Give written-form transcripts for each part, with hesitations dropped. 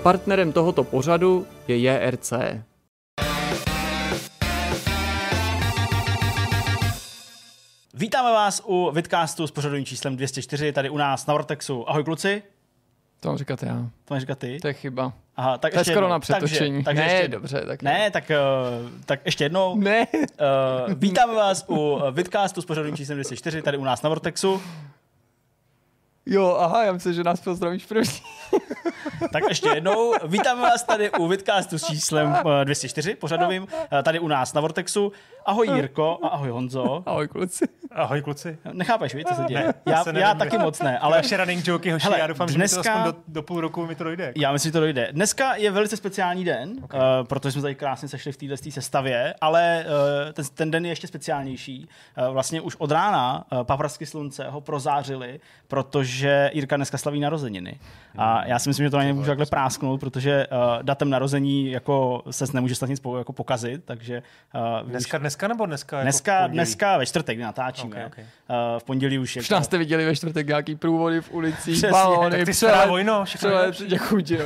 partnerem tohoto pořadu je JRC. Vítáme vás u Vidcastu s pořadovým číslem 204, tady u nás na Vortexu. Ahoj kluci. To mám říkat já. To máš říkat ty? To je chyba. Aha, tak to je ještě skoro jednou. Na přetočení. Takže ne, ještě... dobře. Tak ne, tak ještě jednou. Ne. Vítáme vás u Vidcastu s pořadovým číslem 204, tady u nás na Vortexu. Jo, aha, já myslím, že nás pozdravíš první. Tak ještě jednou. Vítáme vás tady u Vidcastu s číslem 204, pořadovým, tady u nás na Vortexu. Ahoj Jirko a ahoj Honzo. Ahoj kluci. Ahoj kluci. Nechápeš, víš, co se děje? Ne, Já taky moc ne, ale... Naše running joky, hoši, já doufám, dneska... že mi to aspoň do půl roku mi to dojde. Já myslím, že to dojde. Dneska je velice speciální den, okay. Protože jsme tady krásně sešli v této sestavě, ale ten den je ještě speciálnější. Vlastně už od rána paprsky slunce ho prozářily, protože Jirka dneska slaví narozeniny. A já si myslím, že to na něj můžu takhle prásknout, protože datem narození jako se nemůže stát nic jako pokazit, takže... Dneska nebo dneska? Dneska ve čtvrtek, kdy natáčíme. Okay. V pondělí už... Už nás jste viděli ve čtvrtek nějaký průvody v ulicích, balóny, děkuji ti.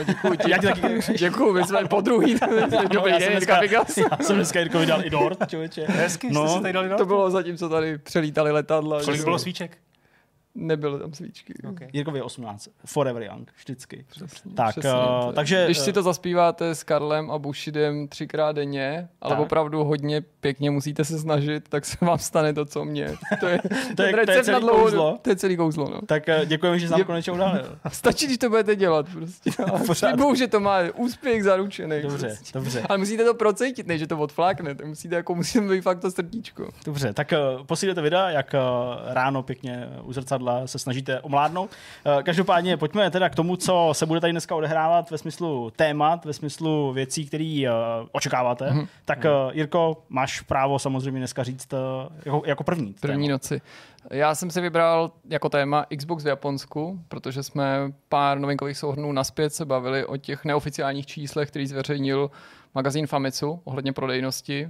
Děkuji, my jsme po druhý. Dobrý den, Jirka Pigas. Já jsem dneska Jirko vydal i dort, člověče. Hezky, jste si tady dali dort? To bylo zatím, co tady přelítali letadla. Kolik bylo svíček? Nebyly tam svíčky. Okay. Jirkovi je 18. Forever young. Vždycky. Přesně, tak, přesně, takže... Když si to zaspíváte s Karlem a Bushidem 3krát denně, ale opravdu hodně pěkně musíte se snažit, tak se vám stane to, co mě. To je celý kouzlo. To je celý kouzlo, no. Tak děkujeme, že jsi nám konečně udal. Stačí, když to budete dělat. Prostě. Slibou, že to má úspěch zaručený. Dobře. Ale musíte to procítit, než že to odfláknete. Musíte být fakt to srdíčko. Dobře, tak posílíte videa, jak ráno pěkně u zrcadla se snažíte omládnout. Každopádně pojďme teda k tomu, co se bude tady dneska odehrávat ve smyslu témat, ve smyslu věcí, které očekáváte. Tak Jirko, máš právo samozřejmě dneska říct jako první. První noci. Já jsem si vybral jako téma Xbox v Japonsku, protože jsme pár novinkových souhrnů naspět se bavili o těch neoficiálních číslech, který zveřejnil magazín Famitsu ohledně prodejnosti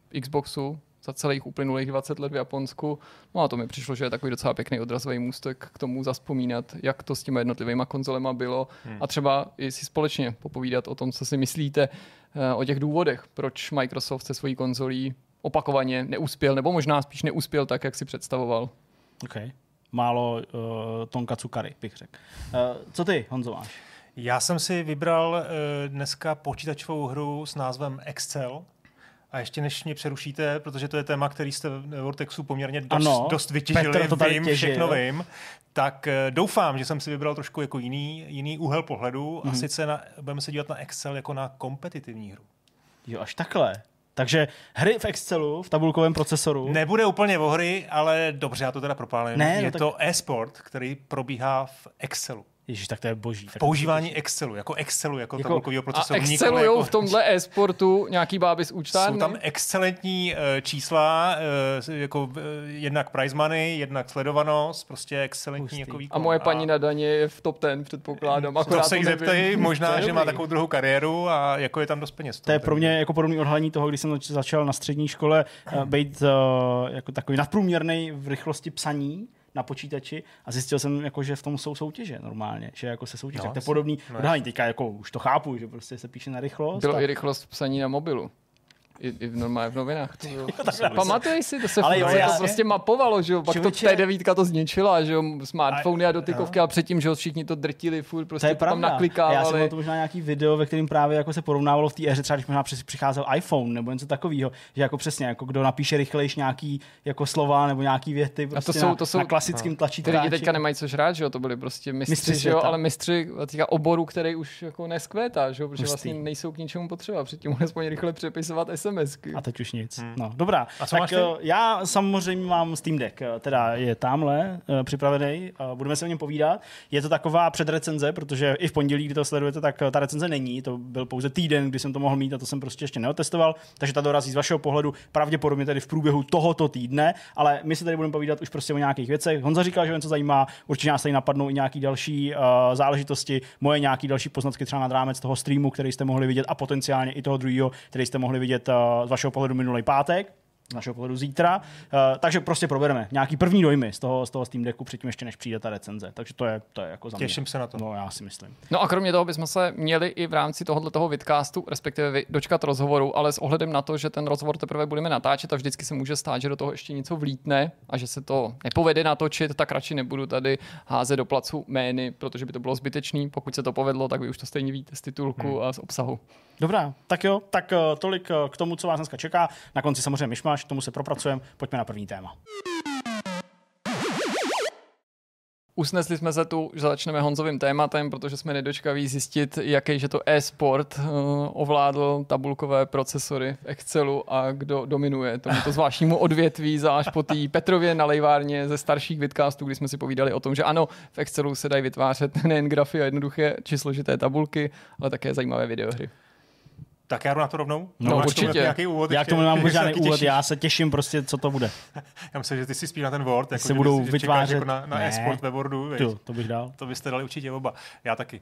Xboxu za celých uplynulých 20 let v Japonsku. No a to mi přišlo, že je takový docela pěkný odrazový můstek k tomu zavzpomínat, jak to s těma jednotlivýma konzolema bylo a třeba i si společně popovídat o tom, co si myslíte o těch důvodech, proč Microsoft se svojí konzolí opakovaně neuspěl, nebo možná spíš neuspěl tak, jak si představoval. Okay. Málo tonkatsu curry, bych řekl. Co ty, Honzo, máš? Já jsem si vybral dneska počítačovou hru s názvem Excel. A ještě než mě přerušíte, protože to je téma, který jste v Vortexu poměrně dost vytěžili, všechno vím, tak doufám, že jsem si vybral trošku jako jiný úhel pohledu a sice budeme se dívat na Excel jako na kompetitivní hru. Jo, až takhle. Takže hry v Excelu, v tabulkovém procesoru. Nebude úplně o hry, ale dobře, já to teda propálím. Je to e-sport, který probíhá v Excelu. Ježiš, tak to je boží. Používání Excelu, jako tabulkového procesoru. A excelují v tomhle e-sportu nějaký báby z účtárny? Jsou tam excelentní čísla, jako jednak prize money, jednak sledovanost, prostě excelentní jako výkon. A moje paní na daně je v top 10, předpokládám. To se jí zeptej, možná, že má takovou druhou kariéru a jako je tam dost peněz. To je pro mě jako podobný odhalení toho, když jsem začal na střední škole být jako takový nadprůměrný v rychlosti psaní na počítači a zjistil jsem, jako, že v tom jsou soutěže normálně, že jako se soutěže. Tak to je podobný odhalení. Teďka jako už to chápu, že prostě se píše na rychlost. Bylo i rychlost psaní na mobilu. I normálně v novinách. Pamatuješ si, to se prostě mapovalo, že jo, pak to T9 to zničila, že jo, smartfony a dotykovky a předtím, že jo, všichni to drtili, furt prostě to tam naklikávali. Já jsem to možná nějaký video, ve kterém právě jako se porovnávalo v té éře, třeba když možná přicházel iPhone nebo něco takového, že jako přesně, jako kdo napíše rychlejš nějaký jako slova nebo nějaký věty prostě to jsou na klasickým tlačítkáči. Lidi teďka nemají co žrát, že jo, to byli prostě mistři, že jo, ale mistři teďka oboru, který už jako neskvétá, že jo, protože vlastně nejsou k ničemu potřeba, předtím mohli aspoň rychle přepisovat SMSky. A teď už nic. No, dobrá. A co tak já samozřejmě mám Steam Deck, teda je tamhle připravený, budeme se o něm povídat. Je to taková předrecenze, protože i v pondělí, kdy to sledujete, tak ta recenze není. To byl pouze týden, kdy jsem to mohl mít a to jsem prostě ještě neotestoval, takže ta dorazí z vašeho pohledu pravděpodobně tady v průběhu tohoto týdne, ale my se tady budeme povídat už prostě o nějakých věcech. Honza říkal, že něco zajímá, určitě nás tady napadnou i nějaký další záležitosti, moje nějaký další poznatky třeba nad rámec toho streamu, který jste mohli vidět a potenciálně i toho druhého, který jste mohli vidět z vašeho pohledu minulý pátek. našeho pohledu zítra. Takže prostě probereme nějaký první dojmy z toho Steam Decku předtím ještě než přijde ta recenze. Takže to je jako za mě. Těším se na to. No, já si myslím. No a kromě toho bychom se měli i v rámci tohoto vidcastu, respektive dočkat rozhovoru, ale s ohledem na to, že ten rozhovor teprve budeme natáčet a vždycky se může stát, že do toho ještě něco vlítne a že se to nepovede natočit, tak radši nebudu tady házet do placu jmény, protože by to bylo zbytečný. Pokud se to povedlo, tak vy už to stejně víte z titulku a z obsahu. Dobrá, tak jo, tak tolik k tomu, co vás dneska čeká. Na konci samozřejmě myšmaš, k tomu se propracujeme. Pojďme na první téma. Usnesli jsme se tu, že začneme Honzovým tématem, protože jsme nedočkaví zjistit, jaký že to e-sport ovládl tabulkové procesory v Excelu a kdo dominuje tomuto zvláštnímu odvětví, až po té Petrově nalejvárně ze starších vidcastů, kdy jsme si povídali o tom, že ano, v Excelu se dají vytvářet nejen grafy a jednoduché či složité tabulky, ale také zajímavé videohry. Tak já jdu na to rovnou? No určitě. Já k tomu nemám žádný úvod, já se těším prostě, co to bude. Já myslím, že ty si spíš na ten Word. Jako se budou vytvářet jako na e-sport ve Wordu. To bych dal. To byste dali určitě oba. Já taky.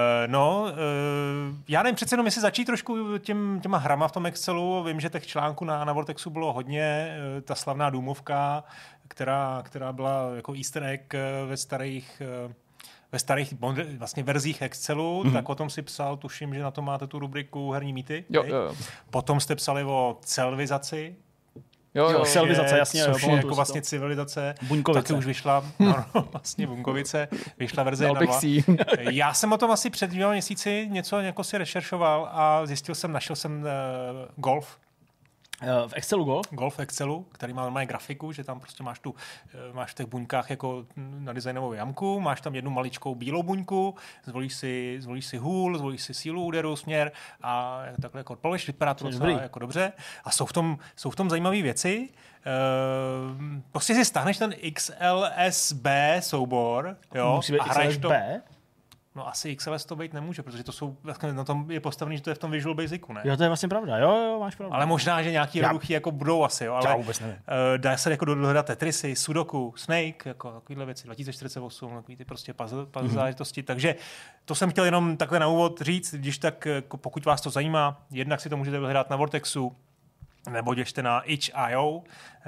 Já nevím přece jenom, jestli začít trošku těma hrama v tom Excelu. Vím, že těch článků na Vortexu bylo hodně. Ta slavná důmovka, která byla jako easter egg ve starých vlastně verzích Excelu, tak o tom si psal, tuším, že na to máte tu rubriku Herní mýty. Jo. Potom jste psali o celvizaci. Jo, celvizace, jasně. Což je jako vlastně civilizace. Buňkovice. Taky už vyšla, vlastně Buňkovice, vyšla verze 1.2. Já jsem o tom asi před 2 měsíci něco jako si rešeršoval a našel jsem Golf. V Excelu Golf? Golf v Excelu, který má normálně grafiku, že tam prostě máš v těch buňkách jako na designovou jamku, máš tam jednu maličkou bílou buňku, zvolíš si hůl, zvolíš si sílu úderu, směr a takhle jako odpoleš, vypadá to docela jako dobře. A jsou v tom zajímavé věci. Prostě si stáhneš ten XLSB soubor, jo, musí být a hraješ XLSB? to. No asi XLS to být nemůže, protože to jsou, na tom je postavený, že to je v tom Visual Basicu, ne? Jo, to je vlastně pravda, jo, máš pravdu. Ale možná, že nějaký jednoduchý jako budou asi, jo, ale já vůbec nevím. Dá se jako dohledat Tetrisy, Sudoku, Snake, jako takovýhle věci, 2048, takový ty prostě puzzle záležitosti, takže to jsem chtěl jenom takhle na úvod říct, když tak, pokud vás to zajímá, jednak si to můžete vyhledat na Vortexu, nebo běžte na itch.io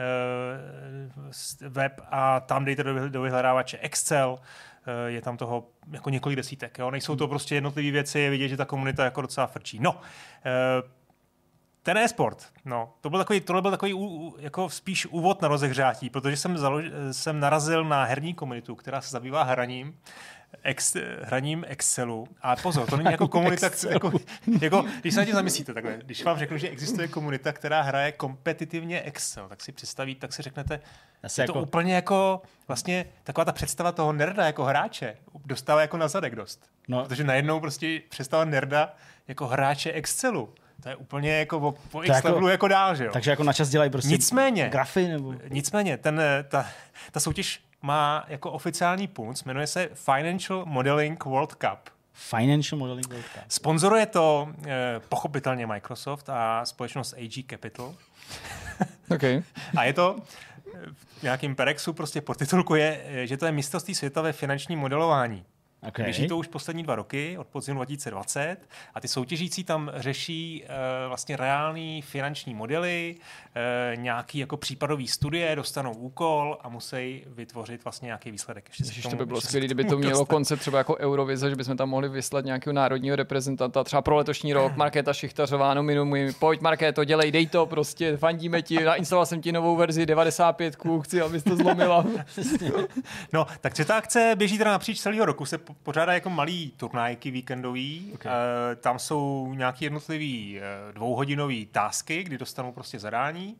web a tam dejte do vyhledávače Excel, je tam toho jako několik desítek. Jo? Nejsou to prostě jednotlivé věci, je vidět, že ta komunita jako docela frčí. No, ten e-sport, tohle byl takový jako spíš úvod na rozehřátí, protože jsem narazil na herní komunitu, která se zabývá hraním Excelu. A pozor, to není jako komunita, jako, když se na tím zamyslíte takhle, když vám řeknu, že existuje komunita, která hraje kompetitivně Excel, tak si řeknete, je to úplně jako vlastně taková ta představa toho nerda jako hráče dostává jako na zadek dost. No. Protože najednou prostě představa nerda jako hráče Excelu. To je úplně jako po X levelu jako dál, že jo? Takže jako na čas dělají prostě grafy nebo... Nicméně, ta soutěž má jako oficiální punc, jmenuje se Financial Modeling World Cup. Financial Modeling World Cup. Sponzoruje to pochopitelně Microsoft a společnost AG Capital. Okay. A je to v nějakým perexu prostě podtitulku je, že to je mistrovství světa ve finančním modelování. Okay. Běží to už poslední 2 roky, od podzimu 2020 a ty soutěžící tam řeší vlastně reální finanční modely, nějaký jako případový studie, dostanou úkol a musí vytvořit vlastně nějaký výsledek. To by bylo skvělé, kdyby to mělo koncept třeba jako Eurovize, že bychom tam mohli vyslat nějakého národního reprezentanta, třeba pro letošní rok, Markéta Šichtařová, nominuji, pojď Markéto, dělej, dej to, prostě fandíme ti, nainstaloval jsem ti novou verzi 95, chci, abys to zlomila. No, takže ta akce běží teda napříč celého roku, se pořádá jako malý turnájky víkendový, okay. Tam jsou nějaký jednotlivý 2hodinový tasky, kdy dostanou prostě zadání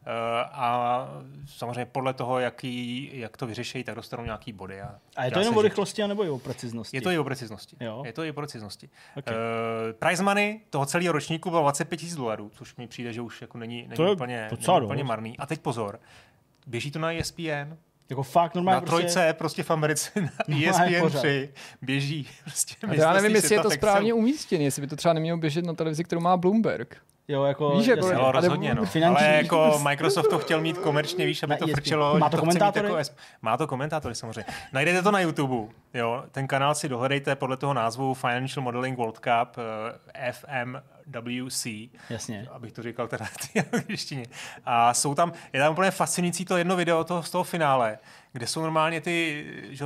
a samozřejmě podle toho, jak to vyřeší, tak dostanou nějaký body. A je to jenom o rychlosti, anebo i o preciznosti? Je to i o preciznosti. Jo. Je to i o preciznosti. Okay. Prize money toho celého ročníku bylo $25,000, což mi přijde, že už jako není úplně marný. A teď pozor, běží to na ESPN, jako fakt normálně na trojce prostě v Americe na ESPN 3 běží prostě. Já nevím, jestli je to správně umístěné, jestli by to třeba nemělo běžet na televizi, kterou má Bloomberg. Jo, jako... Víš, jako, jo, rozhodně, no. Finanční, ale jako Microsoft to chtěl mít komerčně, víš, aby to frčelo. Má to komentátory? Jako má to komentátory, samozřejmě. Najdete to na YouTube, jo. Ten kanál si dohledejte podle toho názvu Financial Modeling World Cup, FMWC. Jasně. Abych to říkal teda v angličtině. A je tam úplně fascinující to jedno video z toho finále, kde jsou normálně ty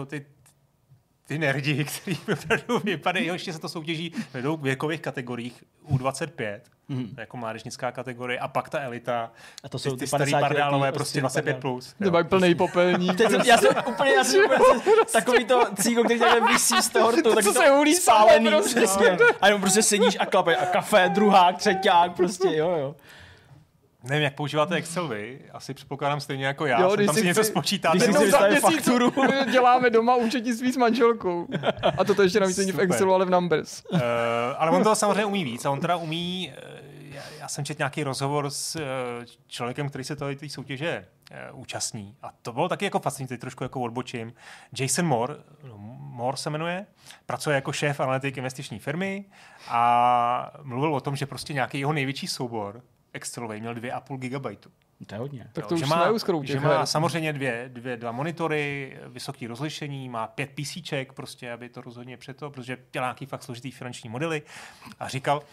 nerdi, kteří opravdu vypadají, ještě se to soutěží ve dvou věkových kategoriích U25, jako mládežnická kategorie, a pak ta elita, a to jsou ty starý pardálové, prostě 25+. To mají plný popelník. Já jsem úplně takový to cíko, který takhle visí z toho rtu, tak to se hulí spálený. Prostě. A jenom prostě sedíš a klape a kafe, druhák, třeťák, prostě jo. Nevím, jak používáte Excel vy, asi předpokládám stejně jako já, jo, tam si něco spočítáte. Když si vystavím fakturu. Děláme doma účetnictví s manželkou. A to ještě navíc není v Excelu, ale v Numbers. Ale on to samozřejmě umí víc. A on teda umí, já jsem četl nějaký rozhovor s člověkem, který se té soutěže účastní. A to bylo taky jako fascinující, trošku jako odbočím. Jason Moore se jmenuje, pracuje jako šéf analytik investiční firmy a mluvil o tom, že prostě nějaký jeho největší soubor Excelový měl 2,5 GB. To je hodně. Tak to už že má samozřejmě dva monitory, vysoké rozlišení, má 5 PCček, prostě, aby to rozhodně protože dělá nějaký fakt složitý finanční modely a říkal,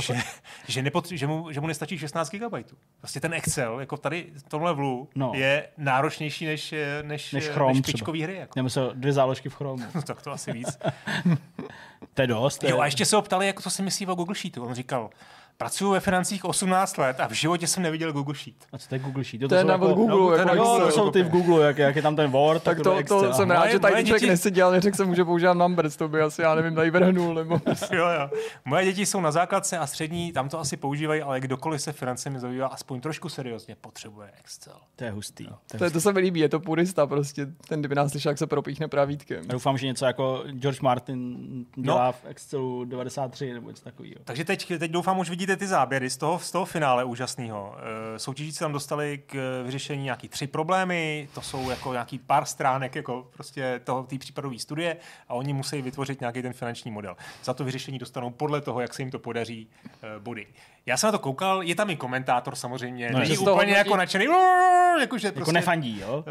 že mu nestačí 16 GB. Prostě ten Excel, jako tady v tomhle levelu, je náročnější než špičkový hry. Jako. Nebo jsou 2 záložky v Chromu. No, tak to asi víc. To je dost. Jo, a ještě se ho ptali, jako co si myslí o Google Sheetu. On říkal, pracuji ve financích 18 let a v životě jsem neviděl Google Sheet. A co to je Google Sheet? To je na Google. To jsou ty v Google, jak je tam ten Word. Tak to jsem rád, že tady člověk neseděl, neřekl jsem mu, že používám Numbers, to by asi, já nevím, tady vrhnul. Nebo... jo. Moje děti jsou na základce a střední, tam to asi používají, ale kdokoliv se financemi zabývá aspoň trošku seriózně, potřebuje Excel. To je hustý. To se mi líbí, je to purista, prostě ten kdyby nás slyšel, jak se propíchne pravítkem. A doufám, že něco jako George Martin dělá v Excelu 93 nebo něco takového. Takže teď doufám, už vidíte ty záběry z toho finále úžasného. Soutěžíci tam dostali k vyřešení nějaký 3 problémy, to jsou jako nějaký pár stránek jako prostě té případové studie a oni musí vytvořit nějaký ten finanční model. Za to vyřešení dostanou podle toho, jak se jim to podaří body. Já jsem na to koukal, je tam i komentátor samozřejmě, není úplně jako nadšený, jakože prostě... Jako nefandí, jo?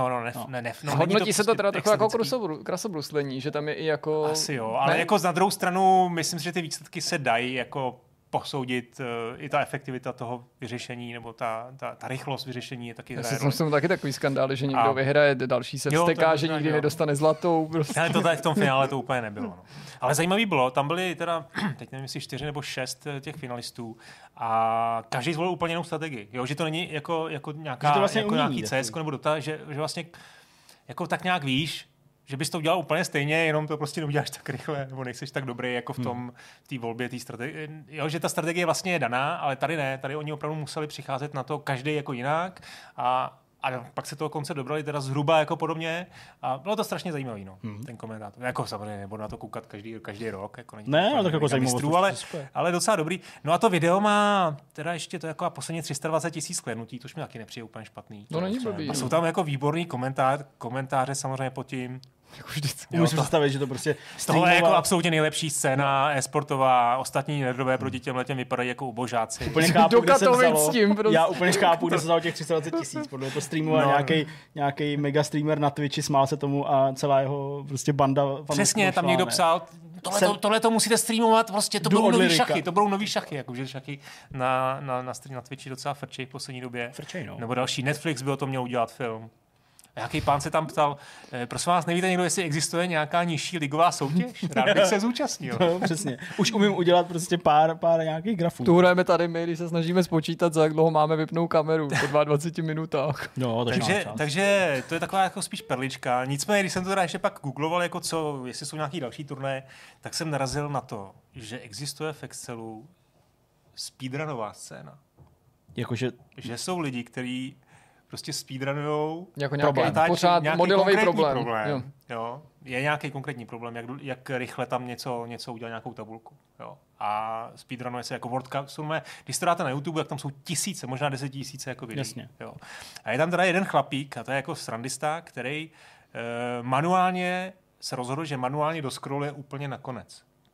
Hodnotí se to teda trochu jako krasobruslení, že tam je i jako... Asi jo, ale jako na druhou stranu, myslím si, že ty výsledky se dají jako posoudit, i ta efektivita toho vyřešení, nebo ta rychlost vyřešení je taky... Jsou taky takový skandály, že někdo vyhraje, další se vzteká, že nikdy nedostane zlatou. Prostě. Ale to tady v tom finále to úplně nebylo. No. Ale zajímavý bylo, tam byly teda, teď nevím, jestli 4 nebo 6 těch finalistů a každý zvolil úplně jinou strategii. Jo, že to není jako nějaká, vlastně jako nějaký CS nebo Dota, že vlastně jako tak nějak víš, že bys to udělal úplně stejně, jenom to prostě neuděláš tak rychle, nebo nejseš tak dobrý jako v té volbě, té strategie. Jo, že ta strategie vlastně je daná, ale tady ne, tady oni opravdu museli přicházet na to každý jako jinak a pak se toho konce dobrali teda zhruba jako podobně a bylo to strašně zajímavý, ten komentátor. Jako samozřejmě nebudu na to koukat každý rok, jako není ne, tak jako zajímavé, ale docela dobrý. No a to video má teda ještě to jako posledně 320 000 shlédnutí, což mi taky nepřijde úplně špatný. No není blbý. A jsou tam jako výborný komentáře samozřejmě pod tím. Jako vždycky. Můžu představit, že to prostě tohle je jako absolutně nejlepší scéna e-sportová, ostatní nerdové proti těmhletěm vypadají jako ubožáci. Úplně chápu, já úplně chápu, kde se vzalo těch 320 000, podle to streamoval nějaký mega streamer na Twitchi, smál se tomu a celá jeho prostě banda. Přesně, tam někdo psal, tohle to musíte streamovat, prostě to budou nový šachy, jakože šachy na Twitchi docela frčej v poslední době. Nebo další, Netflix by o tom měl udělat film. Nějaký pán se tam ptal, prosím vás, nevíte někdo, jestli existuje nějaká nižší ligová soutěž? Rád bych se zúčastnil. No, přesně. Už umím udělat prostě pár nějakých grafů. Tu hrajeme tady my, když se snažíme spočítat, za jak dlouho máme vypnout kameru, po 22 minutách. No, takže to je taková jako spíš perlička. Nicméně, když jsem to teda ještě pak googloval, jako jestli jsou nějaký další turné, tak jsem narazil na to, že existuje v Excelu speedrunová scéna. Jakože... Že jsou lidi, kteří prostě speedrunujou jako pořád modelový problém. Jo. Je nějaký konkrétní problém, jak rychle tam něco udělat, nějakou tabulku. Jo. A speedrunuje se jako World Cup. Když to dáte na YouTube, tak tam jsou tisíce, možná 10 000 jako videí. Jasně. Jo. A je tam teda jeden chlapík, a to je jako srandista, který manuálně se rozhodl, že manuálně doskroluje úplně nakonec.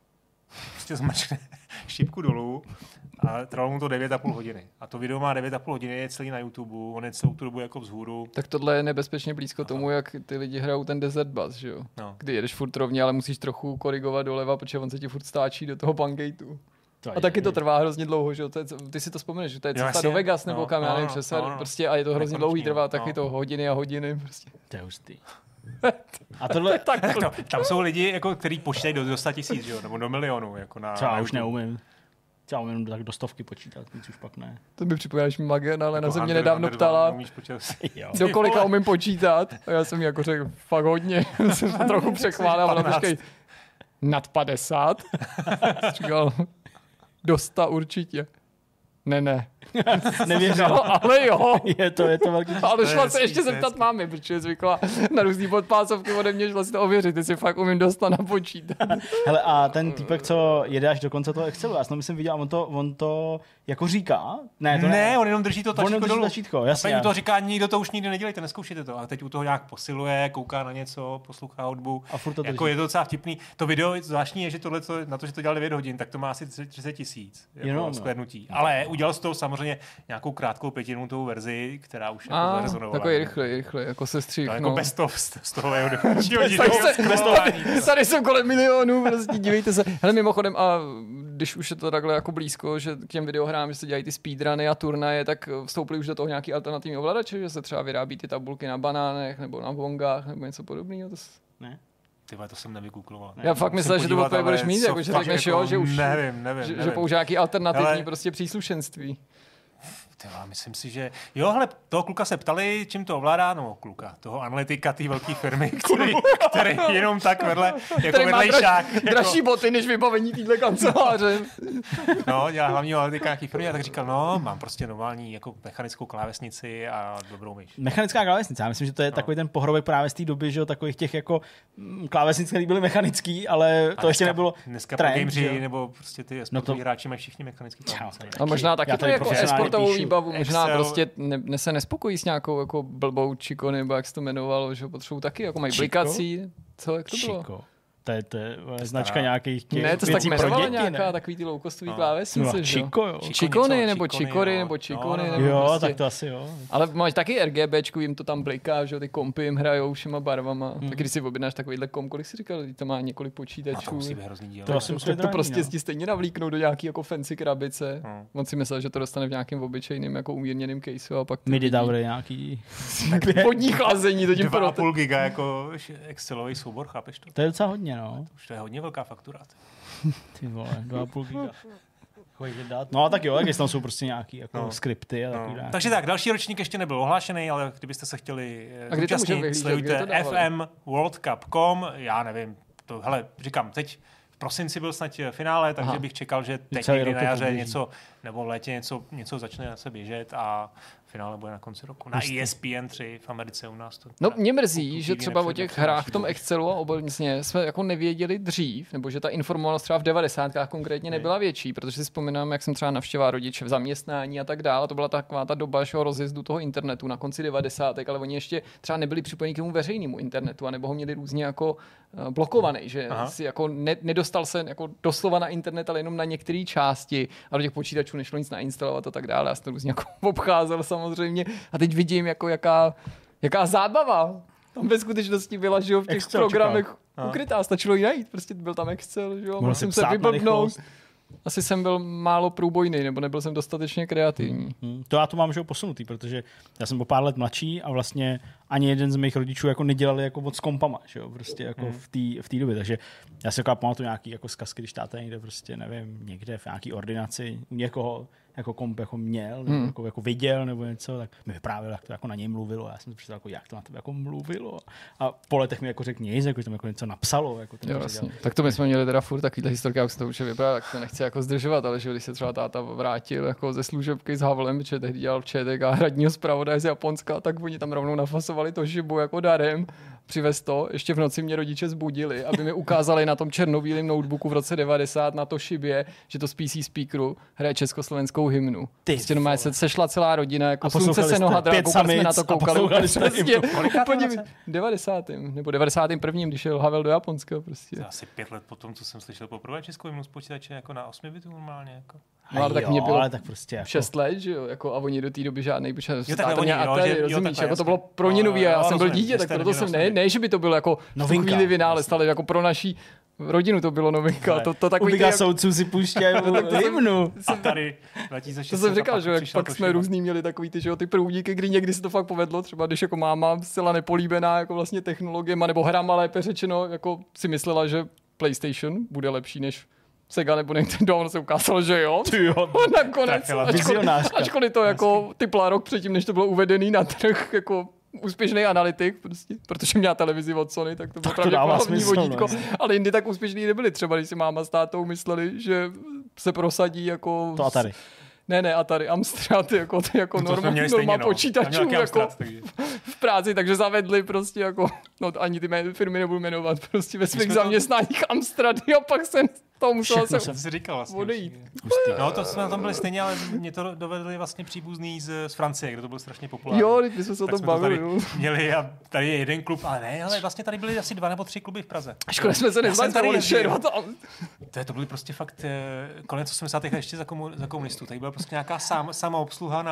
prostě zmačkne šipku dolů a trvalo mu to 9,5 hodiny. A to video má 9,5 hodiny, je celý na YouTube, on je celou tu dobu jako vzhůru. Tak tohle je nebezpečně blízko tomu, jak ty lidi hrajou ten Desert Bus, že jo? No. Kdy jedeš furt rovně, ale musíš trochu korigovat doleva, protože on se ti furt stáčí do toho pancateu. A taky to trvá hrozně dlouho, že jo? Ty si to vzpomeneš, že to je cesta do Vegas nebo kam, já nevím, prostě a je to hrozně dlouhý, trvá taky to hodiny a hodiny. Prostě. To je hustý. A tohle... Tam jsou lidi, jako, který počítají do 100 000, že jo? Nebo do milionu. Jako já už neumím. Já umím tak do 100 počítat, nic už pak ne. To mi připomínáš Magen, ale jako se mě nedávno ptala, do kolika umím počítat. A já jsem jí jako řekl, fakt hodně. Jsem se trochu přechválil, ale počkej, nad 50. Říkal, do 100 určitě. Ne. Nevěřil. No, ale jo. Je to velký. Ale šla se ještě zeptat mámy, protože je zvykla na různý podpásovky ode mě, šla si to ověřit, jestli fakt umím dostat na počítat. Hele, a ten týpek, co jede až do konce toho Excelu, já jsem viděl, on to jako říká. Ne, on jenom drží to tačítko dolů. Jasně. A to říká, nikdo to už nikdy nedělejte, neskoušejte to. A teď u toho nějak posiluje, kouká na něco, poslouchá hudbu. A furt to jako je to docela vtipný. To video zvláštní je, že tohle, na to, že to dělal 9 hodin, tak to má asi 30 000 jako shlédnutí. Ale udělal z toho samozřejmě nějakou krátkou 5minutovou verzi, která už jako zarezonovala. Takový rychle, jako se stříh. Jako best of z toho jeho Tady jsou kolem milionů, prostě dívejte se. Hele, mimochodem, a když už je to takhle jako blízko, že k těm videohrám, že se dělají ty speedruny a turnaje, tak vstoupili už do toho nějaký alternativní ovladače, že se třeba vyrábí ty tabulky na banánech nebo na bongách nebo něco podobného. Ne? Tyhle, to jsem nevygoogloval. Já fakt myslel, že to úplně budeš mít, jako, že řekneš, jako, že už nevím. Že použije nějaký alternativní prostě příslušenství. Myslím si, že... Jo, hele, toho kluka se ptali, čím to ovládá, no kluka, toho analytika té velké firmy, který jenom tak vedle, jako vedlejšák. Dražší boty, než vybavení téhle kanceláře. No, dělá hlavního analytika nějaký firmy a tak říkal, no, mám prostě normální jako mechanickou klávesnici a dobrou myš. Mechanická klávesnice, já myslím, že to je takový ten pohrobek právě z té doby, že jo, takových těch jako klávesnic, které byly mechanický, ale to ještě nebylo dneska pro gameři nebo prostě ty sportoví hráči mají všichni mechanický klávesnice. A možná taky to jako e-sportovou výbavu, možná prostě se nespokojí s nějakou jako blbou Chico, nebo jak se to jmenovalo, že potřebují taky, jako mají aplikací. Co, jak to bylo? To je značka nějakých těch ne, to věcí tak pro děti, nějaká takový ty low-costový klávesnice, no, Chico, jo. Chikony, nebo Chikory, nebo Chikony. Jo, prostě. Tak to asi jo. Ale máš taky RGBčku, jim to tam bliká, že ty kompy jim hrajou všema barvama. Tak když si objednáš takovýhle komp, kolik jsi říkal, to má několik počítačů. To musí být hrozný díl. To prostě ti stejně navlíknou do nějaký jako fancy krabice. On si myslel, že to dostane v nějakém obyčejném jako umírněném caseu a pak MIDI dávry nějaký vodní chlazení, to tím 2,5 giga jako Excelový soubor, chápeš to? To je docela hodně, no. To je hodně velká faktura. Ty vole, 2,5 giga. No a tak jo, jak tam jsou prostě nějaký jako skripty a takový. Takže tak, další ročník ještě nebyl ohlášený, ale kdybyste se chtěli zúčastnit, sledujte fmworldcup.com, já nevím, hele, říkám, teď v prosinci byl snad finále, takže bych čekal, že teď někdy na jaře něco, nebo v létě něco začne se běžet a finále bude na konci roku. Na ESPN 3 v Americe u nás to. No mě mrzí, že třeba o těch hrách v tom Excelu a obecně jsme jako nevěděli dřív, nebo že ta informovanost třeba v 90kách konkrétně nebyla větší, protože si vzpomínám, jak jsem třeba navštěvoval rodiče v zaměstnání a tak dále. To byla taková ta doba rozjezdu toho internetu na konci 90, ale oni ještě třeba nebyli připojeni k tomu veřejnému internetu, anebo ho měli různě jako blokovaný, že si jako nedostal se jako doslova na internet, ale jenom na některé části a do těch počítačů nešlo nic nainstalovat a tak dále. Já jsem to různě jako obcházel samozřejmě a teď vidím jako jaká zábava tam ve skutečnosti byla, že jo, v těch Excel programech ukrytá, stačilo ji najít, prostě byl tam Excel, že jo, mohl jsem se vyblbnout. Asi jsem byl málo průbojný, nebo nebyl jsem dostatečně kreativní. To já to mám, že jo, posunutý, protože já jsem o pár let mladší a vlastně ani jeden z mých rodičů jako nedělali jako moc s kompama, že jo, prostě jako v té době, takže já si jako pamatuju nějaký jako zkazky, když táta někde prostě, nevím, někde v nějaký ordinaci u někoho jako komp jako měl, nebo jako viděl nebo něco, tak mi vyprávěl, jak to jako na něj mluvilo. Já jsem si představil, jako, jak to na tebe jako mluvilo. A po letech mi jako řekl nic, jako tam jako něco napsalo. Jako jo, vlastně. Tak to my jsme měli teda furt takovýhle historky, jak se to určitě vypadá, tak to nechci jako zdržovat, ale že když se třeba táta vrátil jako ze služebky s Havlem, protože tehdy dělal ČTK hradního zpravodaje z Japonska, tak oni tam rovnou nafasovali to žibu jako darem přivez to, ještě v noci mě rodiče zbudili, aby mi ukázali na tom černobílém notebooku v roce 90 na Toshibě, že to z PC speakeru hraje československou hymnu. Prostě normálně se sešla celá rodina, jako slunce se noha drá, jsme na to koukali. Prostě, 90. nebo 91. když šel Havel do Japonska. Prostě. To asi 5 let potom, co jsem slyšel poprvé českou hymnu z počítače jako na 8 bitů normálně. Jako. No, ale tak mě bylo tak prostě jako 6 let, že jo, jako, a oni do té doby žádnej, protože rozumíš, jako to bylo pro ně nový, já jsem byl dítě, tak proto jsem, ne, že by to bylo jako v tu chvíli vynález, ale jako pro naší rodinu to bylo novinka. To takový ty soudců si pouštějí hymnu. A tady 2006. To jsem říkal, že jak pak jsme různý měli takový ty průniky, kdy někdy se to fakt povedlo, třeba když jako máma zcela nepolíbená jako vlastně technologiema nebo hrama lépe řečeno, jako si myslela, že PlayStation bude lepší než Sega nebo Nintendo, ono se ukázalo, že jo. Nakonec, ačkoliv to jako typla rok předtím, než to bylo uvedený na trh, jako úspěšný analytik, prostě, protože měla televizi od Sony, tak to bylo pravděpodobně vodítko, ale jindy tak úspěšný nebyli. Třeba když si máma s tátou mysleli, že se prosadí jako... To Atari. Ne, Atari, Amstrad, jako norma počítačů jako v práci, takže zavedli prostě jako, no ani ty firmy nebudu jmenovat, prostě ve svých zaměstnáních Amstrady a pak jsem to musel si říkal vlastně odejít. No to jsme na tom byli stejně, ale mě to dovedli vlastně příbuzný z Francie, kde to bylo strašně populární. Jo, my jsme se o tom bavili. Měli a tady je jeden klub, ale ne, ale vlastně tady byly asi 2 nebo 3 kluby v Praze. Škoda jsme se nezvali to byly prostě fakt konec 80. let ještě za komunistů. Tady byla prostě nějaká samoobsluha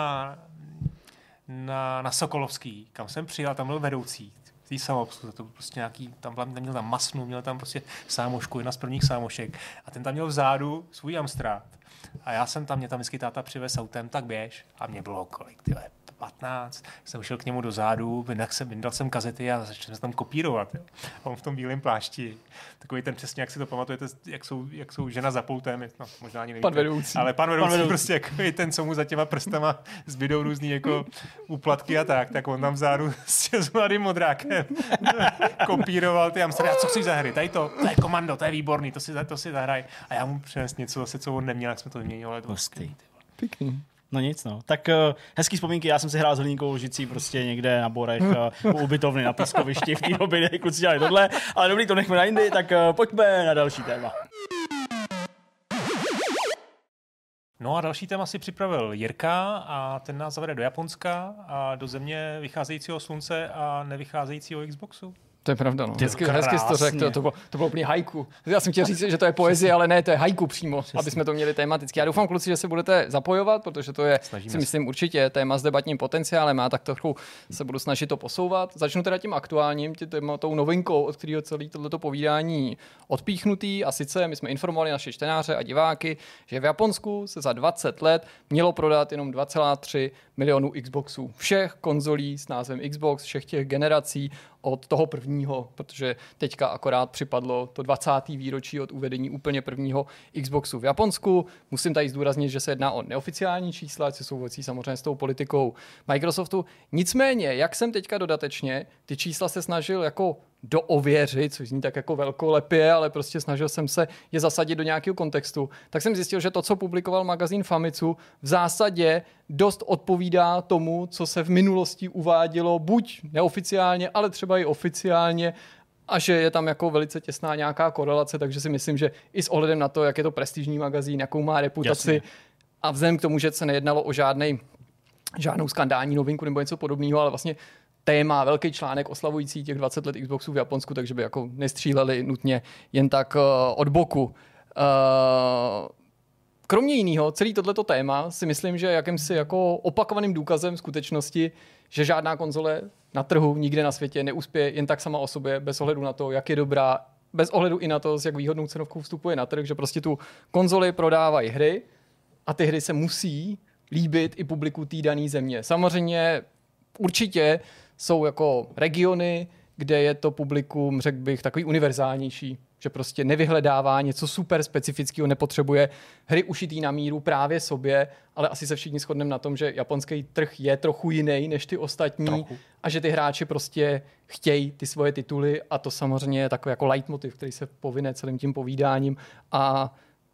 na Sokolovský, kam jsem přijel, tam byl vedoucí. Tý samoobsluha, to byl prostě nějaký, měl tam masnu, měl tam prostě sámošku, jedna z prvních sámošek a ten tam měl vzadu svůj Amstrad a mě tam vždycky táta přivez autem, tak běž a mě bylo kolik, 15, jsem šel k němu do zádu, vyndal jsem kazety a začal jsem tam kopírovat. Jo. A on v tom bílém plášti, takový ten přesně, jak si to pamatujete, jak jsou žena za poutem, no, možná ani nevíte. Pan vedoucí. Ale pan vedoucí prostě jako ten, co mu za těma prstama zbydou různý jako úplatky a tak on tam vzadu s mladým modrákem kopíroval ty Amstrady. A co chceš za hry? Tady to je komando, to je výborný, to si zahraj. A já mu přines něco zase, co on neměl, jak jsme to vyměnili. Pěkný. No nic, no. Tak hezký vzpomínky, já jsem si hrál s hliníkovou lžicí prostě někde na Borech u ubytovny na pískovišti v té době, kdy kluci dělali tohle, ale dobrý, to nechme na jindy, tak pojďme na další téma. No a další téma si připravil Jirka a ten nás zavede do Japonska a do země vycházejícího slunce a nevycházejícího Xboxu. To je pravda, no. Hezky to řekl, to bylo úplně haiku. Já jsem chtěl říct, že to je poezie, ale ne, to je haiku přímo, aby jsme to měli tematicky. Já doufám, kluci, že se budete zapojovat, protože to je, si myslím, určitě téma s debatním potenciálem, a tak trochu se budu snažit to posouvat. Začnu teda tím aktuálním, tou novinkou, od kterého celé tohleto povídání odpíchnutý, a sice my jsme informovali naše čtenáře a diváky, že v Japonsku se za 20 let mělo prodat jenom 2,3 milionu Xboxů. Všech konzolí s názvem Xbox, všech těch generací od toho prvního, protože teďka akorát připadlo to 20. výročí od uvedení úplně prvního Xboxu v Japonsku. Musím tady zdůraznit, že se jedná o neoficiální čísla, co souvisí samozřejmě s tou politikou Microsoftu. Nicméně, jak jsem teďka dodatečně ty čísla se snažil jako doověřit, což zní tak jako velkolepě, ale prostě snažil jsem se je zasadit do nějakého kontextu, tak jsem zjistil, že to, co publikoval magazín Famitsu, v zásadě dost odpovídá tomu, co se v minulosti uvádělo buď neoficiálně, ale třeba i oficiálně, a že je tam jako velice těsná nějaká korelace, takže si myslím, že i s ohledem na to, jak je to prestižní magazín, jakou má reputaci, jasně, a vzhledem k tomu, že se nejednalo o žádnou skandální novinku nebo něco podobného, ale vlastně téma, velký článek oslavující těch 20 let Xboxů v Japonsku, takže by jako nestříleli nutně jen tak od boku. Kromě jiného, celý tohleto téma si myslím, že jakýmsi jako opakovaným důkazem skutečnosti, že žádná konzole na trhu nikde na světě neuspěje jen tak sama o sobě, bez ohledu na to, jak je dobrá, bez ohledu i na to, s jak výhodnou cenovkou vstupuje na trh, že prostě tu konzoli prodávají hry a ty hry se musí líbit i publiku té dané země. Samozřejmě určitě jsou jako regiony, kde je to publikum, řekl bych, takový univerzálnější, že prostě nevyhledává něco super specifického, nepotřebuje hry ušitý na míru právě sobě, ale asi se všichni shodneme na tom, že japonský trh je trochu jiný než ty ostatní a že ty hráči prostě chtějí ty svoje tituly, a to samozřejmě je takový jako leitmotiv, který se povine celým tím povídáním, a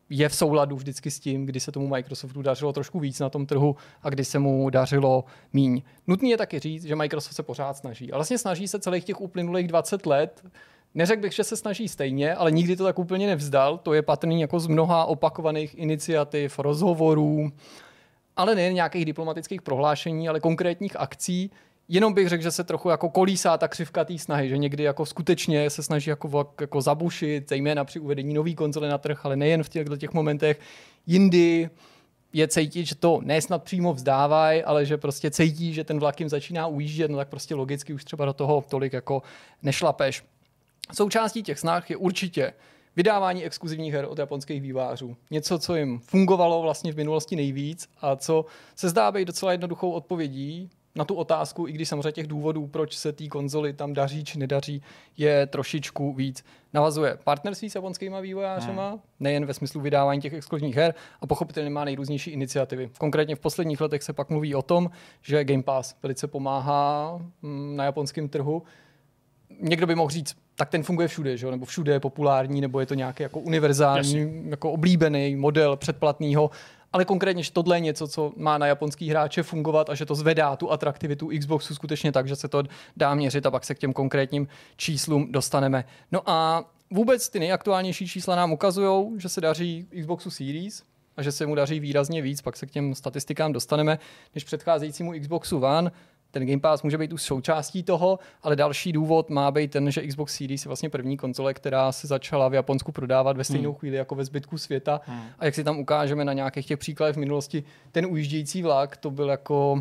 je v souladu vždycky s tím, kdy se tomu Microsoftu dařilo trošku víc na tom trhu a kdy se mu dařilo míň. Nutný je taky říct, že Microsoft se pořád snaží. A vlastně snaží se celých těch uplynulých 20 let. Neřekl bych, že se snaží stejně, ale nikdy to tak úplně nevzdal. To je patrný jako z mnoha opakovaných iniciativ, rozhovorů, ale nejen nějakých diplomatických prohlášení, ale konkrétních akcí. Jenom bych řekl, že se trochu jako kolísá ta křivka té snahy, že někdy jako skutečně se snaží jako zabušit, zejména při uvedení nový konzole na trh, ale nejen v těch momentech. Jindy je cítit, že to nesnad přímo vzdávají, ale že prostě cítí, že ten vlak jim začíná ujíždět, no tak prostě logicky už třeba do toho tolik jako nešlapeš. Součástí těch snah je určitě vydávání exkluzivních her od japonských vývojářů. Něco, co jim fungovalo vlastně v minulosti nejvíc a co se zdá být docela jednoduchou odpovědí na tu otázku, i když samozřejmě těch důvodů, proč se té konzoli tam daří či nedaří, je trošičku víc. Navazuje partnerství s japonskýma vývojářema, nejen ve smyslu vydávání těch exkluzivních her, a pochopitelně má nejrůznější iniciativy. Konkrétně v posledních letech se pak mluví o tom, že Game Pass velice pomáhá na japonském trhu. Někdo by mohl říct, tak ten funguje všude, že? Nebo všude je populární, nebo je to nějaký jako univerzální, jako oblíbený model předplatného. Ale konkrétně, že tohle je něco, co má na japonský hráče fungovat a že to zvedá tu atraktivitu Xboxu skutečně tak, že se to dá měřit a pak se k těm konkrétním číslům dostaneme. No a vůbec ty nejaktuálnější čísla nám ukazují, že se daří Xboxu Series a že se mu daří výrazně víc, pak se k těm statistikám dostaneme, než předcházejícímu Xboxu One. Ten Game Pass může být už součástí toho, ale další důvod má být ten, že Xbox Series je vlastně první konzole, která se začala v Japonsku prodávat ve stejnou chvíli jako ve zbytku světa. A jak si tam ukážeme na nějakých těch příkladech v minulosti, ten ujíždějící vlak, to byl jako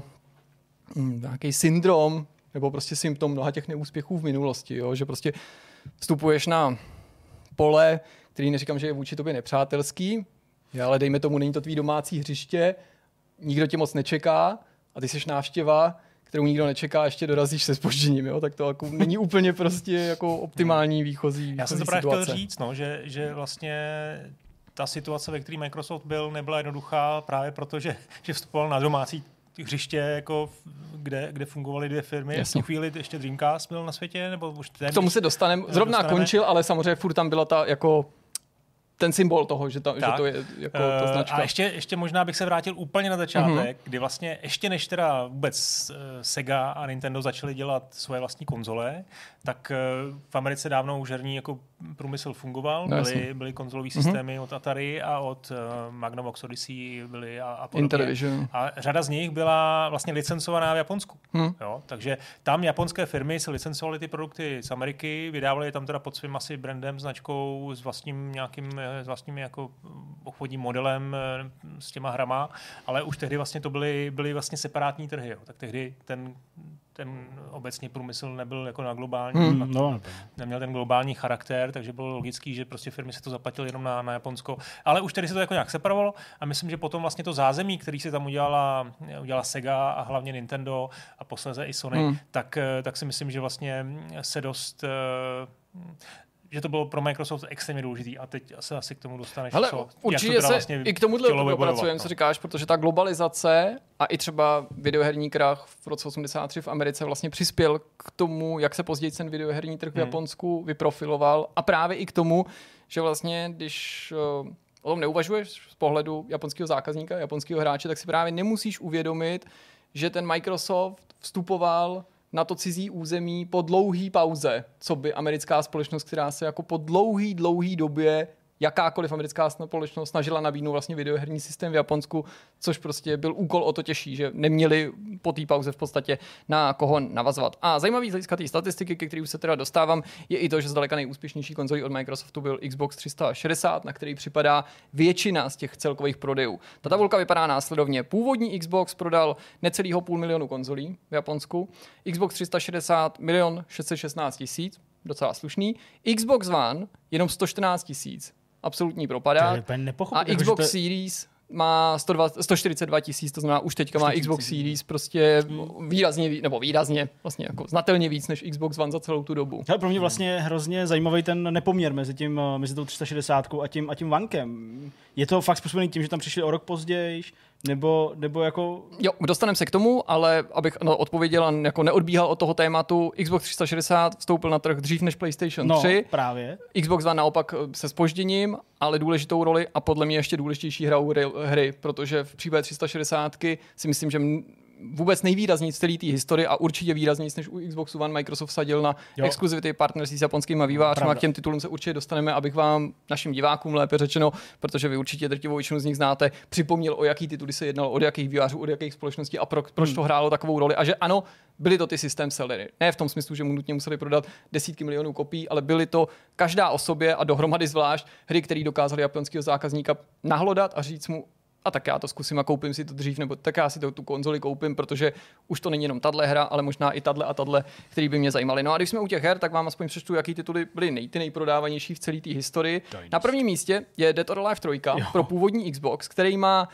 nějaký syndrom nebo prostě symptom mnoha těch neúspěchů v minulosti, jo? Že prostě vstupuješ na pole, který neříkám, že je vůči tobě nepřátelský, ale dejme tomu, není to tvý domácí hřiště, nikdo tě moc nečeká a ty seš návštěva, kterou nikdo nečeká, ještě dorazíš se zpožděním, jo? Tak to jako není úplně prostě jako optimální výchozí Já jsem to právě chtěl říct, no, že vlastně ta situace, ve které Microsoft byl, nebyla jednoduchá právě proto, že vstupoval na domácí hřiště, jako kde fungovaly dvě firmy. Jasně. V tu chvíli ještě Dreamcast byl na světě, nebo už k tomu se dostaneme. Zrovna končil, ale samozřejmě furt tam byla ta jako ten symbol toho, že to je jako ta značka. A ještě možná bych se vrátil úplně na začátek, kdy vlastně ještě než teda vůbec Sega a Nintendo začali dělat svoje vlastní konzole, tak v Americe dávno už herní jako průmysl fungoval. No, byly konzolové systémy od Atari a od Magnavox Odyssey byly a podobně. Intellivision. A řada z nich byla vlastně licencovaná v Japonsku. Jo? Takže tam japonské firmy si licencovaly ty produkty z Ameriky, vydávaly je tam teda pod svým asi brandem, značkou, s vlastním jako obchodním modelem s těma hrama, ale už tehdy vlastně to byly vlastně separátní trhy. Jo. Tak tehdy ten obecně průmysl nebyl jako na globální, neměl ten globální charakter, takže bylo logický, že prostě firmy se to zaplatily jenom na Japonsko. Ale už tehdy se to jako nějak separovalo a myslím, že potom vlastně to zázemí, který se tam udělala Sega a hlavně Nintendo a posléze i Sony, tak si myslím, že vlastně se dost že to bylo pro Microsoft extrémně důležitý a teď se asi k tomu dostaneš. Ale určitě se vlastně i k tomuhle dopracujeme, co říkáš, protože ta globalizace a i třeba videoherní krach v roce 83 v Americe vlastně přispěl k tomu, jak se později ten videoherní trh v Japonsku vyprofiloval a právě i k tomu, že vlastně, když o tom neuvažuješ z pohledu japonského zákazníka, japonského hráče, tak si právě nemusíš uvědomit, že ten Microsoft vstupoval na to cizí území po dlouhý pauze, co by americká společnost, která se jako po dlouhý době jakákoliv americká společnost snažila nabídnout vlastně videoherní systém v Japonsku, což prostě byl úkol o to těžší, že neměli po té pauze v podstatě na koho navazovat. A zajímavý z hlediska té statistiky, ke který se teda dostávám, je i to, že zdaleka nejúspěšnější konzolí od Microsoftu byl Xbox 360, na který připadá většina z těch celkových prodejů. Ta tabulka vypadá následovně. Původní Xbox prodal necelého 500 000 konzolí v Japonsku, Xbox 360 1 616 000, docela slušný, Xbox One jenom 114 000. Absolutní propadák. A Xbox Series má 142 000, to znamená už teďka má Xbox Series prostě výrazně, vlastně jako znatelně víc než Xbox One za celou tu dobu. Ale pro mě vlastně hrozně zajímavý ten nepoměr mezi tou 360 a tím Onekem. je to fakt způsobený tím, že tam přišli o rok později, nebo jako... Jo, dostaneme se k tomu, ale abych odpověděl a jako neodbíhal od toho tématu, Xbox 360 vstoupil na trh dřív než PlayStation 3. Právě. Xbox One naopak se zpožděním, ale důležitou roli a podle mě ještě důležitější hrajou hry, protože v případě 360 si myslím, že vůbec nejvýraznější z celé té historie a určitě výraznější než u Xboxu One Microsoft sadil na exkluzivity partnerství s japonskými vývojáři. A k těm titulům se určitě dostaneme, abych vám, našim divákům lépe řečeno, protože vy určitě drtivou většinu z nich znáte, připomněl, o jaký tituly se jednalo, od jakých vývojářů, od jakých společností a proč to hrálo takovou roli. A že ano, byly to ty systém sellery. Ne v tom smyslu, že mu nutně museli prodat desítky milionů kopií, ale byly to každá o sobě a dohromady zvlášť hry, které dokázaly japonského zákazníka nahlodat a říct mu, a tak já to zkusím a koupím si to dřív, nebo tak já si tu konzoli koupím, protože už to není jenom tahle hra, ale možná i tahle a tahle, který by mě zajímaly. No a když jsme u těch her, tak vám aspoň přečtu, jaký tituly byly ty nejprodávanější v celé té historii. Na prvním místě je Dead or Alive 3 pro původní Xbox, který má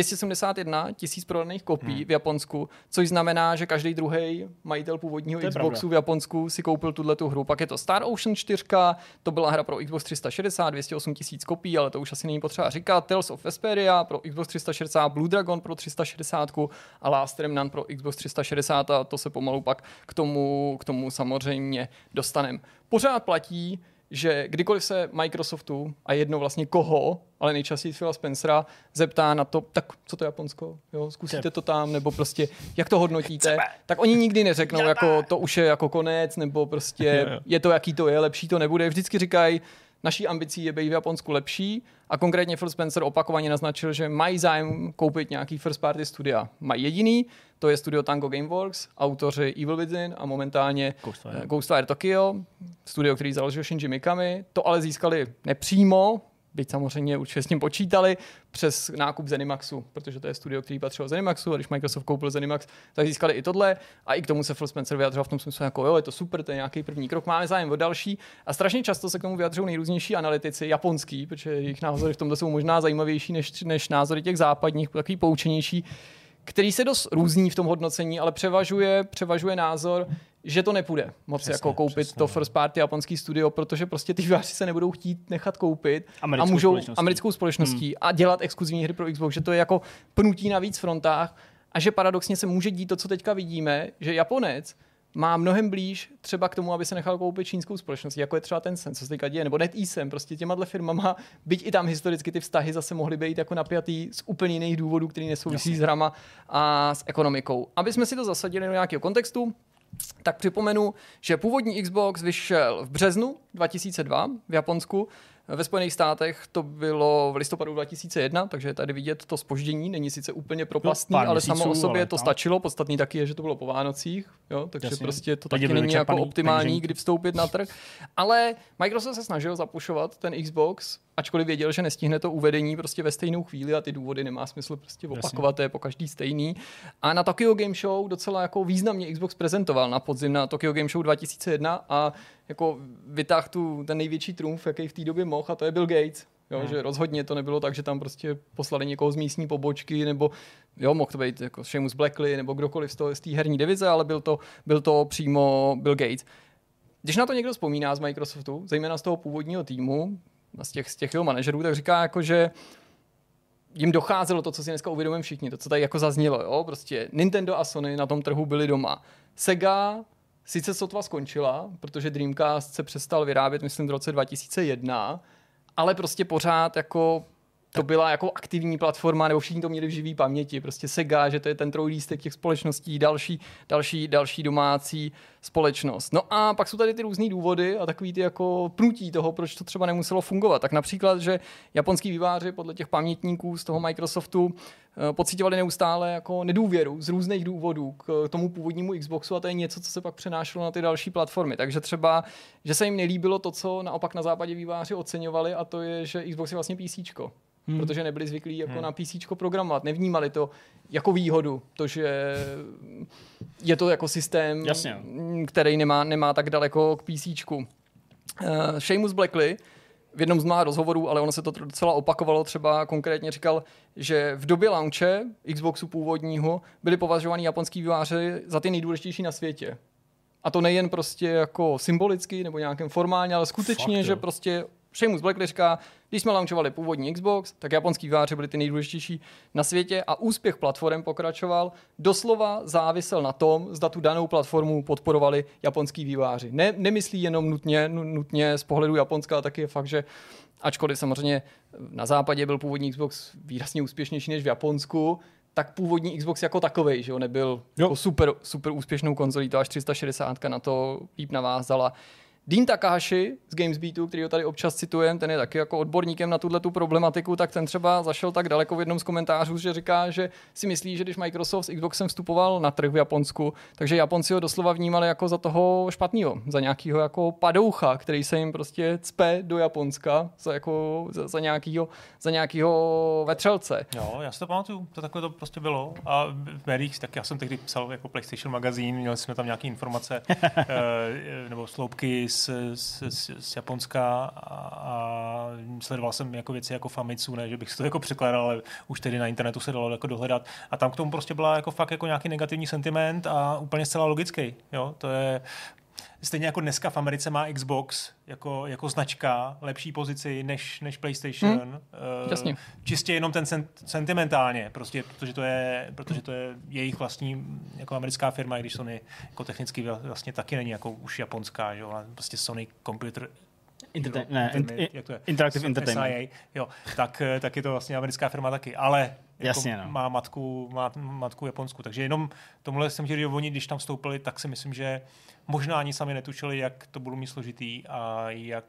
271 000 prodaných kopií v Japonsku, což znamená, že každý druhý majitel původního Xboxu v Japonsku si koupil tuto hru. Pak je to Star Ocean 4, to byla hra pro Xbox 360, 208 000 kopií, ale to už asi není potřeba říkat. Tales of Vesperia pro Xbox 360, Blue Dragon pro 360 a Last Remnant pro Xbox 360 a to se pomalu pak k tomu samozřejmě dostaneme. Pořád platí, že kdykoliv se Microsoftu a jedno vlastně koho, ale nejčastěji Phila Spencera, zeptá na to, tak co to Japonsko, jo, zkusíte to tam, nebo prostě jak to hodnotíte, tak oni nikdy neřeknou, jako to už je jako konec, nebo prostě je to, jaký to je, lepší to nebude. Vždycky říkají, naší ambicí je být v Japonsku lepší a konkrétně Phil Spencer opakovaně naznačil, že mají zájem koupit nějaký first party studia. Mají jediný, to je studio Tango Gameworks, autoři Evil Within a momentálně Ghostwire Tokyo, studio, který založil Shinji Mikami. To ale získali nepřímo, byť samozřejmě určitě s tím počítali, přes nákup Zenimaxu, protože to je studio, který patřilo Zenimaxu a když Microsoft koupil Zenimax, tak získali i tohle a i k tomu se Phil Spencer vyjadřoval v tom smyslu, jako jo, je to super, to je nějaký první krok, máme zájem o další a strašně často se k tomu vyjadřují nejrůznější analytici japonský, protože jejich názory v tomto jsou možná zajímavější než názory těch západních, takový poučenější, který se dost různí v tom hodnocení, ale převažuje názor, že to nepůjde moc jako koupit to first party japonský studio, protože prostě ty vývojáři se nebudou chtít nechat koupit americkou společností a dělat exkluzivní hry pro Xbox, že to je jako pnutí na víc frontách a že paradoxně se může dít to, co teďka vidíme, že Japonec má mnohem blíž třeba k tomu, aby se nechal koupit čínskou společností, jako je třeba Tencent, co se teďka děje, nebo NetEase, prostě těmahle firmama, byť i tam historicky ty vztahy zase mohly být jako napjatý z úplně jiných důvodů, který nesouvisí s hrama a s ekonomikou. Aby jsme si to zasadili do nějakého kontextu, tak připomenu, že původní Xbox vyšel v březnu 2002 v Japonsku, ve Spojených státech to bylo v listopadu 2001, takže je tady vidět to zpoždění, není sice úplně propastný, ale samo o sobě to stačilo. Podstatný taky je, že to bylo po Vánocích, jo, takže prostě to taky není jako optimální, kdy vstoupit na trh. Ale Microsoft se snažil zapušovat ten Xbox, ačkoliv věděl, že nestihne to uvedení prostě ve stejnou chvíli a ty důvody nemá smysl prostě opakovat, to je po každý stejný. A na Tokyo Game Show docela jako významně Xbox prezentoval na podzim na Tokyo Game Show 2001 a jako vytáhl ten největší trumf, jaký v té době mohl, a to je Bill Gates. Jo, že rozhodně to nebylo tak, že tam prostě poslali někoho z místní pobočky, nebo jo, mohl to být jako Seamus Blackley, nebo kdokoliv z té herní divize, ale byl to přímo Bill Gates. Když na to někdo vzpomíná z Microsoftu, zejména z toho původního týmu, z těch jeho manažerů, tak říká jako, že jim docházelo to, co si dneska uvědomujeme všichni, to, co tady jako zaznělo, jo, prostě Nintendo a Sony na tom trhu byli doma. Sega sice sotva skončila, protože Dreamcast se přestal vyrábět, myslím, v roce 2001, ale prostě pořád jako to byla jako aktivní platforma, nebo všichni to měli v živý paměti. Prostě Sega, že to je ten trojlístek těch společností, další domácí společnost. No a pak jsou tady ty různý důvody a takový ty jako pnutí toho, proč to třeba nemuselo fungovat. Tak například, že japonský vývojáři podle těch pamětníků z toho Microsoftu pocitovali neustále jako nedůvěru z různých důvodů k tomu původnímu Xboxu a to je něco, co se pak přenášelo na ty další platformy. Takže třeba, že se jim nelíbilo to, co naopak na západě vývojáři oceňovali a to je, že Xbox je vlastně PCčko. Protože nebyli zvyklí jako na PCčko programovat, nevnímali to jako výhodu, to, že je to jako systém, který nemá tak daleko k PCčku. Seamus Blackley v jednom z mnoha rozhovorů, ale ono se to docela opakovalo, třeba konkrétně říkal, že v době launche Xboxu původního byli považovaní japonský vývojáři za ty nejdůležitější na světě. A to nejen prostě jako symbolicky nebo nějakým formálně, ale skutečně, že prostě Seamus Blackley říká, když jsme launchovali původní Xbox, tak japonský vývojáři byli ty nejdůležitější na světě a úspěch platform pokračoval. Doslova závisel na tom, zda tu danou platformu podporovali japonský vývojáři. Nemyslí jenom nutně z pohledu Japonska, ale taky je fakt, že ačkoliv samozřejmě na západě byl původní Xbox výrazně úspěšnější než v Japonsku, tak původní Xbox jako takovej, že jo, nebyl jako super úspěšnou konzolí, to až 360 na to líp navázala. Dean Takahashi z GamesBeatu, který ho tady občas citujeme, ten je taky jako odborníkem na tuhle tu problematiku, tak ten třeba zašel tak daleko v jednom z komentářů, že říká, že si myslí, že když Microsoft s Xboxem vstupoval na trh v Japonsku, takže Japonci ho doslova vnímali jako za toho špatného, za nějakého jako padoucha, který se jim prostě cpe do Japonska, za nějakého vetřelce. Jo, já si to pamatuju, to takhle to prostě bylo. A v médiích, tak já jsem tehdy psal jako PlayStation magazín, měli jsme tam nějaké informace nebo sloupky z Japonska a sledoval jsem jako věci jako Famitsu, ne, že bych si to jako překládal, ale už tedy na internetu se dalo jako dohledat. A tam k tomu prostě byla jako fakt jako nějaký negativní sentiment a úplně zcela logický. Jo? To je stejně jako dneska v Americe má Xbox jako značka lepší pozici než PlayStation. Jasně. Čistě jenom ten sentimentálně, prostě, protože to je jejich vlastní jako americká firma, i když Sony jako technicky vlastně taky není jako už japonská, že jo, ale prostě Sony Computer Interactive Entertainment. Jo, tak je to vlastně americká firma taky, ale jasně, jako má matku japonskou. Takže jenom tomuhle jsem chtěl, že oni, když tam vstoupili, tak si myslím, že možná ani sami netušili, jak to budou mít složitý a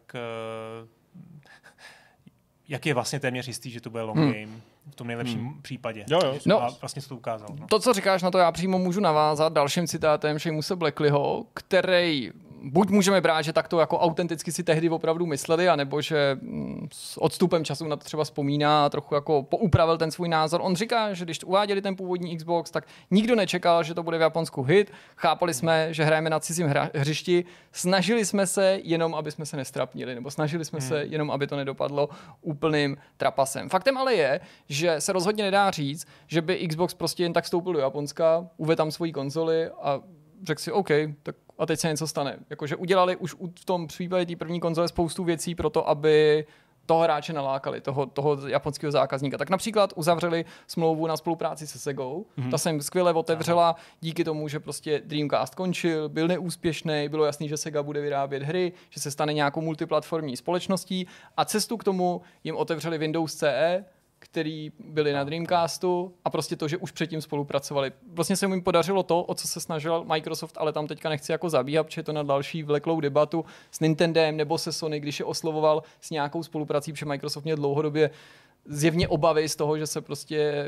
jak je vlastně téměř jistý, že to bude long game v tom nejlepším případě. Jo. No, a vlastně se to ukázalo. No. To, co říkáš, na to já přímo můžu navázat dalším citátem Seamuse Blackleyho, který buď můžeme brát, že takto jako autenticky si tehdy opravdu mysleli, anebo že s odstupem času na to třeba vzpomíná a trochu jako poupravil ten svůj názor. On říká, že když uváděli ten původní Xbox, tak nikdo nečekal, že to bude v Japonsku hit. Chápali jsme, že hrajeme na cizím hřišti. Snažili jsme se jenom, aby jsme se nestrapnili, nebo snažili jsme se jenom, aby to nedopadlo úplným trapasem. Faktem ale je, že se rozhodně nedá říct, že by Xbox prostě jen tak vstoupil do Japonska, uvedl tam svoji konzoli a řekl si OK, tak a teď se něco stane. Jakože udělali už v tom případě té první konzole spoustu věcí pro to, aby toho hráče nalákali, toho japonského zákazníka. Tak například uzavřeli smlouvu na spolupráci se Segou. Ta se jim skvěle otevřela díky tomu, že prostě Dreamcast končil, byl neúspěšný, bylo jasný, že Sega bude vyrábět hry, že se stane nějakou multiplatformní společností a cestu k tomu jim otevřeli Windows CE, který byli na Dreamcastu a prostě to, že už předtím spolupracovali. Vlastně se jim podařilo to, o co se snažil Microsoft, ale tam teďka nechci jako zabíhat, protože je to na další vleklou debatu s Nintendem nebo se Sony, když je oslovoval s nějakou spoluprací, protože Microsoft měl dlouhodobě zjevně obavy z toho, že se prostě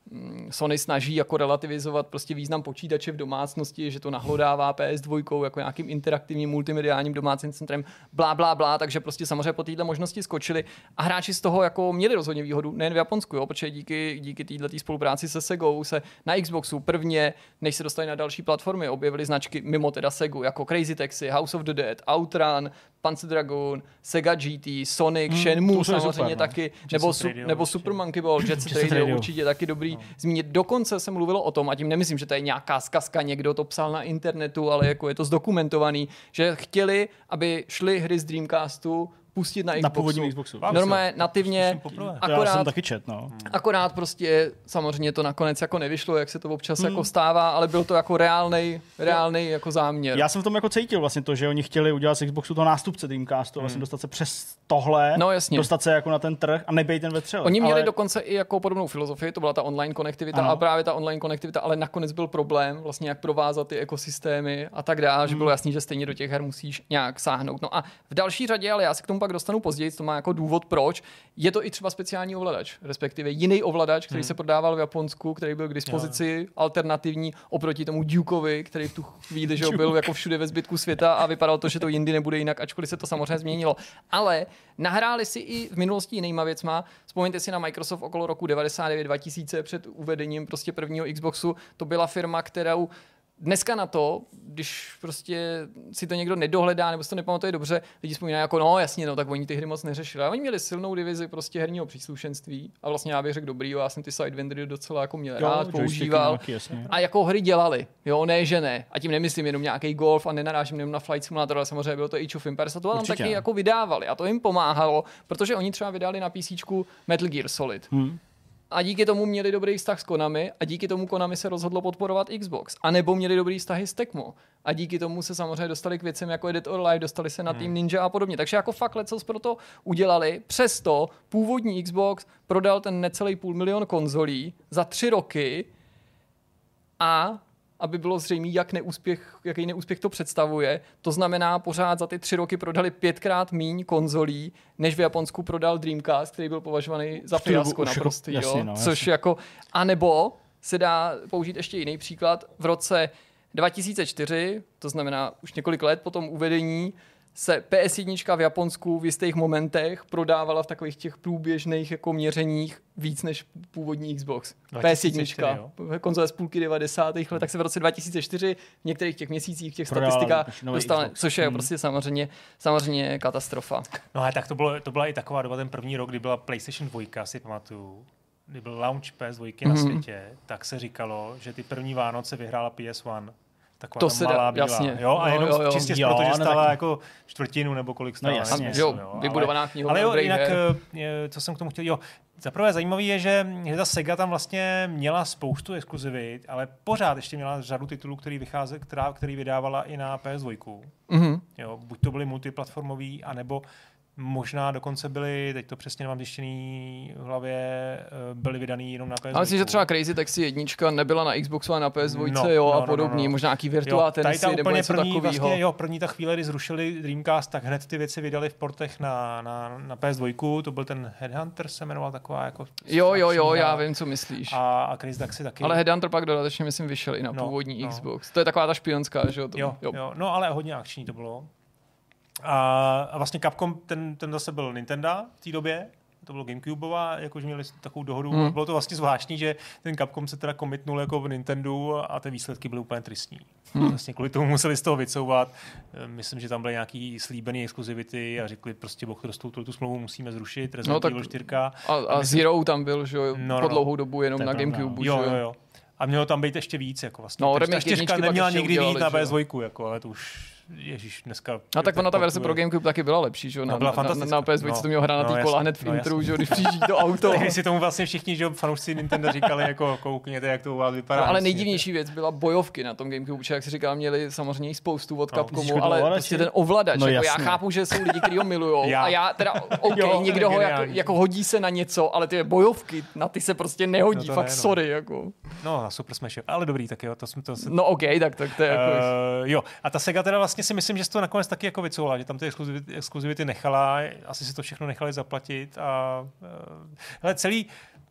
Sony snaží jako relativizovat prostě význam počítače v domácnosti, že to nahlodává PS2 jako nějakým interaktivním multimediálním domácím centrem, blá, takže prostě samozřejmě po této možnosti skočili a hráči z toho jako měli rozhodně výhodu, nejen v Japonsku, jo, protože díky této spolupráci se Segou se na Xboxu prvně, než se dostali na další platformy, objevily značky mimo teda Segu, jako Crazy Taxi, House of the Dead, Outrun, Panzer Dragoon, Sega GT, Sonic, Shenmue samozřejmě super, taky, nebo Super Monkey Ball, Jet Set Radio určitě taky dobrý zmínit. Dokonce se mluvilo o tom, a tím nemyslím, že to je nějaká zkazka, někdo to psal na internetu, ale jako je to zdokumentovaný, že chtěli, aby šly hry z Dreamcastu pustit na Xboxu. Na původním Xboxu. Normálně, nativně, akorát, já jsem taky čet, no. Akorát prostě samozřejmě to nakonec jako nevyšlo, jak se to občas jako stává, ale byl to jako reálnej jako záměr. Já jsem v tom jako cítil vlastně to, že oni chtěli udělat z Xboxu toho nástupce Dreamcastu, vlastně dostat se přes tohle, dostat se jako na ten trh a nebejt ten vetřelec. Oni měli dokonce i jako podobnou filozofii, to byla ta online konektivita a právě ta online konektivita, ale nakonec byl problém vlastně jak provázat ty ekosystémy a tak dále, že bylo jasný, že stejně do těch her musíš nějak sáhnout. No a v další řadě, ale já se k tomu pak dostanu později, to má jako důvod proč, je to i třeba speciální ovladač, respektive jiný ovladač, který se prodával v Japonsku, který byl k dispozici alternativní oproti tomu Dukeovi, který v tu chvíli, že byl jako všude ve zbytku světa a vypadalo to, že to jindy nebude jinak, ačkoliv se to samozřejmě změnilo. Ale nahráli si i v minulosti jinýma věcma. Vzpomeňte si na Microsoft okolo roku 99-2000 před uvedením prostě prvního Xboxu. To byla firma, kterou dneska na to, když prostě si to někdo nedohledá nebo si to nepamatuje dobře, lidi vzpomínají jako no jasně, no tak oni ty hry moc neřešili. A oni měli silnou divizi prostě herního příslušenství a vlastně já bych řekl dobrý, já jsem ty Sidewinder docela jako měl rád, používal a jako hry dělali, jo, ne že ne. A tím nemyslím jenom nějaký golf a nenarážím jenom na Flight Simulator, ale samozřejmě bylo to Age of Empires a to tam taky jako vydávali a to jim pomáhalo, protože oni třeba vydali na PCčku Metal Gear Solid. A díky tomu měli dobrý vztah s Konami a díky tomu Konami se rozhodlo podporovat Xbox. A nebo měli dobrý vztahy s Tecmo. A díky tomu se samozřejmě dostali k věcem jako Dead or Alive, dostali se na Team Ninja a podobně. Takže jako fakt lecos pro to udělali. Přesto původní Xbox prodal ten necelý 500 000 konzolí za 3 roky a aby bylo zřejmé, jaký neúspěch to představuje. To znamená, pořád za ty 3 roky prodali 5krát míň konzolí, než v Japonsku prodal Dreamcast, který byl považovaný za fiasko naprostý. Jasně, no, což jako, a nebo se dá použít ještě jiný příklad. V roce 2004, to znamená už několik let po tom uvedení, se PS1 v Japonsku v jistých momentech prodávala v takových těch průběžných jako měřeních víc než původní Xbox. 2004, PS1, konzole z půlky 90. let, tak se v roce 2004 v některých těch měsících, v těch statistikách dostala, což je prostě samozřejmě katastrofa. No a tak to byla i taková doba, ten první rok, kdy byla PlayStation 2, si pamatuju, kdy byl launch PS2 na světě, tak se říkalo, že ty první Vánoce vyhrála PS1. Taková to se malá bílá. Jasně. Jo, a jenom čistě proto, že stála jako čtvrtinu nebo kolik stála. No jasně, vybudovaná knihovna. Ale jo, jinak, co jsem k tomu chtěl, zaprvé zajímavé je, že ta Sega tam vlastně měla spoustu exkluzivit, ale pořád ještě měla řadu titulů, který vydávala i na PS2. Jo, buď to byly multiplatformový, anebo možná dokonce byly, teď to přesně nemám zjištěný v hlavě, byly vydaný jenom na PS2. Ale myslím, že třeba Crazy Taxi 1 nebyla na Xboxu a na PS2 a podobný, možná nějaký Virtua Tennisy nebo něco takového. Vlastně, první ta chvíle, kdy zrušili Dreamcast, tak hned ty věci vydali v portech na PS2, to byl ten Headhunter, se jmenoval taková jako... Jo, já vím, co myslíš. A Crazy Taxi taky. Ale Headhunter pak dodatečně, myslím, vyšel i na původní Xbox. To je taková ta špionská, že jo? Jo, no ale hodně akční to bylo. A vlastně Capcom, ten zase byl Nintendo v té době, to bylo GameCubeová, jakože měli takovou dohodu. Bylo to vlastně zvláštní, že ten Capcom se teda commitnul jako v Nintendo a ty výsledky byly úplně tristní. Vlastně kvůli tomu museli z toho vycouvat. Myslím, že tam byly nějaký slíbený exkluzivity a řekli prostě tu smlouvu musíme zrušit, Resident Evil 4. A Zero tam byl, že jo, po dlouhou dobu jenom na GameCube. Jo. A mělo tam být ještě víc, jako vlastně. Ta 4 neměla nikdy víc na PS2, jako, ale to už ježíš, dneska... A tak ona ta verze pro GameCube taky byla lepší, že jo? Na PS2 to mělo hrát na ty kola hned v intru, že jo, když přijíždí to auto. Takže si tomu vlastně všichni, že jo, fanoušci Nintendo říkali, jako koukněte, jak to u vás vypadá. No, ale nejdivnější věc byla bojovky na tom GameCube, jak si říkal, měli samozřejmě spoustu od Capcomu, ale prostě ten ovladač, jako já chápu, že jsou lidi, kteří ho milujou a já teda někdo ho jako hodí se na něco, ale ty bojovky, na ty se prostě nehodí, fakt sorry, jako. No, na Super Smash, ale dobrý, tak jo, to no okej, tak to je jako... Jo, a ta Sega teda vlastně si myslím, že to nakonec taky jako vycouvla, že tam ty exkluzivity nechala, asi si to všechno nechali zaplatit a hele, celý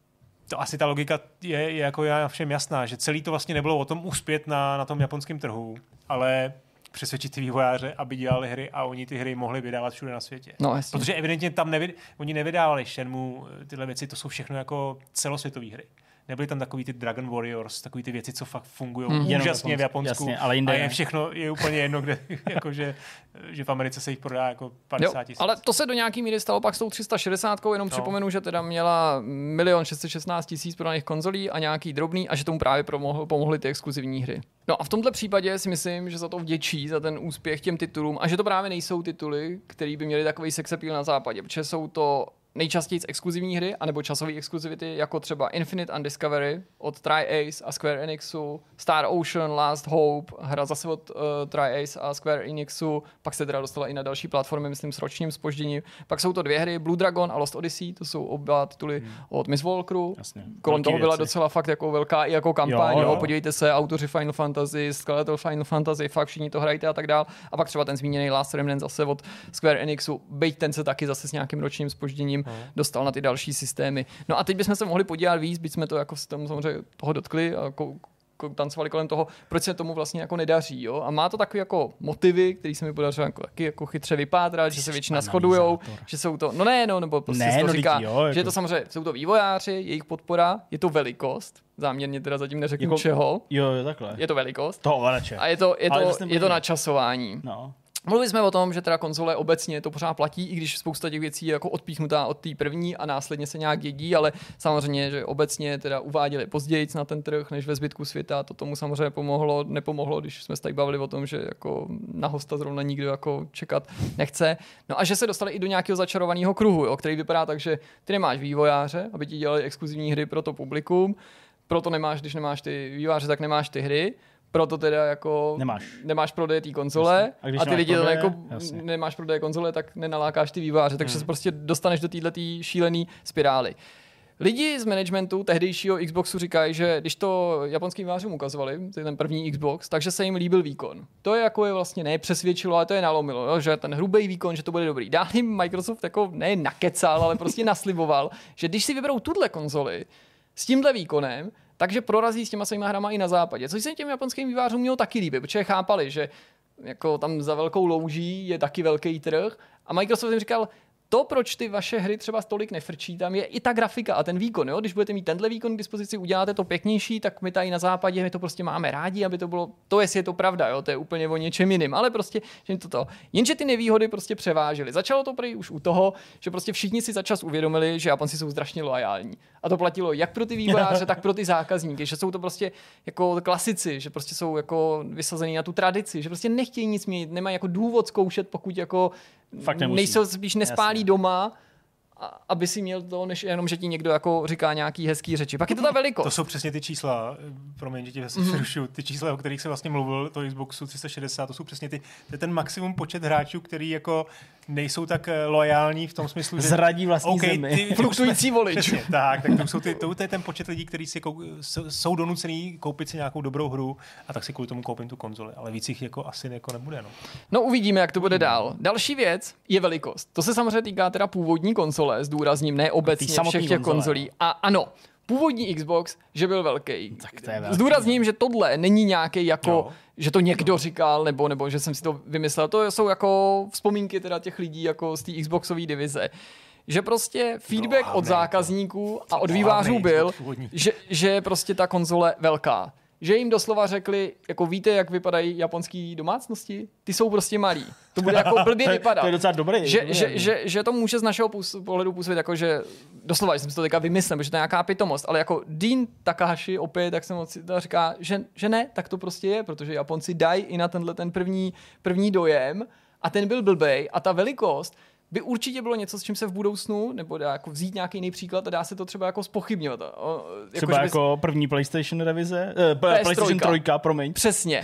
to asi ta logika je jako já všem jasná, že celý to vlastně nebylo o tom uspět na tom japonském trhu, ale přesvědčit ty vývojáře, aby dělali hry a oni ty hry mohli vydávat všude na světě. No, protože evidentně tam oni nevydávali Shenmue, tyhle věci, to jsou všechno jako celosvětové hry. Nebyly tam takový ty Dragon Warriors, takový ty věci, co fakt fungují úžasně v Japonsku. Jasně, ale jinde. A je všechno je úplně jedno, kde, jako že v Americe se jich prodá jako 50 000. Ale to se do nějaký míry stalo pak s tou 360, jenom připomenu, že teda měla 1 616 000 prodaných konzolí a nějaký drobný a že tomu právě pomohly ty exkluzivní hry. No a v tomhle případě si myslím, že za to vděčí, za ten úspěch těm titulům a že to právě nejsou tituly, které by měly takový sex appeal na západě, protože jsou to nejčastěji exkluzivní hry, anebo časové exkluzivity, jako třeba Infinite and Discovery od Tri-Ace a Square Enixu, Star Ocean, Last Hope, hra zase od Tri-Ace a Square Enixu, pak se teda dostala i na další platformy, myslím s ročním zpožděním. Pak jsou to 2 hry, Blue Dragon a Lost Odyssey, to jsou oba tituly od Miss Walkeru. Kolem toho byla docela fakt jako velká i jako kampaň, jo. Podívejte se, autoři Final Fantasy, skladatel Final Fantasy, fakt všichni to hrajte a tak dál. A pak třeba ten zmíněný Last Remnant zase od Square Enixu, byť ten se taky zase s nějakým ročním zpožděním dostal na ty další systémy. No a teď bychom se mohli podívat víc, byť jsme to jako tam samozřejmě toho dotkli a tancovali kolem toho, proč se tomu vlastně jako nedaří, jo? A má to takový jako motivy, který se mi podařilo jako, taky jako chytře vypátrat, že se většina shodujou, že jsou to, nebo prostě to říká, že je to samozřejmě, jsou to vývojáři, jejich podpora, je to velikost, záměrně teda zatím neřeknu jako, čeho. Jo, takhle. Je to velikost. To ovladače. A je to načasování. No. Mluvili jsme o tom, že teda konzole obecně to pořád platí, i když spousta těch věcí je jako odpíchnutá od té první a následně se nějak jedí, ale samozřejmě, že obecně teda uváděli později na ten trh než ve zbytku světa, to tomu samozřejmě nepomohlo, když jsme se tady bavili o tom, že jako na hosta zrovna nikdo jako čekat nechce. No a že se dostali i do nějakého začarovaného kruhu, jo, který vypadá tak, že ty nemáš vývojáře, aby ti dělali exkluzivní hry pro to publikum, proto nemáš, když nemáš ty vývojáře, tak nemáš ty hry. Proto teda jako nemáš prodeje té konzole a ty lidi jako nemáš prodeje konzole, tak nenalákáš ty vývojáře, takže se prostě dostaneš do této šílené spirály. Lidi z managementu tehdejšího Xboxu říkají, že když to japonským vývojářům ukazovali, ten první Xbox, takže se jim líbil výkon. To je jako je vlastně nepřesvědčilo, ale to je nalomilo, jo, že ten hrubý výkon, že to bude dobrý. Dál jim Microsoft jako ne nakecal, ale prostě nasliboval, že když si vyberou tuhle konzoli s tímhle výkonem, takže prorazí s těma svýma hrama i na západě. Což se těm japonským vývojářům mělo taky líbit, protože chápali, že jako tam za velkou louží je taky velký trh a Microsoft jim říkal, to, proč ty vaše hry třeba tolik nefrčí, tam je i ta grafika a ten výkon. Jo? Když budete mít tenhle výkon k dispozici, uděláte to pěknější, tak my tady na západě my to prostě máme rádi, aby to bylo, to jestli je to pravda, jo? To je úplně o něčem jiným, ale prostě, že to. Jenže ty nevýhody prostě převážily. Začalo to prý už u toho, že prostě všichni si začas uvědomili, že Japonci jsou strašně loajální. A to platilo jak pro ty vývojáře, tak pro ty zákazníky, že jsou to prostě jako klasici, že prostě jsou jako vysazený na tu tradici, že prostě nechtějí nic měnit, nemají jako důvod zkoušet, pokud jako nejsou spíš nespálí doma, aby si měl to, než jenom, že ti někdo jako říká nějaký hezký řeči. Pak je to ta velikost. To jsou přesně ty čísla, promiň, že ti přerušuju, ty čísla, o kterých se vlastně mluvil, to Xboxu 360, to jsou přesně to je ten maximum počet hráčů, který jako nejsou tak loajální v tom smyslu, že zradí vlastní zemi. Fluktující volič. Přesně, tak to je ten počet lidí, kteří si jsou donucený koupit si nějakou dobrou hru a tak si kvůli tomu koupím tu konzoli, ale víc jich jako asi jako nebude. No uvidíme, jak to bude dál. Další věc je velikost. To se samozřejmě týká teda původní konzole, zdůrazním, ne obecně všech těch konzolí. A ano, původní Xbox, že byl velký. Zdůrazním, že tohle není nějaký jako, že to někdo říkal, nebo že jsem si to vymyslel. To jsou jako vzpomínky teda těch lidí jako z té Xboxové divize. Že prostě feedback od zákazníků a od vývojářů byl, že je prostě ta konzole velká. Že jim doslova řekli, jako víte, jak vypadají japonský domácnosti? Ty jsou prostě malí. To bude jako blbě vypadat. To je docela dobrý. Že to může z našeho pohledu působit jako, že doslova, že jsem si to teďka vymyslel, že to je nějaká pitomost, ale jako Dean Takahashi opět, tak jsem říká, že ne, tak to prostě je, protože Japonci dají i na tenhle ten první dojem a ten byl blbej a ta velikost by určitě bylo něco, s čím se v budoucnu, nebo dá jako vzít nějaký jiný příklad a dá se to třeba jako zpochybňovat. Třeba jako první PlayStation revize? PlayStation 3, promiň. Přesně.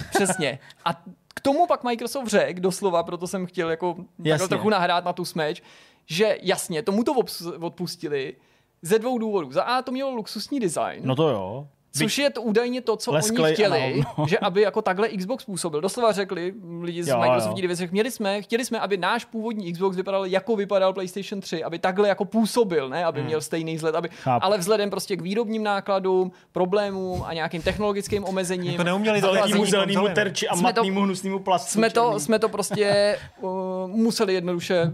A k tomu pak Microsoft řekl, doslova, proto jsem chtěl jako trochu nahrát na tu smeč, že jasně, tomu to odpustili ze dvou důvodů. Za A to mělo luxusní design. No to jo. Což je to údajně to, co oni chtěli, že aby jako takhle Xbox působil. Doslova řekli lidi z Microsoftí divize, chtěli jsme, aby náš původní Xbox vypadal, jako vypadal PlayStation 3, aby takhle jako působil, ne, aby měl stejný vzhled, ale vzhledem prostě k výrobním nákladům, problémům a nějakým technologickým omezením. To neuměli velkému zelenému terči a matnému hnusnému plastu. Jsme to prostě museli jednoduše.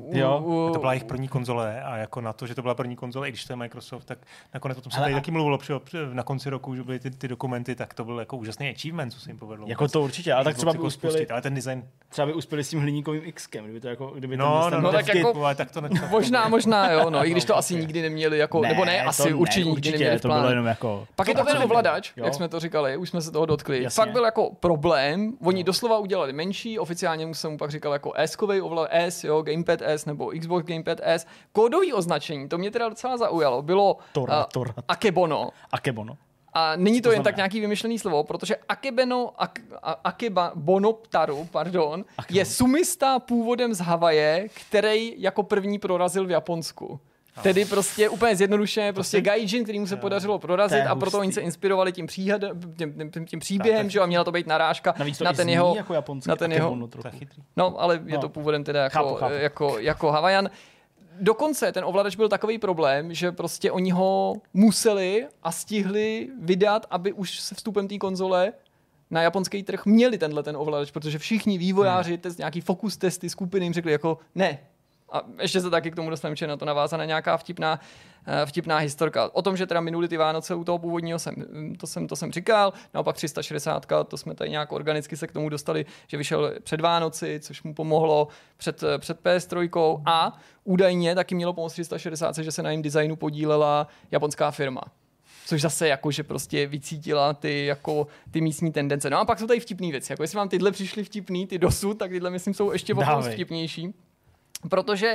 To byla jejich první konzole a jako na to, že to byla první konzole, i když to je Microsoft, tak nakonec o tom se tady taky mluvilo na konci roku, že byly ty dokumenty, tak to byl jako úžasný achievement, co se jim povedlo. Jako to určitě, ale tak třeba by uspěli. Ale ten design. Třeba by uspěli s tím hliníkovým X-kem, kdyby to jako tak to možná jo, no, i když to asi nikdy neměli jako nebo ne, asi určitě nikdy neměli v plánu. Jenom jako pak je to ten ovladač, jak jsme to říkali, už jsme se toho dotkli. Fakt byl jako problém, oni doslova udělali menší, oficiálně jsem mu pak říkal jako S-kovej ovladač S, jo, Gamepad S nebo Xbox Gamepad S. Kódový označení, to mě teda docela zaujalo, bylo Akebono. A není to jen tak nějaký vymyšlený slovo, protože Akebonoptaru, je sumista původem z Havaje, který jako první prorazil v Japonsku. Tedy prostě úplně zjednodušeně, prostě gaijin, kterýmu se podařilo prorazit a proto oni se inspirovali tím příběhem, že a měla to být narážka na ten jeho, jako na ten jeho. No, ale je to původem teda jako Havajan. dokonce ten ovladač byl takový problém, že prostě oni ho museli a stihli vydat, aby už se vstupem té konzole na japonský trh měli ten ovladač, protože všichni vývojáři, nějaký fokus testy skupiny jim řekli jako ne. A ještě se taky k tomu dostaneme, že na to navázaná nějaká vtipná historka. O tom, že teda minuli ty Vánoce u toho původního to jsem říkal, naopak 360, to jsme tady nějak organicky se k tomu dostali, že vyšel před Vánoci, což mu pomohlo před PS3 a údajně taky mělo pomoct 360, že se na jejím designu podílela japonská firma. Což zase jako, že prostě vycítila ty místní tendence. No a pak jsou tady vtipný věci. Jako jestli vám tyhle přišly vtipný, ty dosud, tak tyhle myslím jsou ještě opravdu vtipnější. Protože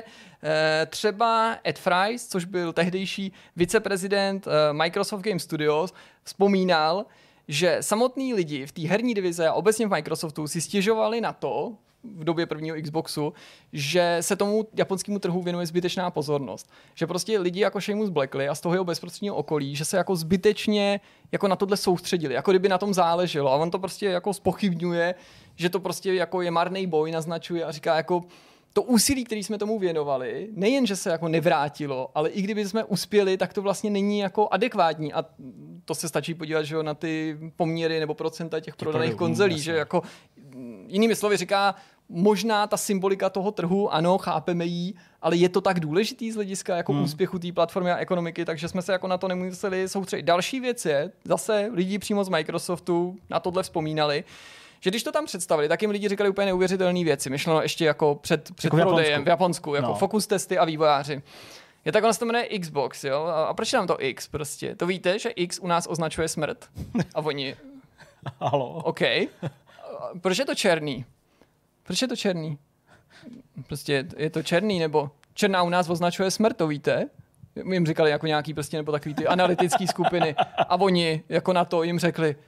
třeba Ed Fries, což byl tehdejší viceprezident Microsoft Game Studios, vzpomínal, že samotní lidi v té herní divize a obecně v Microsoftu si stěžovali na to, v době prvního Xboxu, že se tomu japonskému trhu věnuje zbytečná pozornost. Že prostě lidi jako Seamus Blackley a z toho jeho bezprostředního okolí, že se jako zbytečně jako na tohle soustředili, jako kdyby na tom záleželo. A on to prostě jako zpochybňuje, že to prostě jako je marný boj, naznačuje a říká jako to úsilí, který jsme tomu věnovali, nejen, že se jako nevrátilo, ale i kdyby jsme uspěli, tak to vlastně není jako adekvátní. A to se stačí podívat, že jo, na ty poměry nebo procenta těch prodaných konzolí, že jako jinými slovy říká, možná ta symbolika toho trhu, ano, chápeme ji, ale je to tak důležitý z hlediska jako úspěchu té platformy a ekonomiky, takže jsme se jako na to nemuseli soustředit. Další věc je, zase lidi přímo z Microsoftu na tohle vzpomínali, že když to tam představili, tak jim lidi říkali úplně neuvěřitelné věci. Myšleno ještě jako před jako prodejem v Japonsku, jako fokus testy a vývojáři. Je tak, ono se to jmenuje Xbox, jo? A proč nám to X prostě? To víte, že X u nás označuje smrt? A oni... Halo. OK. Proč je to černý? Proč je to černý? Prostě je to černý, nebo černá u nás označuje smrt, to víte? Jim říkali jako nějaký prostě, nebo takový ty analytický skupiny. A oni jako na to jim řekli,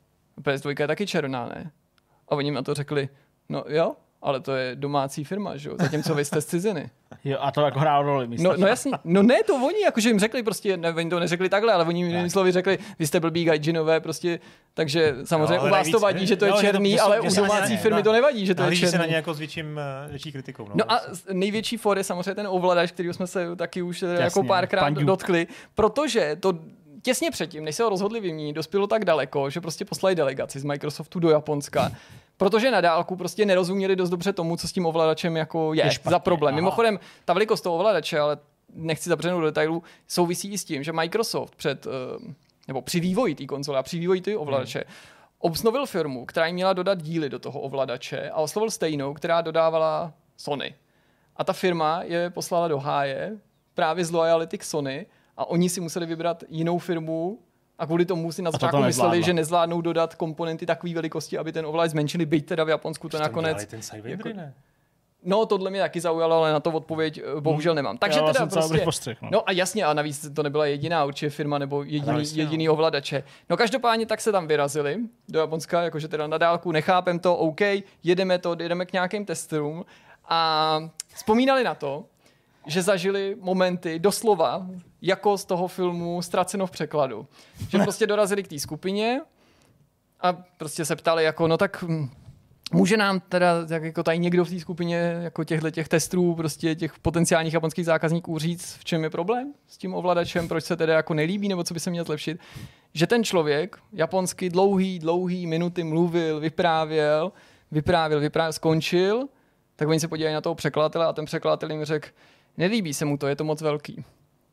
PS2 je taky černá, ne? A oni na to řekli, no jo, ale to je domácí firma, že jo? Zatímco vy jste z ciziny. Jo, a to jako hrálo roli, myslíš? No jasně, no ne, to oni, jakože jim řekli prostě, ne, oni to neřekli takhle, ale oni jinými slovy řekli, vy jste blbý gaijinové, prostě, takže samozřejmě u vás to vadí, že to je černý, ale u domácí firmy to nevadí, že to je černý. se na ně jako s větší kritikou. No a největší for je samozřejmě ten ovladač, který jsme se taky už jako párkrát dotkli, protože to těsně předtím, než se ho rozhodli vyměnit, dospělo tak daleko, že prostě poslali delegaci z Microsoftu do Japonska, protože na dálku prostě nerozuměli dost dobře tomu, co s tím ovladačem jako je za problém. Mimochodem, ta velikost toho ovladače, ale nechci zabřednout do detailů, souvisí i s tím, že Microsoft nebo při vývoji té konzole a při vývoji té ovladače obnovil firmu, která jim měla dodat díly do toho ovladače a oslovil stejnou, která dodávala Sony. A ta firma je poslala do háje právě z loyalty k Sony a oni si museli vybrat jinou firmu a kvůli tomu si na začátku mysleli, že nezvládnou dodat komponenty takové velikosti, aby ten ovladač zmenšili, byť teda v Japonsku to nakonec... Ten Sidewinder, ne? No, tohle mě taky zaujalo, ale na to odpověď bohužel nemám. Takže teda prostě... No a jasně, a navíc to nebyla jediná určitě firma nebo jediný ovladače. No každopádně tak se tam vyrazili do Japonska, jakože teda na dálku, nechápem to, OK, jedeme k nějakým testům a vzpomínali na to, že zažili momenty doslova jako z toho filmu Ztraceno v překladu. Že prostě dorazili k té skupině a prostě se ptali jako, no tak může nám teda jako tady někdo v té skupině jako těch testů, prostě těch potenciálních japonských zákazníků říct, v čem je problém s tím ovladačem, proč se teda jako nelíbí, nebo co by se měl zlepšit. Že ten člověk japonsky dlouhý minuty mluvil, vyprávěl, skončil, tak oni se podívají na toho překladatele a ten překladatel jim řekl, nelíbí se mu to, je to moc velký.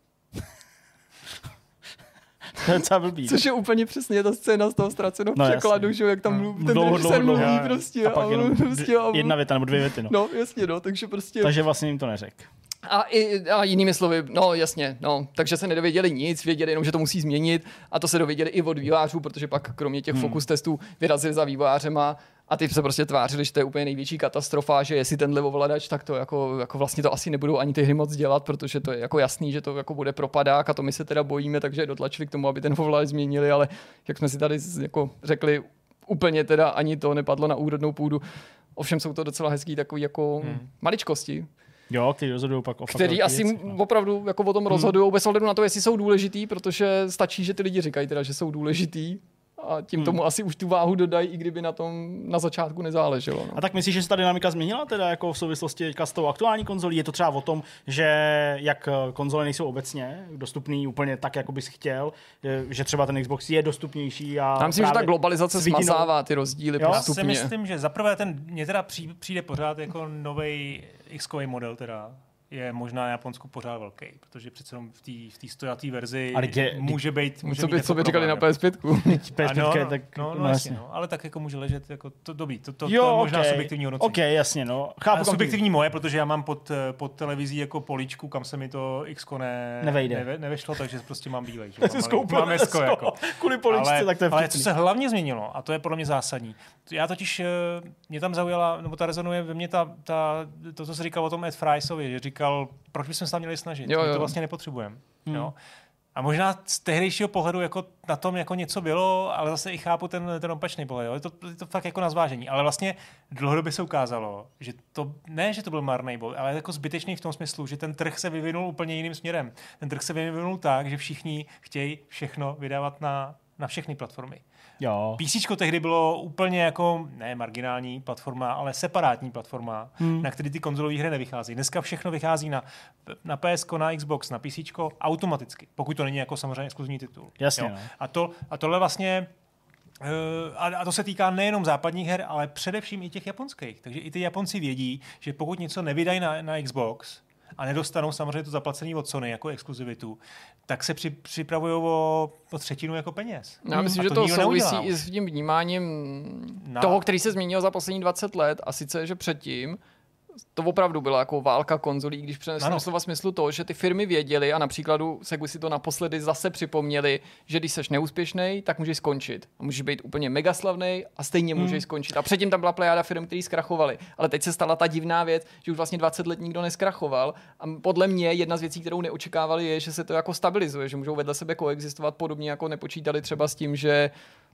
To je docela blbý. Což je úplně přesně ta scéna z toho Ztraceného překladu, že jak tam ten režisér mluví prostě. A pak jenom jedna věta nebo dvě věty. No jasně, takže prostě... Takže vlastně jim to neřekl. A jinými slovy, no jasně, takže se nedověděli nic, věděli jenom, že to musí změnit a to se dověděli i od vývojářů, protože pak kromě těch fokus testů vyrazili za vývojářema a ty se prostě tvářili, že to je úplně největší katastrofa, že jestli tenhle ovladač, tak to jako vlastně to asi nebudou ani ty hry moc dělat, protože to je jako jasný, že to jako bude propadák a to my se teda bojíme, takže dotlačili k tomu, aby ten ovladač změnili, ale jak jsme si tady jako řekli, úplně teda ani to nepadlo na úrodnou půdu. Ovšem jsou to docela hezký takový jako maličkosti. Jo, který rozhodují pak o který asi věci, opravdu jako o tom rozhodují bez ohledu na to, jestli jsou důležitý, protože stačí, že ty lidi říkají teda, že jsou důležitý a tím tomu asi už tu váhu dodají, i kdyby na tom na začátku nezáleželo. No. A tak myslíš, že se ta dynamika změnila teda jako v souvislosti s tou aktuální konzolí? Je to třeba o tom, že jak konzole nejsou obecně dostupný úplně tak, jako bys chtěl, že třeba ten Xbox je dostupnější a já myslím, že ta globalizace smazává ty rozdíly postupně. Já si myslím, že zaprvé mě teda přijde pořád jako novej X-kový model teda. Je možná Japonsku pořád velký, protože přece jenom v té stojatý verzi může být... Co by říkali na PS5? PS5 tak... No, jasně, no. Ale tak jako může ležet jako to dobrý. To je možná subjektivní hodnocení. Ok, jasně, no. Chápu, subjektivní moje, protože já mám pod televizí jako poličku, kam se mi to X-ko nevešlo, takže prostě mám bílej. Mám S-ko jako. Kvůli poličce, tak to je ale co se hlavně změnilo, a to je podle mě zásadní. Já totiž, mě tam zaujala, nebo ta rezonuje ve mně to, co se říkal o tom Ed Fryesovi, že říkal, proč bychom se tam měli snažit? My to vlastně nepotřebujeme. Jo? A možná z tehdejšího pohledu jako na tom jako něco bylo, ale zase i chápu ten opačný pohled. Jo? Je to fakt jako na zvážení. Ale vlastně dlouhodobě se ukázalo, že to ne, že to byl marný boj, ale jako zbytečný v tom smyslu, že ten trh se vyvinul úplně jiným směrem. Ten trh se vyvinul tak, že všichni chtějí všechno vydávat na všechny platformy. PCčko tehdy bylo úplně jako, ne marginální platforma, ale separátní platforma, na který ty konzolové hry nevychází. Dneska všechno vychází na PSko, na Xbox, na PCčko automaticky, pokud to není jako samozřejmě exkluzivní titul. Jasně. A tohle vlastně a to se týká nejenom západních her, ale především i těch japonských. Takže i ty Japonci vědí, že pokud něco nevydají na Xbox a nedostanou samozřejmě to zaplacený od Sony jako exkluzivitu, tak se připravují o třetinu jako peněz. Já myslím, že to souvisí i s tím vnímáním toho, který se změnil za poslední 20 let, a sice, že předtím to opravdu byla jako válka konzolí, když přeneseme slova smyslu to, že ty firmy věděly a například Segu si to naposledy zase připomněli, že když seš neúspěšnej, tak můžeš skončit. A můžeš být úplně megaslavnej a stejně můžeš skončit. A předtím tam byla plejáda firm, který zkrachovaly. Ale teď se stala ta divná věc, že už vlastně 20 let nikdo neskrachoval. A podle mě jedna z věcí, kterou neočekávali, je, že se to jako stabilizuje, že můžou vedle sebe koexistovat, podobně jako nepočítali třeba s tím, že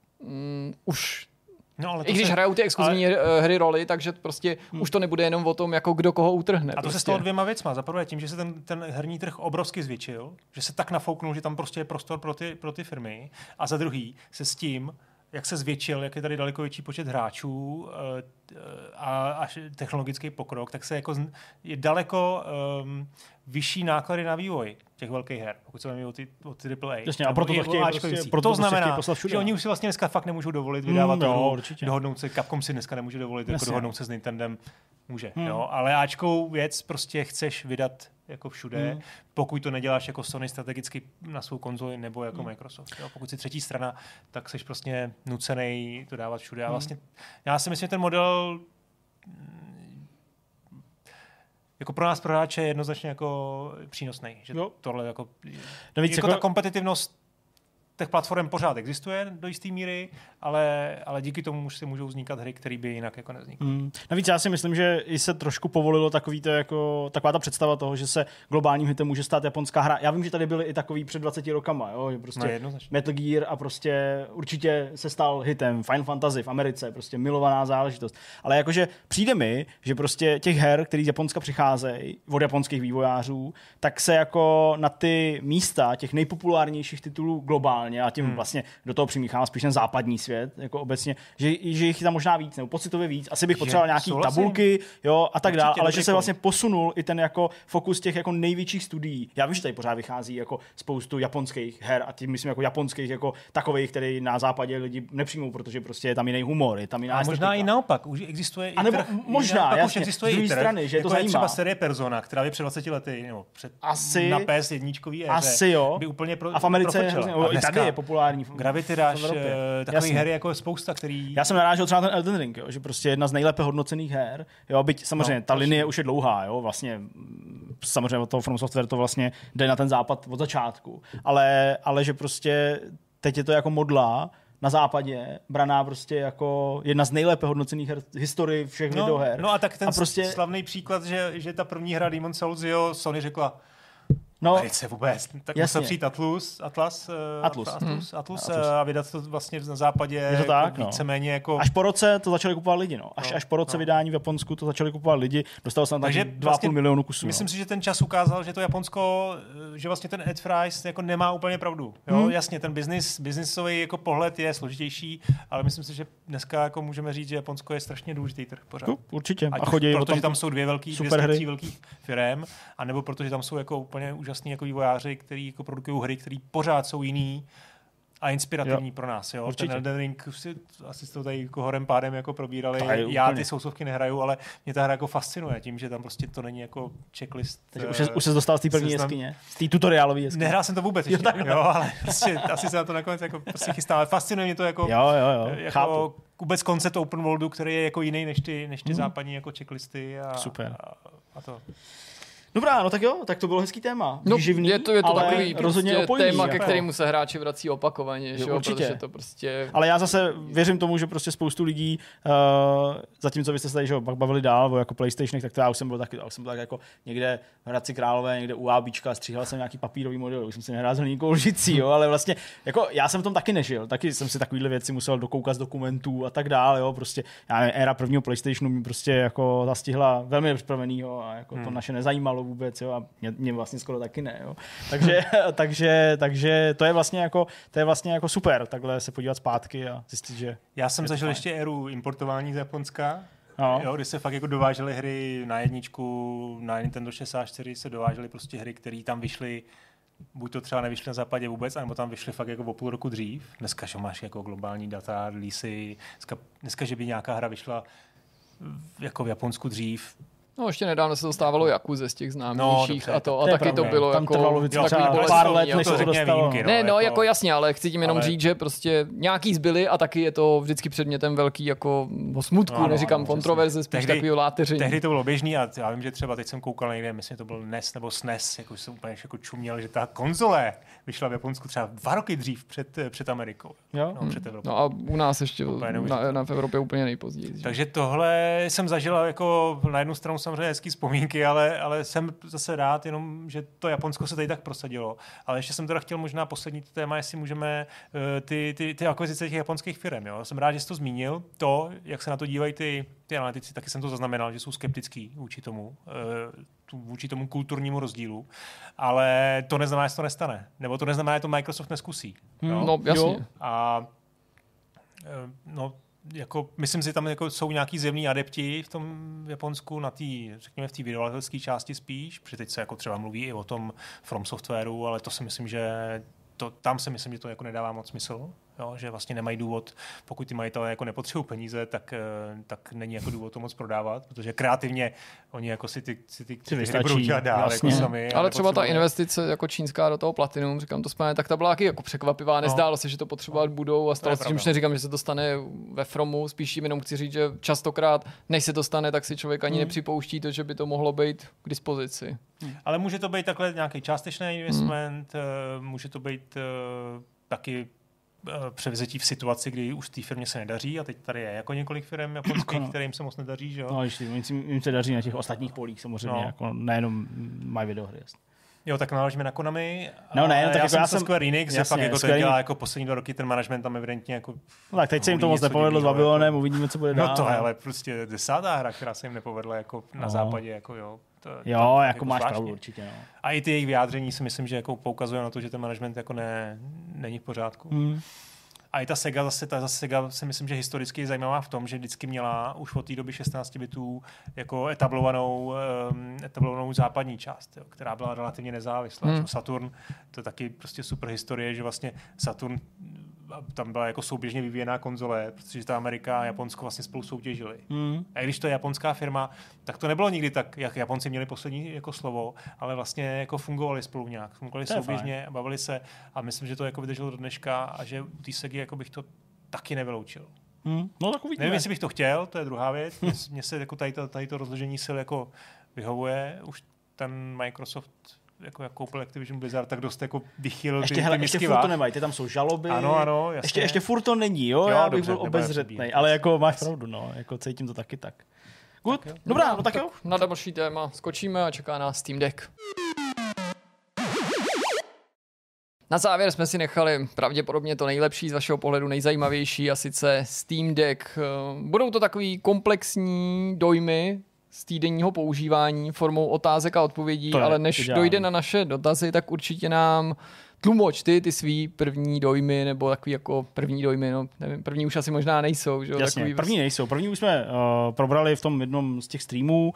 už i když hrajou ty exkluzivní hry roli, takže prostě už to nebude jenom o tom, jako kdo koho utrhne. A to se stalo dvěma věcma. Za prvé tím, že se ten herní trh obrovsky zvětšil, že se tak nafouknul, že tam prostě je prostor pro ty firmy. A za druhý se s tím, jak se zvětšil, jak je tady daleko větší počet hráčů a technologický pokrok, tak se jako je daleko vyšší náklady na vývoj těch velkých her, pokud se bavíme o ty AAA. Jasně, a proto to chtějí to znamená, že oni už si vlastně dneska fakt nemůžou dovolit vydávat hru, dohodnout se, Capcom si dneska nemůže dovolit, jako dohodnout se s Nintendem může. Jo? Ale Ačkou věc prostě chceš vydat jako všude, pokud to neděláš jako Sony strategicky na svou konzoli nebo jako Microsoft. Jo? Pokud jsi třetí strana, tak jsi prostě nucenej to dávat všude. A vlastně já si myslím, že ten model jako pro nás, pro hráče, je jednoznačně jako přínosný. Že tohle jako ta kompetitivnost těch platform pořád existuje do jisté míry, ale díky tomu už si můžou vznikat hry, které by jinak jako nevznikaly. Navíc já si myslím, že i se trošku povolilo taková ta představa toho, že se globálním hitem může stát japonská hra. Já vím, že tady byly i takový před 20 rokama, jo, že prostě Metal Gear a prostě určitě se stal hitem. Final Fantasy v Americe, prostě milovaná záležitost. Ale jakože přijde mi, že prostě těch her, které z Japonska přicházejí od japonských vývojářů, tak se jako na ty místa těch nejpopulárnějších titulů globálně a tím vlastně do toho přimíchám spíš ten západní svět, jako obecně, že jich tam možná víc, nebo pocitově víc. Asi bych potřeboval nějaký tabulky, jo, a tak dále, ale že se vlastně posunul i ten jako fokus těch jako největších studií. Já vím, že tady pořád vychází jako spoustu japonských her a tím myslím jako japonských jako takových, které na západě lidi nepřijmou, protože prostě je tam jiný humor, je tam jiná estetika. Možná i naopak, už existuje i trh. Možná, jasně, z druhé strany, že jako to zajímá. Třeba série Persona, která je před 20 lety, nebo asi na PS1 éře. Asi jo. By úplně a v Americe je populární. Gravity Rush, takových her jako spousta, který... Já jsem narážel třeba ten Elden Ring, jo, že prostě jedna z nejlépe hodnocených her, jo, byť samozřejmě ta linie už je dlouhá, jo, vlastně samozřejmě od toho From Software to vlastně jde na ten západ od začátku, ale že prostě teď je to jako modla na západě, braná prostě jako jedna z nejlépe hodnocených her v historii všech videoher. No a tak ten slavný příklad, že ta první hra Demon's Souls, jo, Sony řekla, No, Americe vůbec. Tak musel přijít Atlas a vydat to vlastně na západě. Je to tak, víceméně jako... Až po roce to začali kupovat lidi, no. Až po roce vydání v Japonsku to začali kupovat lidi. Dostalo se tam taky 2,5 milionu kusů. Myslím si, že ten čas ukázal, že to Japonsko, že vlastně ten Ed Fries jako nemá úplně pravdu. Jo? Jasně, ten biznisový jako pohled je složitější, ale myslím si, že dneska jako můžeme říct, že Japonsko je strašně důležitý trh pořád. Určitě. A chodí protože tam jsou dvě velkých firem, anebo protože tam jsou jako úplně úžasný jako vývojáři, kteří jako produkují hry, které pořád jsou jiný a inspirativní pro nás. Jo? Ten Elden Ring, asi to tady jako horem pádem jako probírali. Já ty sousovky nehraju, ale mě ta hra jako fascinuje tím, že tam prostě to není jako checklist. Takže už se dostal z té první jeskyně, z té tutoriálové jeskyně. Nehrál jsem to vůbec ještě, jo, ale prostě, asi se na to nakonec jako prostě chystám. Ale fascinuje mě to jako, jako vůbec koncept open worldu, který je jako jiný než ty západní jako checklisty a to. Dobrá, no tak jo, tak to bylo hezký téma. Výživný, je to takový rozhodně opojný, téma, ke kterému se hráči vrací opakovaně, že jo, protože to prostě... Ale já zase věřím tomu, že prostě spoustu lidí, zatímco vy jste se tady, že jo, pak bavili dál o jako PlayStationech, tak to já už jsem byl tak jako někde v Hradci Králové, někde u ABčka, stříhal jsem nějaký papírový model, už jsem si nehrál zeleníkou lžicí, jo, ale vlastně jako já jsem v tom taky nežil, taky jsem si takovýhle věci musel dokoukat z dokumentů a tak dále, jo, prostě já nevím, éra prvního PlayStationu mi prostě jako zastihla velmi připravenýho a jako to naše nezajímalo vůbec, jo, a mě vlastně skoro taky ne, jo. Takže to je vlastně jako super, takhle se podívat zpátky a zjistit, že já jsem zažil ještě éru importování z Japonska. Jo, kdy se fakt jako dovážely hry na jedničku, na Nintendo 64 se dovážely prostě hry, které tam vyšly, buď to třeba nevyšly na západě vůbec, anebo tam vyšly fakt jako o půl roku dřív. Dneska že máš jako globální data, releasy, dneska, že by nějaká hra vyšla jako v Japonsku dřív. No, ještě nedávno se to stávalo Yakuza z těch známějších a taky to bylo tam jako... trvalo pár let, než se to dostalo. Jako jasně, ale chci tím jenom říct, že prostě nějaký zbyly a taky je to vždycky předmětem velký jako smutku, neříkám kontroverze, spíš takovýho láteření. Tehdy to bylo běžný a já vím, že třeba teď jsem koukal někde, myslím, to byl NES nebo SNES, jako jsem úplně jako čuměl, že ta konzole vyšla v Japonsku třeba 2 roky dřív před Amerikou. Před Evropou. No a u nás ještě v Evropě úplně nejpozději. Takže tohle jsem zažil jako na jednu stranu samozřejmě hezký vzpomínky, ale jsem zase rád jenom, že to Japonsko se tady tak prosadilo. Ale ještě jsem teda chtěl možná poslední téma, jestli můžeme ty akvizice těch japonských firm. Jo? Jsem rád, že jsi to zmínil. To, jak se na to dívají ty analytici, taky jsem to zaznamenal, že jsou skeptický vůči tomu kulturnímu rozdílu. Ale to neznamená, že to nestane. Nebo to neznamená, že to Microsoft neskusí. No, jasně. A jako, myslím si, tam jako jsou nějaký zjevní adepti v tom Japonsku řekněme v té vydavatelské části spíš, protože teď se jako třeba mluví i o tom From Softwareu, ale to si myslím, že tam si myslím, že to jako nedává moc smysl. Jo, že vlastně nemají důvod, pokud ty majitelé jako nepotřebují peníze, tak není jako důvod to moc prodávat, protože kreativně oni jako si ty hry budou dělat dál jako sami. Ale třeba ta investice jako čínská do toho Platinum, říkám to správně, tak ta byla jako překvapivá, nezdálo se, že to potřebovat budou a stalo se tím, že neříkám, že se to stane ve Fromu, spíš jenom chci říct, že častokrát, než se to stane, tak si člověk ani nepřipouští to, že by to mohlo být k dispozici. Ale může to být takhle nějaký částečný investment, může to být taky převzetí v situaci, kdy už té firmě se nedaří a teď tady je jako několik firm japonských, kterým se moc nedaří, že jo? No, jim se daří na těch ostatních polích samozřejmě, jako nejenom mají videohry, jasně. Jo, tak narážíme na Konami. No ne, tak já jsem Square Enix, že fakt jako to dělá jako poslední 2 roky, ten management tam evidentně jako... No tak teď se jim to moc nepovedlo s Babylonem, uvidíme, co bude dál. No to je ale prostě 10. hra, která se jim nepovedla jako na západě, jako jo. Jo, jako máš pravdu určitě. No. A i ty jejich vyjádření si myslím, že jako poukazují na to, že ten management jako není v pořádku. A i ta Sega Sega si myslím, že historicky je zajímavá v tom, že vždycky měla už od té doby 16 bitů jako etablovanou západní část, jo, která byla relativně nezávislá. Saturn, to je taky prostě super historie, že vlastně Saturn tam byla jako souběžně vyvíjená konzole, protože ta Amerika a Japonsko vlastně spolu soutěžili. A když to je japonská firma, tak to nebylo nikdy tak, jak Japonci měli poslední jako slovo, ale vlastně jako fungovali spolu nějak. Fungovali souběžně, bavili se a myslím, že to jako vydrželo do dneška a že u té Segy jako bych to taky nevyloučil. No tak uvidíme. Nevím, jestli bych to chtěl, to je druhá věc. Mně se jako tady to rozložení sil jako vyhovuje. Už ten Microsoft jako koupil Activision Blizzard, tak dost jako vychýlil ještě furt to nemají, ty tam jsou žaloby. Ano, jasně. Ještě furt to není, jo? Já bych byl obezřetnej, ale jako máš pravdu, no, jako cítím to taky tak. Good. Dobrá, no tak jo. Na další téma skočíme a čeká nás Steam Deck. Na závěr jsme si nechali pravděpodobně to nejlepší z vašeho pohledu, nejzajímavější, a sice Steam Deck. Budou to takový komplexní dojmy z týdenního používání formou otázek a odpovědí, ale než dojde na naše dotazy, tak určitě nám tlumoč ty svý první dojmy, nebo takový jako první dojmy, no nevím, první už asi možná nejsou. Že? Jasně, takový první nejsou. První už jsme probrali v tom jednom z těch streamů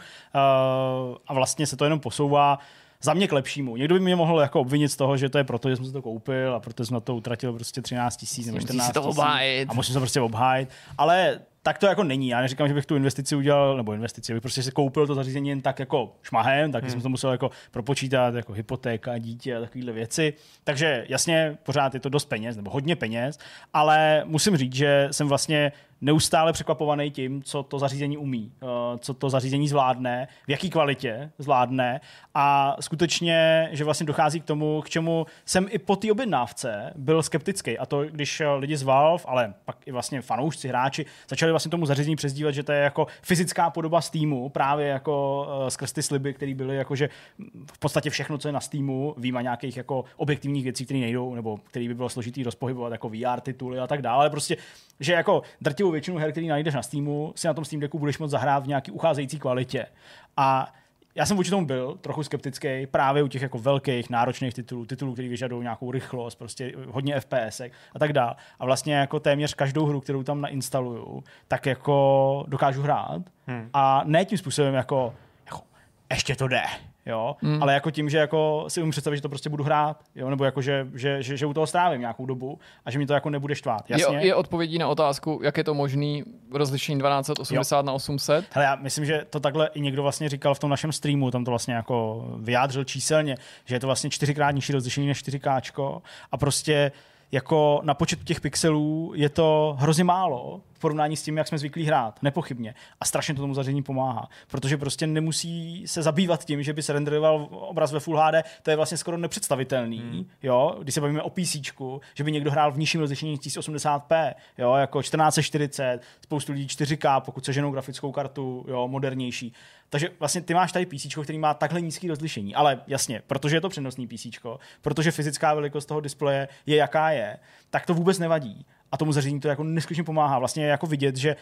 a vlastně se to jenom posouvá za mě k lepšímu. Někdo by mě mohl jako obvinit z toho, že to je proto, že jsem si to koupil a proto jsem na to utratil prostě 13 000 nebo 14 000 a musím to prostě obhájit. Ale tak to jako není. Já neříkám, že bych tu investici udělal, nebo investici, bych prostě si koupil to zařízení jen tak jako šmahem, tak jsem to musel jako propočítat, jako hypotéka, dítě a takovéhle věci. Takže jasně, pořád je to dost peněz, nebo hodně peněz, ale musím říct, že jsem vlastně neustále překvapovaný tím, co to zařízení umí, co to zařízení zvládne, v jaký kvalitě zvládne a skutečně, že vlastně dochází k tomu, k čemu jsem i po té objednávce byl skeptický. A to, když lidi z Valve, ale pak i vlastně fanoušci, hráči, začali vlastně tomu zařízení přezdívat, že to je jako fyzická podoba Steamu, právě jako skrz ty sliby, které byly jako, že v podstatě všechno, co je na Steamu, výjima nějakých jako objektivních věcí, které nejdou, nebo které by bylo složitý rozpohybovat, jako VR tituly a tak dále, ale prostě, že jako drtivou většinu her, který najdeš na Steamu, si na tom Steam Decku budeš moct zahrát v nějaký ucházející kvalitě. A já jsem vůči tomu byl trochu skeptický právě u těch jako velkých náročných titulů, který vyžadují nějakou rychlost, prostě hodně FPS a tak dále. A vlastně jako téměř každou hru, kterou tam nainstaluju, tak jako dokážu hrát. A ne tím způsobem jako ještě to jde. Jo? Ale jako tím, že jako si umím představit, že to prostě budu hrát, jo? Nebo jako, že u toho strávím nějakou dobu a že mi to jako nebude štvát. Jasně? Je odpovědí na otázku, jak je to možný rozlišení 1280 na 800? Hele, já myslím, že to takhle i někdo vlastně říkal v tom našem streamu, tam to vlastně jako vyjádřil číselně, že je to vlastně 4x nižší rozlišení než 4K a prostě jako na počet těch pixelů je to hrozně málo v porovnání s tím, jak jsme zvyklí hrát, nepochybně. A strašně to tomu zařízení pomáhá, protože prostě nemusí se zabývat tím, že by se renderoval obraz ve Full HD, to je vlastně skoro nepředstavitelný, jo, když se bavíme o PCčku, že by někdo hrál v nižším rozlišení 1080p, jo, jako 1440, spoustu lidí 4K, pokud se ženou grafickou kartu, jo, modernější. Takže vlastně ty máš tady PCčko, který má takhle nízký rozlišení, ale jasně, protože je to přenosný PCčko, protože fyzická velikost toho displeje je jaká je, tak to vůbec nevadí. A tomu zařízení to jako neskutečně pomáhá. Vlastně jako vidět, že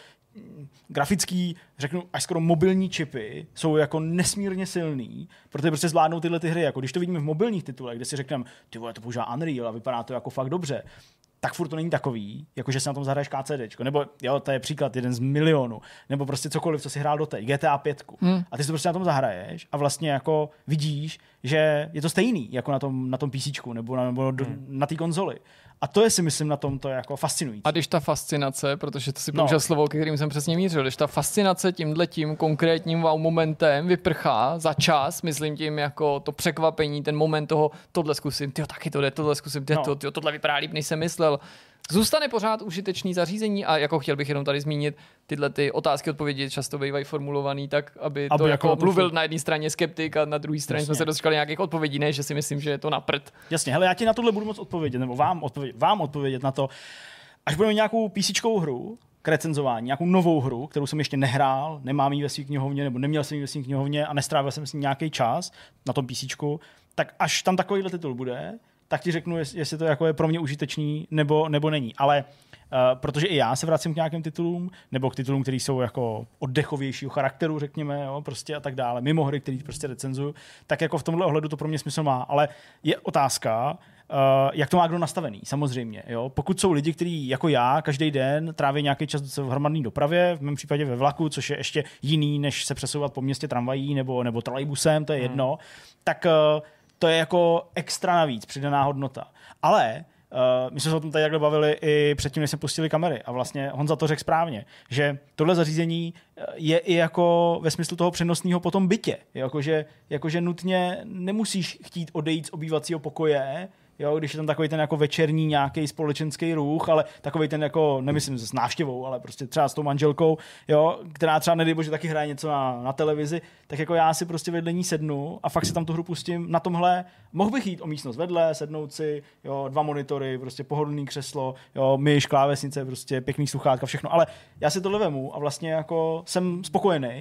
grafický, řeknu, až skoro mobilní čipy jsou jako nesmírně silný, protože prostě zvládnou tyhle ty hry. Jako když to vidíme v mobilních titulech, kde si řekneme, ty vole, to používá Unreal a vypadá to jako fakt dobře, tak furt to není takový, jako že si na tom zahraješ KCDčko, nebo jo, to je příklad, jeden z milionů, nebo prostě cokoliv, co si hrál doteď, GTA 5. A ty si to prostě na tom zahraješ a vlastně jako vidíš, že je to stejný, jako na tom PCčku, nebo na té konzoli. A to je, si myslím, na tom to je jako fascinující. A když ta fascinace, protože to si použil slovo, ke kterým jsem přesně mířil, když ta fascinace tímhletím konkrétním wow momentem vyprchá za čas, myslím tím jako to překvapení, ten moment toho, tohle zkusím, tyjo, taky to jde, tohle zkusím, tohle vypadá líp, než jsem myslel. Zůstane pořád užitečný zařízení a jako chtěl bych jenom tady zmínit, tyhle ty otázky odpovědi často bývají formulovaný tak, aby to jako mluvil na jedné straně skeptik a na druhé straně jsme se dočkali nějakých odpovědí, ne, že si myslím, že je to na prd. Jasně, hele, já ti na tohle budu moct odpovědět, nebo vám odpovědět na to, až budeme nějakou PCčkovou hru k recenzování, nějakou novou hru, kterou jsem ještě nehrál, nemám ji ve své knihovně, nebo neměl jsem ji ve své knihovně a nestrávil jsem s ní nějaký čas na tom PCčku, tak až tam takovýhle titul bude, tak ti řeknu, jestli to jako je pro mě užitečný nebo není. Ale protože i já se vracím k nějakým titulům, nebo k titulům, které jsou jako oddechovějšího charakteru, řekněme, jo, prostě a tak dále, mimo hry, které prostě recenzuju, tak jako v tomhle ohledu to pro mě smysl má. Ale je otázka, jak to má kdo nastavený, samozřejmě. Jo? Pokud jsou lidi, kteří jako já každý den tráví nějaký čas v hromadné dopravě, v mém případě ve vlaku, což je ještě jiný, než se přesouvat po městě tramvají nebo trolejbusem, to je jedno, tak to je jako extra navíc, přidaná hodnota. Ale my jsme se o tom tady takhle bavili i předtím, než jsme pustili kamery a vlastně Honza to řekl správně, že tohle zařízení je i jako ve smyslu toho přenosného po tom bytě. Jakože nutně nemusíš chtít odejít z obývacího pokoje, jo, když je tam takový ten jako večerní nějaký společenský ruch, ale takový ten jako, nemyslím s návštěvou, ale prostě třeba s tou manželkou, jo, která třeba nedej bože taky hraje něco na televizi, tak jako já si prostě vedle ní sednu a fakt si tam tu hru pustím na tomhle. Mohl bych jít o místnost vedle, sednout si, jo, 2 monitory, prostě pohodlný křeslo, jo, myš, klávesnice, prostě pěkný sluchátka, všechno, ale já si tohle vemu a vlastně jako jsem spokojený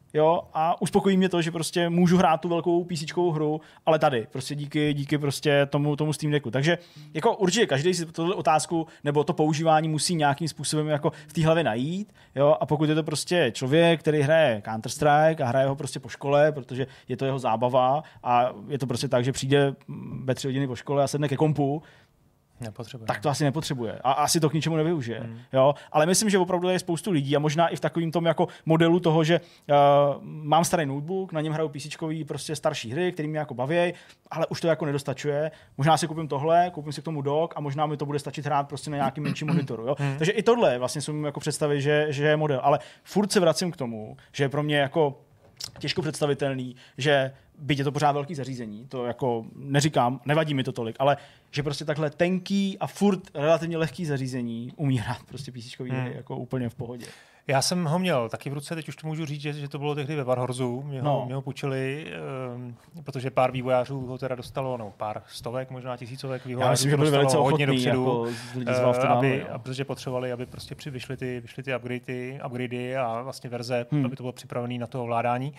jo, a uspokojí mě to, že prostě můžu hrát tu velkou PCčkovou hru, ale tady, prostě díky prostě tomu Steam Decku. Takže jako určitě každý si tuto otázku nebo to používání musí nějakým způsobem jako v té hlavě najít, jo, a pokud je to prostě člověk, který hraje Counter-Strike a hraje ho prostě po škole, protože je to jeho zábava a je to prostě tak, že přijde ve 3 hodiny po škole a sedne ke kompu, tak to asi nepotřebuje. A asi to k ničemu nevyužije. Jo? Ale myslím, že opravdu je spoustu lidí a možná i v takovým tom jako modelu toho, že mám starý notebook, na něm hraju PCčkový prostě starší hry, který mě jako baví, ale už to jako nedostačuje. Možná si koupím tohle, koupím si k tomu dock a možná mi to bude stačit hrát prostě na nějakým menším monitoru. Jo? Takže i tohle vlastně jsem jako představit, že je model. Ale furt se vracím k tomu, že je pro mě jako těžko představitelný, že byť je to pořád velký zařízení, to jako neříkám, nevadí mi to tolik, ale že prostě takhle tenký a furt relativně lehký zařízení umí hrát prostě PCčkový hry jako úplně v pohodě. Já jsem ho měl taky v ruce, teď už to můžu říct, že to bylo tehdy ve Warhorzu, mě ho půjčili, protože pár vývojářů ho teda dostalo, no pár stovek, možná tisícovek vývojářů. Já myslím, že byli velice ochotný, dopředu, protože potřebovali, aby prostě vyšly ty upgradey a vlastně verze, aby to bylo připravené na to ovládání.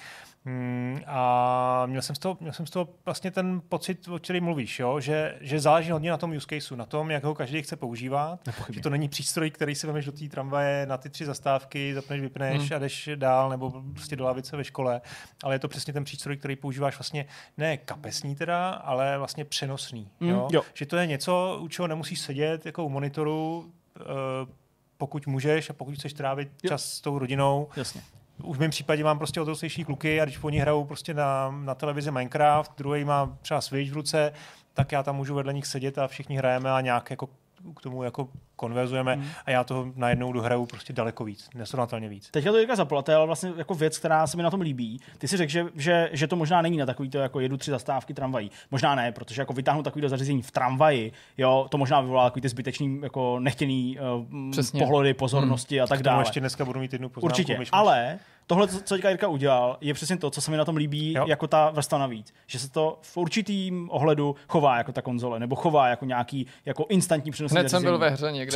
A měl jsem z toho vlastně ten pocit, o kterém mluvíš, jo? Že záleží hodně na tom use caseu, na tom, jak ho každý chce používat, že to není přístroj, který si vemeš do té tramvaje na ty 3 zastávky, zapneš, vypneš a jdeš dál, nebo prostě do lavice ve škole, ale je to přesně ten přístroj, který používáš vlastně ne kapesní teda, ale vlastně přenosný, jo? Že to je něco, u čeho nemusíš sedět jako u monitoru, pokud můžeš a pokud chceš trávit čas s tou rodinou. Jasně. Už v mém případě mám prostě odrostlejší kluky a když po ní hrajou prostě na televizi Minecraft, druhý má třeba Switch v ruce, tak já tam můžu vedle nich sedět a všichni hrajeme a nějak jako k tomu jako konverzujeme a já toho najednou dohraju prostě daleko víc, nesrovnatelně víc. Teďka to teďka zapolaté, ale vlastně jako věc, která se mi na tom líbí. Ty si řekl, že to možná není na takovýto jako jedu 3 zastávky tramvají. Možná ne, protože jako vytáhnout takovýto zařízení v tramvaji, jo, to možná vyvolá takový ty zbytečný jako nechtěný pohledy, pozornosti a tak dále. Ještě dneska budu mít jednu poznámku. Určitě, ale tohle, co teďka Jirka udělal, je přesně to, co se mi na tom líbí, jako ta vrstva navíc. Že se to v určitým ohledu chová jako ta konzole, nebo chová jako nějaký jako instantní přenosný zařízení. Hned jsem byl ve hře někde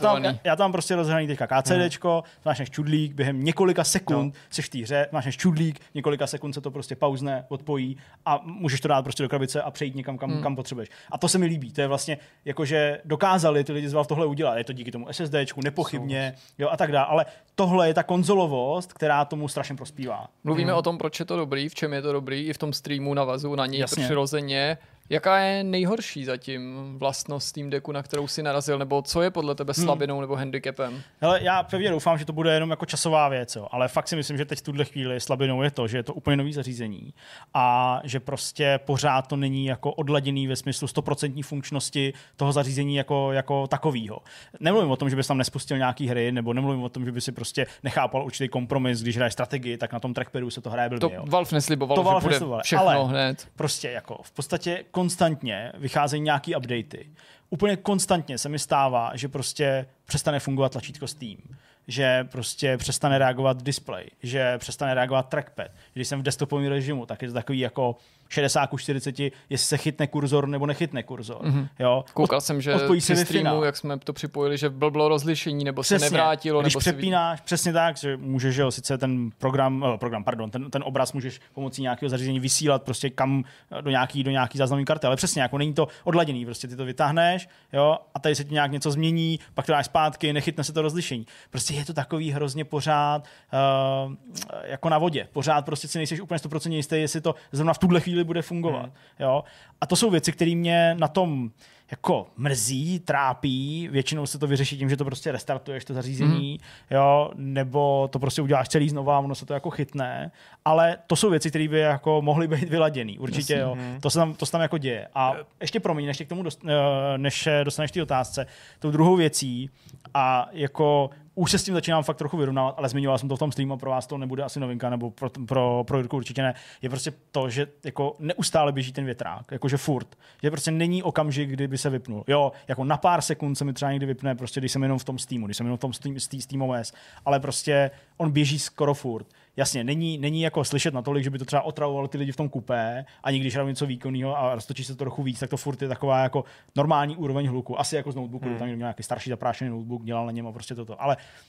já tam prostě rozhraný teďka KCDčko, máš než čudlík, během několika sekund seš v té hře, máš než čudlík, několika sekund se to prostě pauzne, odpojí a můžeš to dát prostě do krabice a přejít někam, kam potřebuješ. A to se mi líbí, to je vlastně jakože dokázali ty lidi z Valve tohle udělat. Je to díky tomu SSDčku, nepochybně, jo, a tak dále, ale tohle je ta konzolovost, která tomu strašně prospívá. Mluvíme o tom, proč je to dobrý, v čem je to dobrý, i v tom streamu navazu na něj přirozeně. Jaká je nejhorší zatím vlastnost Steam Decku, na kterou si narazil, nebo co je podle tebe slabinou nebo handicapem? Hele, já pevně doufám, že to bude jenom jako časová věc, jo. Ale fakt si myslím, že teď v tuhle chvíli slabinou je to, že je to úplně nový zařízení a že prostě pořád to není jako odladěný ve smyslu 100% funkčnosti toho zařízení jako takového. Nemluvím o tom, že bys tam nespustil nějaký hry, nebo nemluvím o tom, že by si prostě nechápal určitý kompromis, když hraješ strategii, tak na tom trackpadu se to hraje blbě. To Valve neslibovalo, že bude všechno ale hned. Prostě jako v podstatě konstantně vycházejí nějaký updaty. Úplně konstantně se mi stává, že prostě přestane fungovat tlačítko Steam, že prostě přestane reagovat display, že přestane reagovat trackpad. Když jsem v desktopovém režimu, tak je to takový jako 60:40, jestli se chytne kurzor nebo nechytne kurzor. Jo? Koukal jsem, že při streamu, jak jsme to připojili, že bylo rozlišení, nebo přesně, se nevrátilo. Když nebo přepínáš, přesně tak, že můžeš, jo, sice ten ten obraz můžeš pomocí nějakého zařízení vysílat prostě kam do nějaký záznamové karty, ale přesně jako není to odladěný, prostě ty to vytáhneš, jo, a tady se ti nějak něco změní, pak to dáš zpátky, nechytne se to rozlišení. Prostě je to takový hrozně pořád jako na vodě. Pořád prostě si nejseš úplně 100% jistý, jestli to zrovna v tuhle chvíli bude fungovat. Jo? A to jsou věci, které mě na tom jako mrzí, trápí, většinou se to vyřeší tím, že to prostě restartuješ to zařízení, jo, nebo to prostě uděláš celý znova, ono se to jako chytne, ale to jsou věci, které by jako mohly být vyladěný, určitě, jo. To se tam jako děje. A ještě promiň, než k tomu než dostaneš ty otázce, tou druhou věcí a jako už se s tím začínám fakt trochu vyrovnávat, ale zmiňoval jsem to v tom streamu, pro vás to nebude asi novinka, nebo pro Jirku určitě ne. Je prostě to, že jako neustále běží ten větrák, jakože furt. Že prostě není okamžik, kdyby se vypnul. Jo, jako na pár sekund se mi třeba někdy vypne, prostě když jsem jenom v tom Steamu, když jsem jenom v tom Steam OS, ale prostě on běží skoro furt. Jasně, není jako slyšet natolik, že by to třeba otravovalo ty lidi v tom kupé, ani když hraju něco výkonného a roztočí se to trochu víc, tak to furt je taková jako normální úroveň hluku. Asi jako z notebooku, tam nějaký starší zaprášený notebook dělal na něm a prostě toto. Ale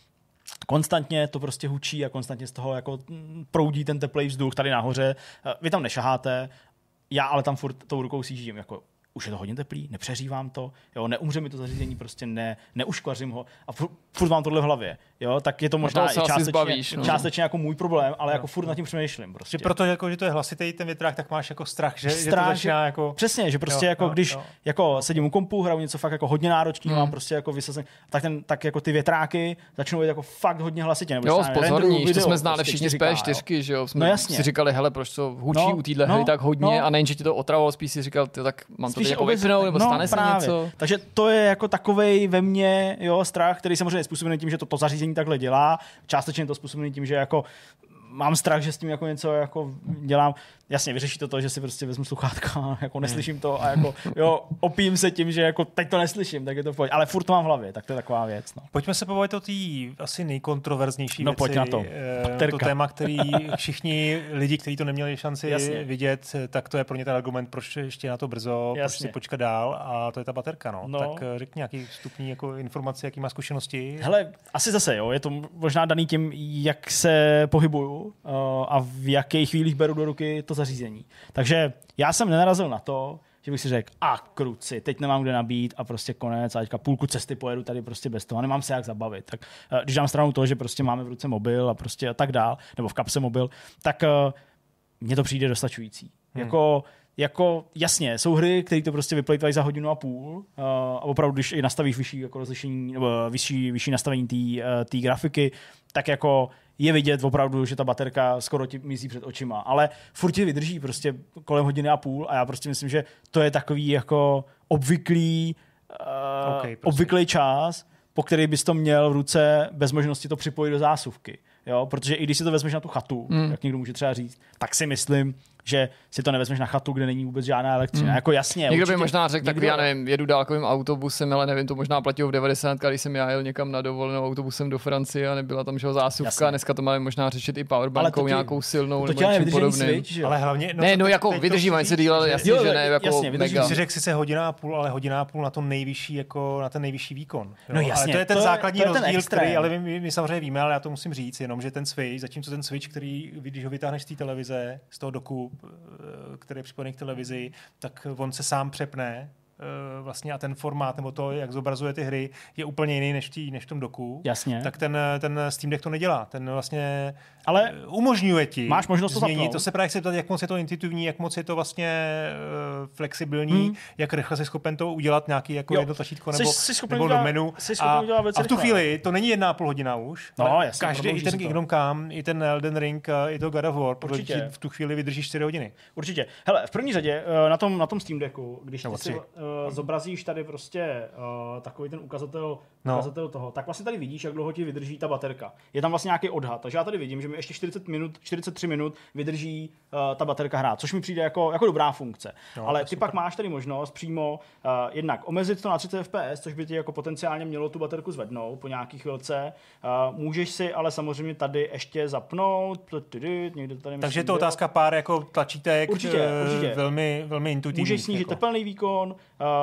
konstantně to prostě hučí a konstantně z toho jako proudí ten teplej vzduch tady nahoře. Vy tam nešaháte, já ale tam furt tou rukou sížím, jako už je to hodně teplý, nepřeřívám to, jo, neumře mi to zařízení, prostě neuškvařím ho a furt mám tohle v hlavě, jo, tak je to možná i částečně jako můj problém, ale jako furt nad tím přemýšlím prostě. Proto jako, že to je hlasitý ten větrák, tak máš jako strach, že to začíná jako... Přesně, že prostě když jako sedím u kompu, hraju něco fakt jako hodně náročný, mám prostě jako vysazený, tak jako ty větráky začnou být jako fakt hodně hlasitě. Jo, pozorníš, to jsme znali všichni z P4, že jo, jsme si říkali, hele, proč to hučí u téhle hry tak hodně a nejen, že ti to otravovalo, spíš si říkal, tak mám to jako vypnout, nebo stane se něco. Takže to je jako takovej ve mně, jo, strach, který samozřejmě je způsobený tím, že to zařízení takhle dělá. Částečně to způsobený tím, že jako mám strach, že s tím jako něco jako dělám. Jasně, vyřeší to, že si prostě vezmu sluchátka, jako neslyším to a jako jo, opím se tím, že jako teď to neslyším, tak je to v pohodě. Ale furt to mám v hlavě, tak to je taková věc. No. Pojďme se pobavit o té asi nejkontroverznější věci. Pojď na to. To téma, který všichni lidi, kteří to neměli šanci vidět, tak to je pro ně ten argument, proč ještě na to brzo, proč si počkat dál, a to je ta baterka. No. Tak řekni nějaký vstupní jako informace, jaký má zkušenosti. Hele, asi zase, jo, je to možná daný tím, jak se pohybuju a v jakých chvílích beru do ruky to zařízení. Takže já jsem nenarazil na to, že bych si řekl, kruci, teď nemám kde nabít a prostě konec a teďka půlku cesty pojedu tady prostě bez toho a nemám se jak zabavit. Tak když dám stranu toho, že prostě máme v ruce mobil a prostě a tak dál, nebo v kapse mobil, tak mně to přijde dostačující. Jako jasně, jsou hry, které to prostě vyplejtvají za 1.5 hodiny a opravdu, když i nastavíš vyšší jako rozlišení nebo vyšší nastavení té grafiky, tak jako je vidět opravdu, že ta baterka skoro ti mizí před očima, ale furt ti vydrží prostě kolem 1.5 hodiny a já prostě myslím, že to je takový jako obvyklý čas, po který bys to měl v ruce bez možnosti to připojit do zásuvky. Jo? Protože i když si to vezmeš na tu chatu, jak někdo může třeba říct, tak si myslím, že si to nevezmeš na chatu, kde není vůbec žádná elektřina. Jako jasně. Někdo by možná řekl, tak já nevím, jedu dálkovým autobusem, ale nevím, to možná platilo v 90, když jsem já jel někam na dovolenou autobusem do Francie a nebyla tam žádná zásuvka. Dneska to máme možná řešit i powerbankou nějakou silnou nebo něčím podobným. Ale hlavně jako vydrží se díl, jasně, že ne, jako mega. Si řekl sice 1.5 hodiny, ale 1.5 hodiny na to nejvyšší, jako na ten nejvyšší výkon. No jasně. To je ten základní rozdíl, který, ale my samozřejmě víme, ale já to musím říct, jenom že ten switch, zatímco ten switch, který když ho vytáhneš z té televize, z toho doku, který je připojený k televizi, tak on se sám přepne vlastně a ten formát nebo to, jak zobrazuje ty hry, je úplně jiný než v tom doku. Jasně. Tak ten Steam Deck to nedělá. Ten vlastně umožňuje ti máš možnost změnit. To se právě chci ptat, jak moc je to intuitivní, jak moc je to vlastně flexibilní, jak rychle jsi schopen to udělat nějaký jako jedno tlačítko nebo do menu. A v tu chvíli to není 1.5 hodina už. No, jasně, každý, i ten Kingdom Come, i ten Elden Ring, i to God of War, protože v tu chvíli vydrží 4 hodiny. Určitě. Hele, v první řadě na tom Steam Decku, když si zobrazíš tady prostě takový ten ukazatel toho, tak vlastně tady vidíš, jak dlouho ti vydrží ta baterka. Je tam vlastně nějaký odhad, takže já tady vidím, že mi ještě 43 minut vydrží ta baterka hrát, což mi přijde jako dobrá funkce. No, ale ty pak máš tady možnost přímo jednak omezit to na 30 fps, což by ti jako potenciálně mělo tu baterku zvednout po nějaký chvilce. Můžeš si ale samozřejmě tady ještě zapnout. Takže je to otázka pár jako tlačítek. Určitě. Velmi, velmi intuitivní. Můžeš snížit tepelný výkon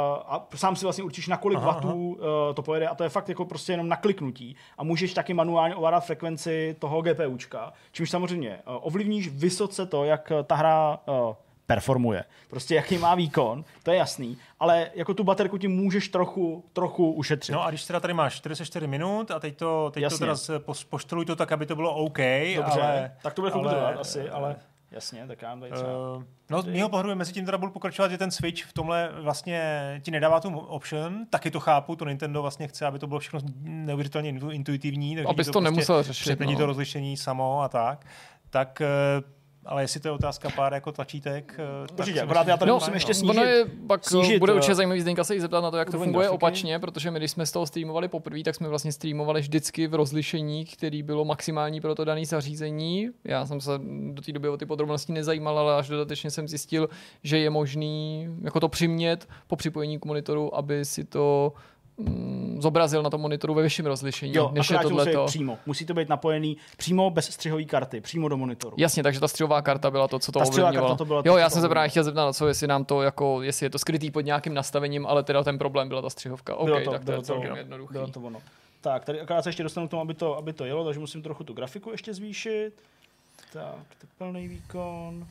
a sám si vlastně určíš, na kolik wattů to pojede, a to je fakt jako prostě jenom na kliknutí. A můžeš taky manuálně ovládat frekvenci toho GPUčka, čímž samozřejmě ovlivníš vysoce to, jak ta hra performuje. Prostě jaký má výkon, to je jasný, ale jako tu baterku ti můžeš trochu ušetřit. No a když teda tady máš 44 minut a teď to teda poštruj to tak, aby to bylo OK. Dobře, ale, tak to bude chvilku trvat asi, ale jasně, tak já tady třeba... No, mýho pohledu mezi tím teda budu pokračovat, že ten Switch v tomhle vlastně ti nedává tu option, taky to chápu, to Nintendo vlastně chce, aby to bylo všechno neuvěřitelně intuitivní, takže abys to nemusel řešit. Přepnení to rozlišení samo a tak ale jestli to je otázka pár jako tlačítek, určitě, já tady musím ještě snížit. Bude určitě zajímavý Zdeňka se jí zeptat na to, jak to funguje opačně, protože my, když jsme z toho streamovali poprvé, tak jsme vlastně streamovali vždycky v rozlišení, který bylo maximální pro to dané zařízení. Já jsem se do té doby o ty podrobnosti nezajímal, ale až dodatečně jsem zjistil, že je možný jako to přimět po připojení k monitoru, aby si to zobrazil na tom monitoru ve vyšším rozlišení, než je tohleto. Přímo. Musí to být napojený přímo bez střihové karty, přímo do monitoru. Jasně, takže ta střihová karta byla to, co to ovlivňovalo. Jo, já jsem se právě chtěl zeptat na co, jestli nám to jako, jestli je to skrytý pod nějakým nastavením, ale teda ten problém byla ta střihovka. OK, tak to je celkem jednoduchý. Bylo to ono. Tak, tady akorát se ještě dostanu k tomu, aby to jelo, takže musím trochu tu grafiku ještě zvýšit. Tak, to plný výkon.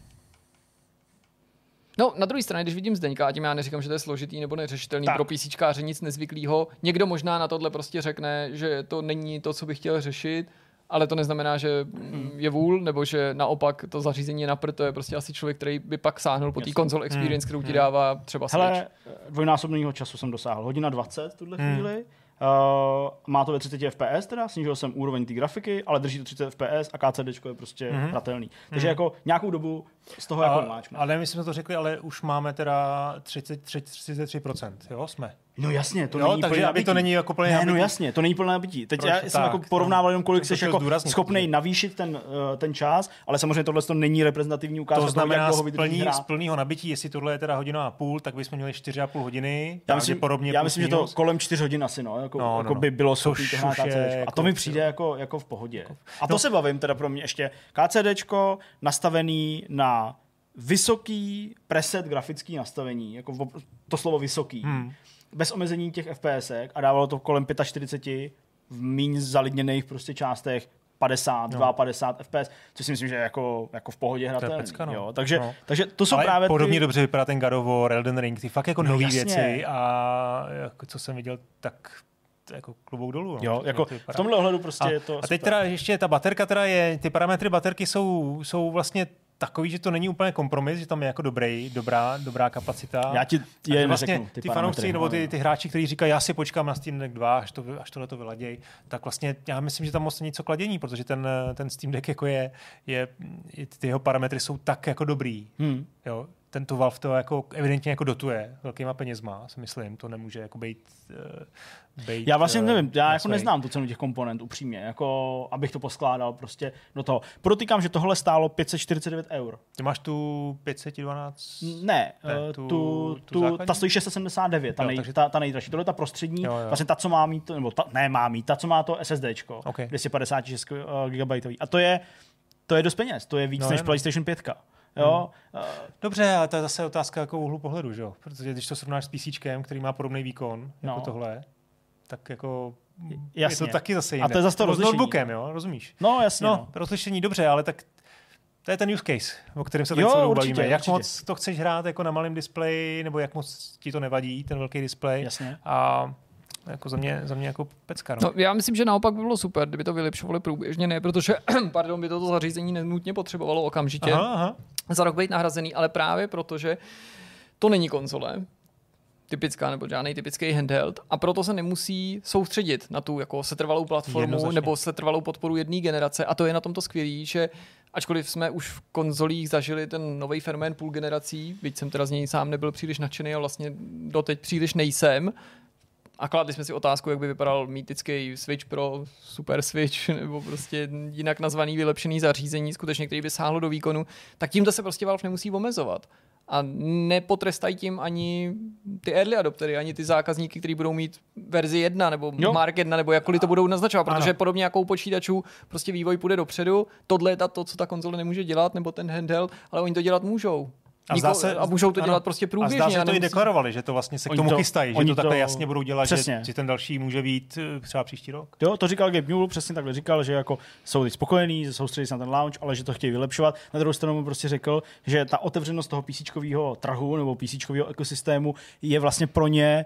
No, na druhé straně, když vidím Zdeňka, a tím já neříkám, že to je složitý nebo neřešitelný pro PCčkáře, nic nezvyklýho, někdo možná na tohle prostě řekne, že to není to, co bych chtěl řešit, ale to neznamená, že je vůl, nebo že naopak to zařízení je na prd, to je prostě asi člověk, který by pak sáhnul po té console experience, kterou ti dává třeba Switch. Hele, dvojnásobného času jsem dosáhl. 1:20 v tuhle chvíli. Má to ve 30 FPS teda, snížil jsem úroveň té grafiky, ale drží to 30 FPS a KCDčko je prostě hratelný. Takže jako nějakou dobu z toho jako máčme. Ale my jsme to řekli, ale už máme teda 33%, jo, jsme. No jasně, to není takže aby to není jako plné nabití. No jasně, to není plné nabití. Teď já jsem jako porovnával jenom, kolik jsi jako schopnej navýšit ten čas, ale samozřejmě tohle to není reprezentativní ukázka. To znamená z plného nabití, jestli tohle je teda 1,5 hodiny, tak bychom měli 4,5 hodiny. Já myslím, že to kolem 4 hodin asi, jako by bylo schopný to hrát KCDčko. A to mi přijde jako v pohodě. A to se bavím teda pro mě ještě. KCDčko nastavený na vysoký preset grafický nastavení, jako to slovo vysoký. Bez omezení těch FPSek a dávalo to kolem 45 v míň zalidněných prostě částech 50, 52 FPS, což si myslím, že je jako v pohodě hratelný. Takže to jsou právě podobně dobře vypadá ten God of War, Elden Ring, ty fakt jako nový věci a jako, co jsem viděl, tak jako klobouk dolů. No. Jo, jako v tomhle ohledu prostě je to a teď teda ještě ta baterka teda je, ty parametry baterky jsou vlastně takový, že to není úplně kompromis, že tam je jako dobrá kapacita. Já ti je vlastně ty fanoušci nebo ty hráči, kteří říkají, já si počkám na Steam Deck 2, až tohle to vyladěj, tak vlastně já myslím, že tam moc není co kladění, protože ten Steam Deck jako je ty jeho parametry jsou tak jako dobrý. Jo. Tento Valve to jako evidentně jako dotuje velkýma penězma, si myslím, to nemůže jako být já vlastně nevím, já jako neznám tu cenu těch komponent upřímně, jako abych to poskládal prostě do toho. Podotýkám, že tohle stálo 549 €. Ty máš tu 512? Ne, ta stojí 679, ta nejdražší. Tohle je ta prostřední, vlastně ta, co má mít, nebo ta, co má to SSDčko, 256 GB. A to je dost peněz, to je víc než PlayStation 5. Jo? Dobře, ale to je zase otázka jako úhlu pohledu, že jo? Protože když to srovnáš s PCčkem, který má podobný výkon jako tohle, tak jako jasně. Je to taky zase jiné. A to je zase to rozlišení. S notebookem, jo? Rozumíš? No, jasně. Rozlišení dobře, ale tak to je ten use case, o kterém se teď bavíme. Jak moc to chceš hrát jako na malém displeji, nebo jak moc ti to nevadí, ten velký displej. Jasně. A jako za mě jako pecka. No, já myslím, že naopak by bylo super, kdyby to vylepšovali průběžně, ne, protože by toto zařízení nenutně potřebovalo okamžitě za rok být nahrazený, ale právě protože to není konzole, typická nebo žádný typický handheld a proto se nemusí soustředit na tu jako setrvalou platformu nebo setrvalou podporu jedné generace a to je na tomto skvělý, že ačkoliv jsme už v konzolích zažili ten nový fenomén půl generací, byť jsem teda z něj sám nebyl příliš nadšený a vlastně doteď příliš nejsem, a kladli jsme si otázku, jak by vypadal mýtický Switch Pro, Super Switch, nebo prostě jinak nazvaný vylepšený zařízení, skutečně, který by sáhlo do výkonu, tak tímto se prostě Valve nemusí omezovat. A nepotrestají tím ani ty early adoptery, ani ty zákazníky, kteří budou mít verzi 1 nebo Mark 1, nebo jakkoliv to budou naznačovat, protože podobně jako u počítačů prostě vývoj půjde dopředu, tohle je to, co ta konzole nemůže dělat, nebo ten handheld, ale oni to dělat můžou. A můžou to dělat prostě průběžně. A zdá se to i deklarovali, že to vlastně se k tomu chystají, že to takhle jasně budou dělat, že ten další může být třeba příští rok. Jo, to říkal Gabe Newell, přesně takhle říkal, že jako jsou teď spokojení, že soustředí se na ten launch, ale že to chtějí vylepšovat. Na druhou stranu mu prostě řekl, že ta otevřenost toho PCčkového trhu nebo PCčkového ekosystému je vlastně pro ně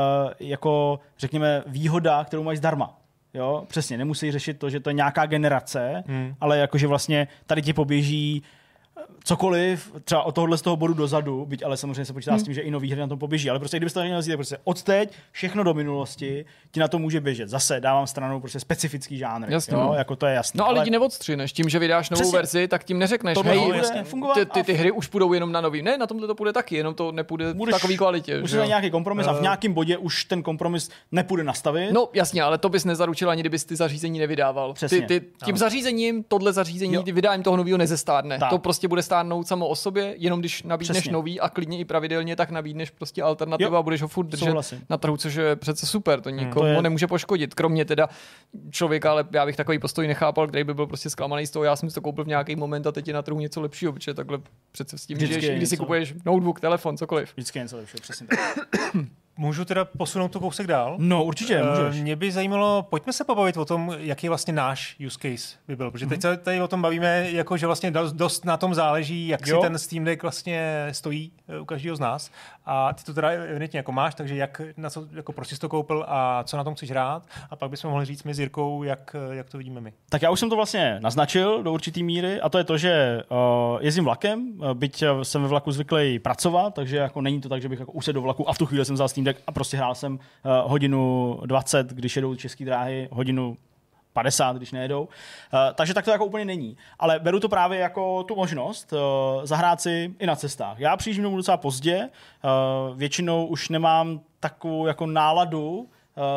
jako řekněme výhoda, kterou mají zdarma. Jo, přesně, nemusí řešit to, že to je nějaká generace, ale jakože vlastně tady ti poběží cokoliv, třeba od tohohle z toho bodu dozadu, byť ale samozřejmě se počítá s tím, že i nový hry na tom poběží, ale prostě kdybyste to měli vzít, tak prostě odteď všechno do minulosti ti na to může běžet. Zase dávám stranou prostě specifický žánr. Jasně, jo, jako to je jasné. No ale lidi neodstřineš tím, že vydáš novou verzi, tak tím neřekneš, hej, ty hry už půjdou jenom na nový. Ne, na tomhle to půjde taky, jenom to nepůjde v takové kvalitě. Už je nějaký kompromis a v nějakém bodě už ten kompromis nepůjde nastavit. No jasně, ale to bys nezaručil ani kdybys ty zařízení nevydával. Tím zařízením, tohle zařízení, ty vydáním toho nového nezestárne. To prostě bude stárnout samo o sobě, jenom když nabídneš nový a klidně i pravidelně, tak nabídneš prostě alternativu a budeš ho furt držet na trhu, což je přece super, to nikomu nemůže poškodit, kromě teda člověka, ale já bych takový postoj nechápal, který by byl prostě zklamaný z toho, já jsem si to koupil v nějaký moment a teď je na trhu něco lepšího, protože takhle přece s tím, když si kupuješ notebook, telefon, cokoliv. Vždycky něco lepšího, přesně tak. Můžu teda posunout to kousek dál? No, určitě, můžeš. Mě by zajímalo, pojďme se pobavit o tom, jaký vlastně náš use case by byl, protože teď se tady o tom bavíme, jako že vlastně dost na tom záleží, jak si ten Steam Deck vlastně stojí u každého z nás. A ty to teda evidentně jako máš, takže na co jako proč jsi to koupil a co na tom chceš hrát? A pak bychom mohli říct my s Jirkou, jak to vidíme my. Tak já už jsem to vlastně naznačil do určitý míry a to je to, že jezdím vlakem, byť jsem ve vlaku zvyklý pracovat, takže jako není to tak, že bych jako usedl do vlaku a v tu chvíli jsem vzal Steam Deck a prostě hrál jsem hodinu 20, když jedou České dráhy, hodinu 50, když nejedou. Takže tak to jako úplně není. Ale beru to právě jako tu možnost zahrát si i na cestách. Já přijíždím domů docela pozdě, většinou už nemám takovou jako náladu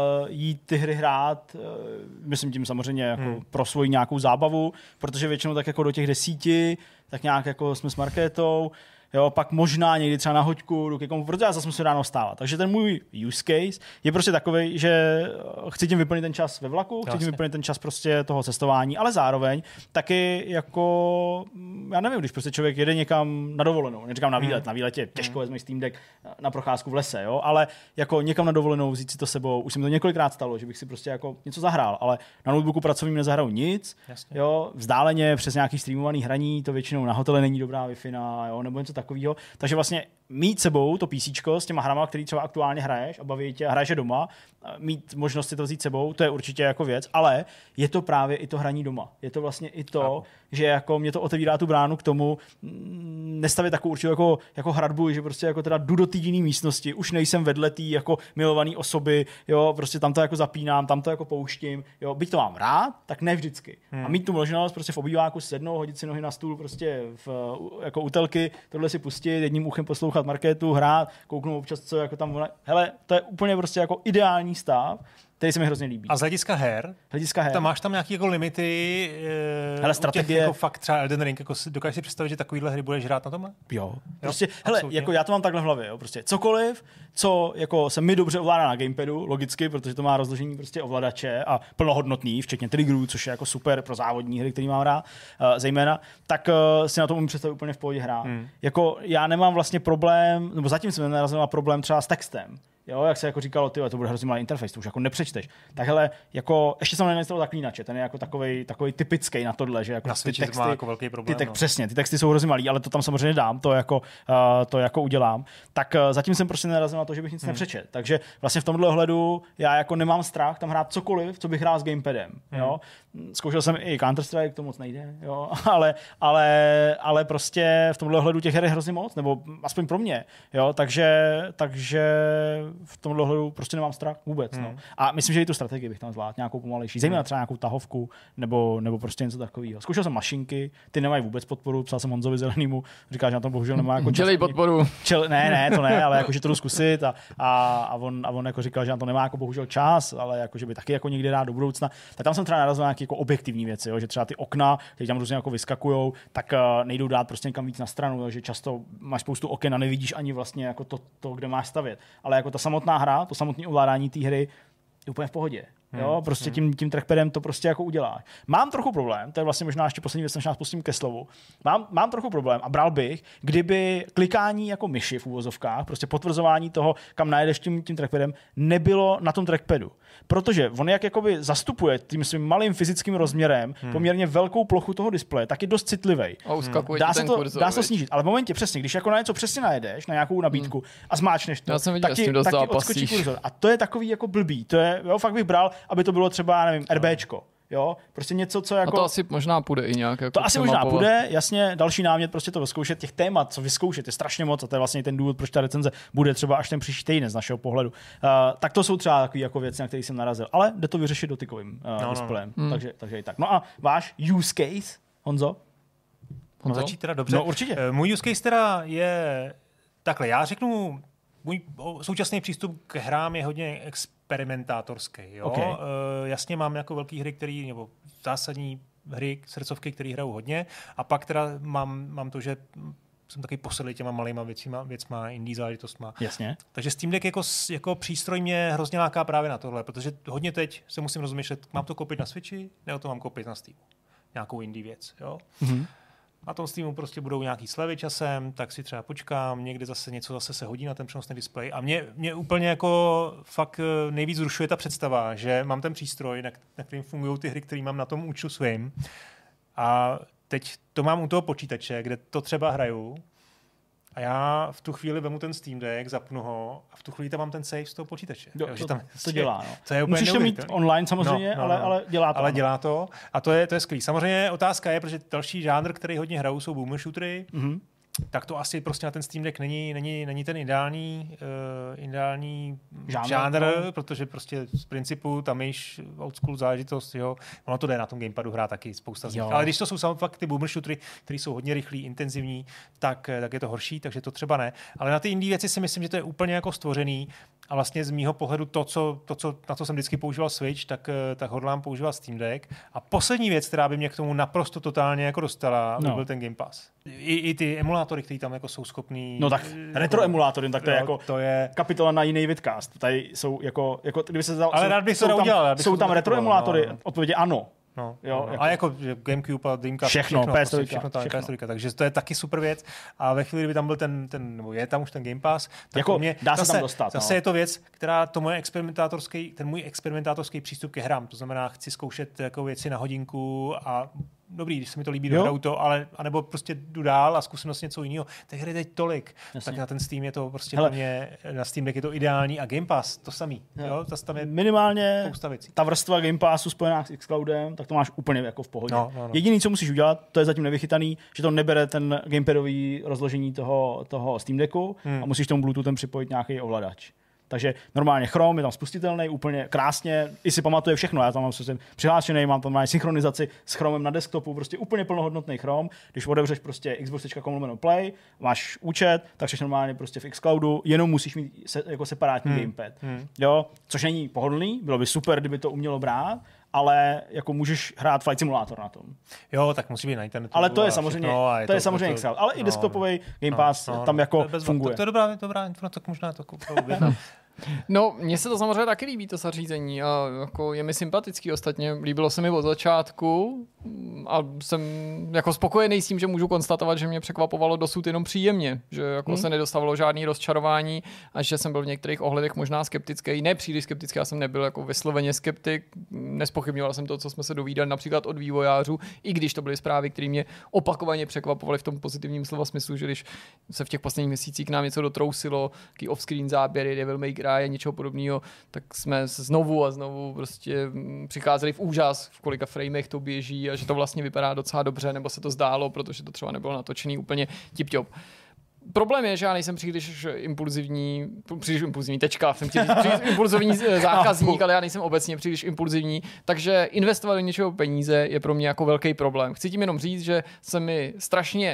jít ty hry hrát, myslím tím samozřejmě jako pro svoji nějakou zábavu, protože většinou tak jako do těch 10, tak nějak jako jsme s Markétou, jo, pak možná někdy třeba na hoďku, jdu ke komu, protože já zase musím ráno vstávat. Takže ten můj use case je prostě takovej, že chci tím vyplnit ten čas ve vlaku, chci tím vyplnit ten čas prostě toho cestování, ale zároveň taky jako, já nevím, když prostě člověk jede někam na dovolenou, neříkám na výlet, na výletě těžko vezmeš Steam Deck na procházku v lese, jo, ale jako někam na dovolenou vzít si to sebou, už se mi to několikrát stalo, že bych si prostě jako něco zahrál, ale na notebooku pracovním nezahraju nic, jo, vzdáleně přes nějaký streamovaný hraní, to většinou na hotele není dobrá Wi-Fi, jo, nebo něco takového. Takže vlastně mít sebou to PCčko s těma hrama, který třeba aktuálně hraješ a baví tě a hraješ je doma, mít možnost si to vzít sebou, to je určitě jako věc, ale je to právě i to hraní doma. Je to vlastně i to, že jako mě to otevírá tu bránu k tomu nestavit takovou určitou jako hradbu, že prostě jako teda jdu do té jiné místnosti, už nejsem vedle té jako milované osoby, jo, prostě tam to jako zapínám, tam to jako pouštím, jo, byť to mám rád, tak ne vždycky. A mít tu možnost prostě v obýváku sednout, hodit si nohy na stůl prostě jako utelky, tohle si pustit, jedním uchem poslouchat Markétu, hrát, kouknout občas, co jako tam ona. Hele, to je úplně prostě jako ideální stav, který se mi hrozně líbí. A z hlediska her? Tam máš tam nějaké jako limity? Hele, strategie. Jako fakt třeba Elden Ring, jako dokážeš si představit, že takovýhle hry budeš hrát na tomhle? Jo. Prostě, hele, jako já to mám takhle v hlavě, jo, prostě cokoliv, co jako se mi dobře ovládá na gamepadu, logicky, protože to má rozložení prostě ovladače a plnohodnotný, včetně triggerů, což je jako super pro závodní hry, který mám rád, zejména, tak si na to umím představit úplně v pohodě hrát. Jako já nemám vlastně problém, nebo zatím jsem nenarazil na problém třeba s textem. Jo, jak se jako říkalo, to bude hrozně malý interface, to už jako nepřečteš. Tak hele, jako ještě jsem nenainstaloval Zaklínače, ten je jako takový typický na tohle, že jako na ty texty má jako velký problém. Přesně, ty texty jsou hrozně malý, ale to tam samozřejmě dám, to jako udělám. Tak zatím jsem prostě nenarazil na to, že bych nic nepřečet. Takže vlastně v tomhle ohledu já jako nemám strach tam hrát cokoliv, co bych hrál s gamepadem, jo. Zkoušel jsem i Counter-Strike, to moc nejde, jo, ale prostě v tomhle ohledu těch her je hrozně moc, nebo aspoň pro mě, jo, takže v tomhle ohledu prostě nemám strach vůbec, no. A myslím, že i tu strategii bych tam zvládl, nějakou pomalejší, zejména třeba nějakou tahovku, nebo prostě něco takového. Zkoušel jsem mašinky, ty nemají vůbec podporu, psal jsem Honzovi Zelenému, říká, že na tom bohužel nemá jako čas. Podporu. Ne, to ne, ale jako, že to jdu zkusit a on jako říkal, že na to nemá jako bohužel čas, ale jako, že by taky jako někdy rád do budoucna. Tak tam jsem třeba narazil na nějaké jako objektivní věci, jo, že třeba ty okna, které tam různě jako vyskakujou, tak nejdou dát prostě někam víc na stranu, že často máš spoustu oken a nevidíš ani vlastně jako to, kde máš stavět. Ale jako ta samotná hra, to samotné ovládání té hry je úplně v pohodě. Jo, prostě tím trackpadem to prostě jako uděláš. Mám trochu problém, to je vlastně možná ještě poslední věc, než nás pustím ke slovu. Mám trochu problém a bral bych, kdyby klikání jako myši v úvozovkách, prostě potvrzování toho, kam najedeš tím trackpadem, nebylo na tom trackpadu. Protože on jak jakoby zastupuje tím svým malým fyzickým rozměrem poměrně velkou plochu toho displeje, tak je dost citlivý. Dá se to snížit, ale v momentě přesně, když jako na něco přesně najedeš, na nějakou nabídku a zmáčneš to, tak ti odskočí kurzor. A to je takový jako blbý. To je, jo, fakt bych bral, aby to bylo třeba, nevím, RBčko. Jo, prostě něco, co jako... A to asi možná půjde i nějak. Jako to asi možná půjde, jasně, další námět prostě to vyzkoušet, těch témat, co vyzkoušet, je strašně moc a to je vlastně ten důvod, proč ta recenze bude třeba až ten příští týden z našeho pohledu. Tak to jsou třeba takové jako věci, na které jsem narazil, ale jde to vyřešit dotykovým displejem, takže i tak. No a váš use case, Honzo? Začít teda dobře. No určitě. Můj use case teda je takhle, já řeknu, můj současný přístup k hrám je hodně experimentátorský. Jo? Okay. Jasně mám jako velký hry, nebo zásadní hry, srdcovky, které hrajou hodně. A pak teda mám to, že jsem taky posedlý těma malýma věcma, indie záležitostma. Jasně. Takže Steam Deck jako přístroj mě hrozně láká právě na tohle, protože hodně teď se musím rozmýšlet, mám to koupit na Switchi, nebo to mám koupit na Steamu. Nějakou indie věc. Jo? Na tom Steamu prostě budou nějaký slevy časem, tak si třeba počkám, někde zase něco zase se hodí na ten přenosný displej. A mě úplně jako fakt nejvíc zrušuje ta představa, že mám ten přístroj, na kterým fungují ty hry, které mám na tom účtu svým. A teď to mám u toho počítače, kde to třeba hraju. A já v tu chvíli vemu ten Steam Deck, zapnu ho a v tu chvíli tam mám ten save z toho počítače. To dělá. No. To je úplně musíš to mít online samozřejmě, ale dělá to. Ale dělá to a to je skvělý. Samozřejmě otázka je, protože další žánr, který hodně hrajou, jsou boomer shootery. Mm-hmm. Tak to asi prostě na ten Steam Deck není ten ideální žánr, protože prostě z principu tam již old school záležitost, jo. Ono to jde na tom gamepadu hrát taky spousta z nich. Ale když to jsou samozřejmě fakt ty boomer shootery, které jsou hodně rychlý, intenzivní, tak je to horší, takže to třeba ne. Ale na ty indie věci si myslím, že to je úplně jako stvořený a vlastně z mýho pohledu na co jsem vždycky používal Switch, tak hodlám používat Steam Deck. A poslední věc, která by mě k tomu naprosto totálně jako dostala, byl ten Game Pass. I ty emulátory, které tam jako jsou schopný... No tak retro emulátory, tak to je kapitola na jiný vidcast. Tady jsou jako kdyby se ale rád bych to udělal. Jsou tam retro emulátory? Odpověď ano. A jako GameCube a Dreamcast, všechno PS3, takže to je taky super věc. A ve chvíli, kdyby tam byl nebo je tam už ten Game Pass, tak jako dá se tam dostat. Zase je to věc, která ten můj experimentátorský přístup ke hrám. To znamená, chci zkoušet jako věci na hodinku a dobrý, když se mi to líbí, dohraju to, ale anebo prostě jdu dál a zkusím vlastně něco jiného. Těch hry teď tolik, tak na ten Steam je to prostě pro mě, na Steam Deck je to ideální a Game Pass to samý. Jo? Tam je minimálně ta vrstva Game Passu spojená s xCloudem, tak to máš úplně jako v pohodě. Jediný, co musíš udělat, to je zatím nevychytaný, že to nebere ten gamepadový rozložení toho Steam Decku a musíš tomu Bluetoothem připojit nějaký ovladač. Takže normálně Chrome je tam spustitelný, úplně krásně, i si pamatuje všechno. Já tam mám přihlášený, mám tam synchronizaci s Chromem na desktopu, prostě úplně plnohodnotný Chrome. Když otevřeš prostě xbox.com/play, máš účet, tak jsi normálně prostě v xCloudu, jenom musíš mít jako separátní gamepad. Jo, což není pohodlný, bylo by super, kdyby to umělo brát, ale jako můžeš hrát Flight Simulator na tom. Jo, tak musí být na internetu. Ale to je samozřejmě xCloud. Ale i desktopový Game Pass tam jako funguje. To je dobrá informace, tak možná to objednám. No, mně se to samozřejmě taky líbí, to zařízení, a jako je mi sympatický ostatně, líbilo se mi od začátku a jsem jako spokojený s tím, že můžu konstatovat, že mě překvapovalo dosud jenom příjemně, že jako se nedostávalo žádný rozčarování a že jsem byl v některých ohledech možná skeptický, ne příliš skeptický, já jsem nebyl jako vysloveně skeptik, nespochybňoval jsem to, co jsme se dovídali například od vývojářů, i když to byly zprávy, které mě opakovaně překvapovaly v tom pozitivním slova smyslu, že když se v těch posledních měsících k nám něco dotrousilo, taký off-screen záběry, Devil May Cry a něčeho podobného, tak jsme znovu a znovu prostě přicházeli v úžas, v kolika framech to běží a že to vlastně vypadá docela dobře, nebo se to zdálo, protože to třeba nebylo natočený úplně tip-top. Problém je, že já nejsem příliš impulzivní, tečka, jsem příliš impulzivní zákazník, ale já nejsem obecně příliš impulzivní, takže investovat do něčeho peníze je pro mě jako velký problém. Chci tím jenom říct, že se mi strašně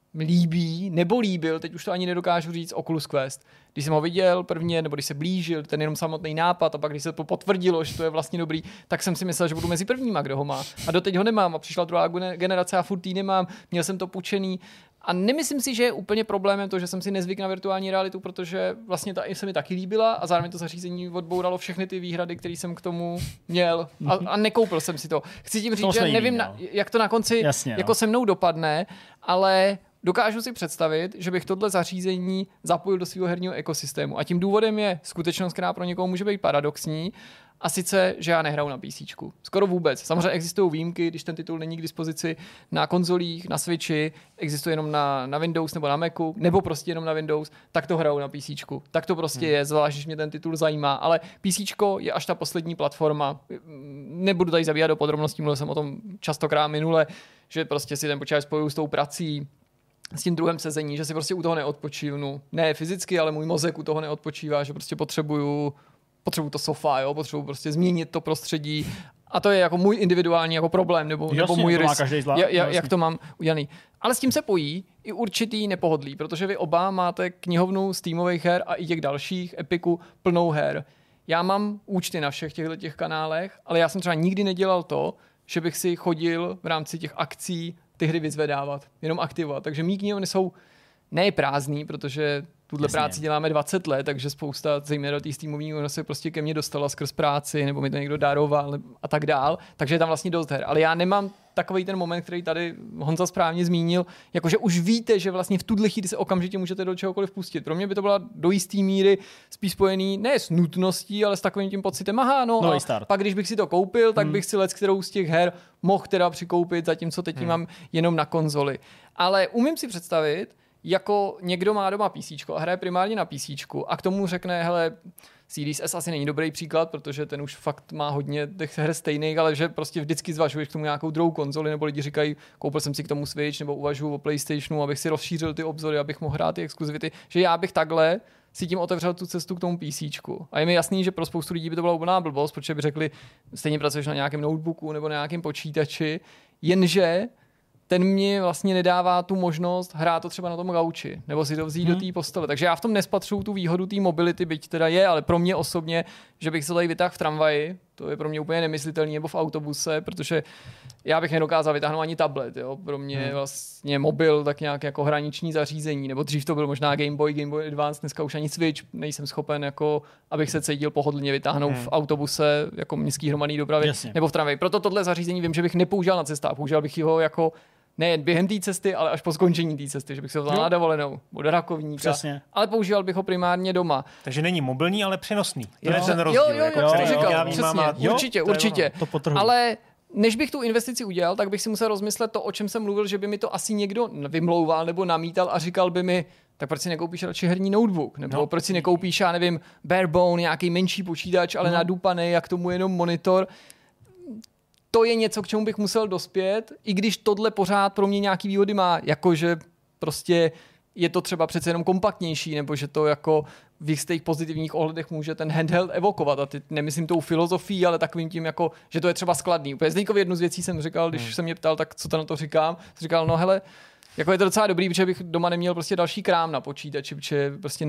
líbí, nebo líbil, teď už to ani nedokážu říct, Oculus Quest. Když jsem ho viděl prvně, nebo když se blížil, ten jenom samotný nápad a pak když se to potvrdilo, že to je vlastně dobrý, tak jsem si myslel, že budu mezi prvníma, kdo ho má. A doteď ho nemám a přišla druhá generace a furt ji nemám, měl jsem to půjčený. A nemyslím si, že je úplně problémem to, že jsem si nezvyk na virtuální realitu, protože vlastně ta se mi taky líbila a zároveň to zařízení odbouralo všechny ty výhrady, které jsem k tomu měl a nekoupil jsem si to. Chci tím říct, že nevím, jak to na konci jako se mnou dopadne, ale dokážu si představit, že bych tohle zařízení zapojil do svého herního ekosystému. A tím důvodem je skutečnost, která pro někoho může být paradoxní, a sice, že já nehraju na PCčku. Skoro vůbec. Samozřejmě existují výjimky, když ten titul není k dispozici na konzolích, na Switchi, existuje jenom na Windows nebo na Macu, nebo prostě jenom na Windows, tak to hraju na PCčku. Tak to prostě je, zvlášť, když mě ten titul zajímá. Ale PCčko je až ta poslední platforma. Nebudu tady zabíhat do podrobností, mluvil jsem o tom častokrát minule, že prostě si ten počítač spojuju s tou prací, s tím druhém sezení, že si prostě u toho neodpočívnu. Ne fyzicky, ale můj mozek u toho neodpočívá, že prostě potřebuju to sofa, jo, potřebuji prostě změnit to prostředí a to je jako můj individuální jako problém nebo můj rys, jak to mám udělaný. Ale s tím se pojí i určitý nepohodlí, protože vy oba máte knihovnu Steamových her a i těch dalších, Epiku, plnou her. Já mám účty na všech těch kanálech, ale já jsem třeba nikdy nedělal to, že bych si chodil v rámci těch akcí ty hry vyzvedávat, jenom aktivovat. Takže mý knihovny jsou ne prázdný, protože tuhle práci děláme 20 let, takže spousta, zejména té Steamové se prostě ke mně dostala skrz práci, nebo mi to někdo daroval a tak dál, takže je tam vlastně dost her. Ale já nemám takový ten moment, který tady Honza správně zmínil, jakože už víte, že vlastně v tuhle chvíli se okamžitě můžete do čehokoliv pustit. Pro mě by to byla do jistý míry spíš spojený ne s nutností, ale s takovým tím pocitem, a pak když bych si to koupil, tak bych si kterou z těch her mohl teda přikoupit, zatímco teď mám jenom na konzoli. Ale umím si představit, jako někdo má doma PCčko a hraje primárně na PCčku a k tomu řekne, hele, Series S asi není dobrý příklad, protože ten už fakt má hodně těch her stejných, ale že prostě vždycky zvažuješ k tomu nějakou druhou konzoli, nebo lidi říkají, koupil jsem si k tomu Switch, nebo uvažuji o PlayStationu, abych si rozšířil ty obzory, abych mohl hrát ty exkluzivity, že já bych takhle si tím otevřel tu cestu k tomu PCčku. A je mi jasný, že pro spoustu lidí by to byla úplná blbost, protože by řekli, stejně pracuješ na nějakém notebooku nebo na nějakém počítači, jenže ten mě vlastně nedává tu možnost hrát to třeba na tom gauči, nebo si to vzít do té postele. Takže já v tom nespatřuju tu výhodu té mobility, byť teda je, ale pro mě osobně, že bych se tady vytáhl v tramvaji, to je pro mě úplně nemyslitelný, nebo v autobuse, protože já bych nedokázal vytáhnout ani tablet. Jo? Pro mě je vlastně mobil tak nějak jako hraniční zařízení, nebo dřív to byl možná Game Boy Advance, dneska už ani Switch nejsem schopen, jako, abych se cítil pohodlně vytáhnout v autobuse, jako městský hromadný dopravy, nebo v tramvaji. Proto tohle zařízení vím, že bych nepoužíval na cestách, používal bych ho jako ne během té cesty, ale až po skončení té cesty, že bych si ho vzal na dovolenou, do rakovníka. Přesně. Ale používal bych ho primárně doma. Takže není mobilní, ale přenosný. To je ten rozdíl. Určitě. Ale než bych tu investici udělal, tak bych si musel rozmyslet to, o čem jsem mluvil, že by mi to asi někdo vymlouval nebo namítal a říkal by mi, tak proč si nekoupíš radši herní notebook? Nebo proč si nekoupíš, já nevím, barebone, nějaký menší počítač, ale nadupaný, jak tomu jenom monitor. To je něco, k čemu bych musel dospět, i když tohle pořád pro mě nějaký výhody má, jakože prostě je to třeba přece jenom kompaktnější, nebo že to jako v jistých pozitivních ohledech může ten handheld evokovat. A teď nemyslím tou filozofií, ale takovým tím, jako, že to je třeba skladný. Úplně Zdeňkovi jednu z věcí jsem říkal, když se mě ptal, tak co to na to říkám, říkal, no hele, jako je to docela dobrý, protože bych doma neměl prostě další krám na počítači, protože prostě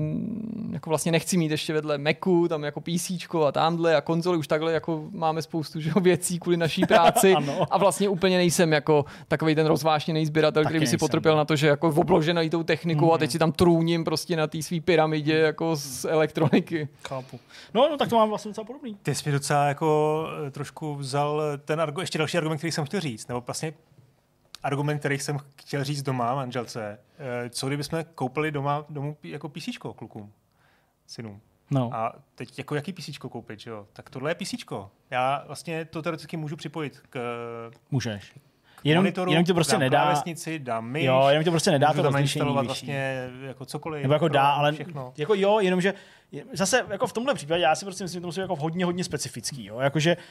jako vlastně nechci mít ještě vedle Macu, tam jako PCčko a tamhle a konzoli, už takhle jako máme spoustu věcí kvůli naší práci a vlastně úplně nejsem jako takovej ten rozvášněný sběratel, který by si potrpěl na to, že jako obložený tou technikou a teď si tam trůním prostě na té svý pyramidě jako z elektroniky. Chápu. No, tak to mám vlastně docela podobný. Ty jsi mi docela jako trošku vzal ten ještě další argument, který jsem chtěl říct, nebo vlastně argument, který jsem chtěl říct doma manželce, co kdybychom koupili domů jako PCčko klukům, synům. No. A teď jako jaký PCčko koupit, že jo? Tak tohle je PCčko. Já vlastně to teoreticky můžu připojit k Můžeš. monitoru, jenom to prostě dám nedá. klávesnici, dám myš, jo, jenom to prostě nedá to rozlišení instalovat vlastně jako cokoliv. Nebo jako dá, ale všechno. jako jo, jenomže zase jako v tomhle případě já si prostě myslím, že to musí jako hodně specifický, jo?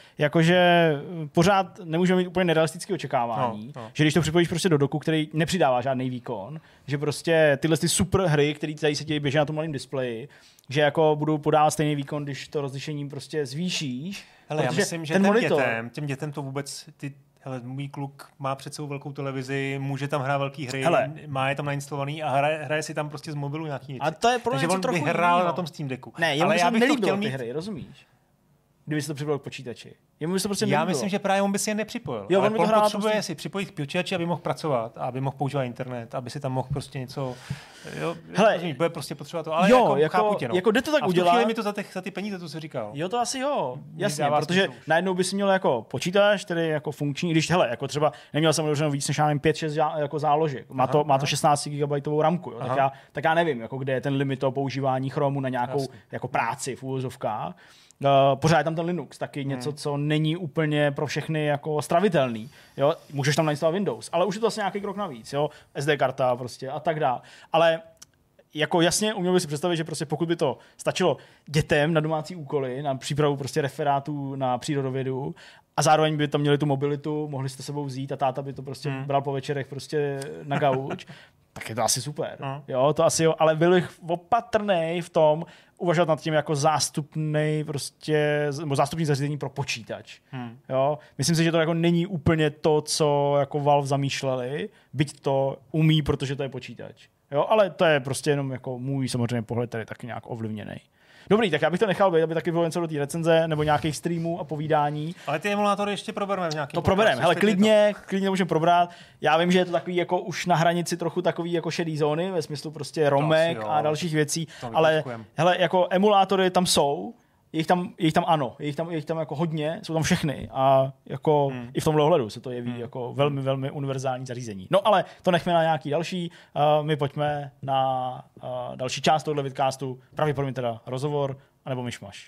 Jakože pořád nemůžeme mít úplně nerealistické očekávání, že když to připojíš prostě do doku, který nepřidává žádný výkon, že prostě tyhle ty super hry, které tady se dějí běží na tom malém displeji, že jako budou podávat stejný výkon, když to rozlišení prostě zvýšíš. Hele, já myslím, že těm dětem to vůbec hele, můj kluk má před sebou velkou televizi, může tam hrát velký hry, má je tam nainstalovaný a hraje si tam prostě z mobilu nějaký věci. A to je pro takže on by hrál na tom Steam Decku. Ne, ale já bych to chtěl mít ty hry, rozumíš? Kdyby se to připojil k počítači. Já myslím, že právě on by si je nepřipojil. Jo, ale on potřebuje si připojit k počítači, aby mohl pracovat, aby mohl používat internet, aby si tam mohl prostě něco. Jo, hele, bude prostě potřebovat to, ale chápu tě, no. Jako jde to tak udělat. A v tu chvíli mi to za ty peníze, to jsi říkal. Jo, to asi jo. Jasně, protože najednou by si měl jako počítač, který jako funkční, když hele, jako třeba neměl jsem otevřeno víc než 5-6 jako záložek. Má to 16 GB ramku, jo. Tak já nevím, jako kde je ten limit toho používání Chromu na nějakou jako práci v úvozovkách. Pořád je tam ten Linux, taky něco, co není úplně pro všechny jako stravitelný. Jo? Můžeš tam nainstalovat Windows, ale už je to asi nějaký krok navíc. Jo? SD karta prostě a tak dále. Ale jako jasně uměl bych si představit, že prostě pokud by to stačilo dětem na domácí úkoly, na přípravu prostě referátů na přírodovědu a zároveň by tam měli tu mobilitu, mohli jste sebou vzít a táta by to prostě bral po večerech prostě na gauč, tak je to asi super. Jo, to asi jo, ale byl bych opatrnej v tom uvažovat nad tím jako zástupný zařízení pro počítač. Jo, myslím si, že to jako není úplně to, co jako Valve zamýšleli, byť to umí, protože to je počítač. Jo, ale to je prostě jenom jako můj samozřejmě pohled tady taky nějak ovlivněný. Dobrý, tak já bych to nechal být, aby taky bylo něco do té recenze nebo nějakých streamů a povídání. Ale ty emulátory ještě probereme v nějakém. To probereme, hele, klidně můžeme probrat. Já vím, že je to takový jako už na hranici trochu takový jako šedý zóny, ve smyslu prostě romek a dalších věcí, ale hele, jako emulátory tam jsou. Je jich tam ano, je jich tam jako hodně, jsou tam všechny a jako i v tomhle ohledu se to jeví jako velmi, velmi univerzální zařízení. No ale to nechme na nějaký další, my pojďme na další část tohoto vidcastu, pravděpodobně teda rozhovor, anebo myšmaš.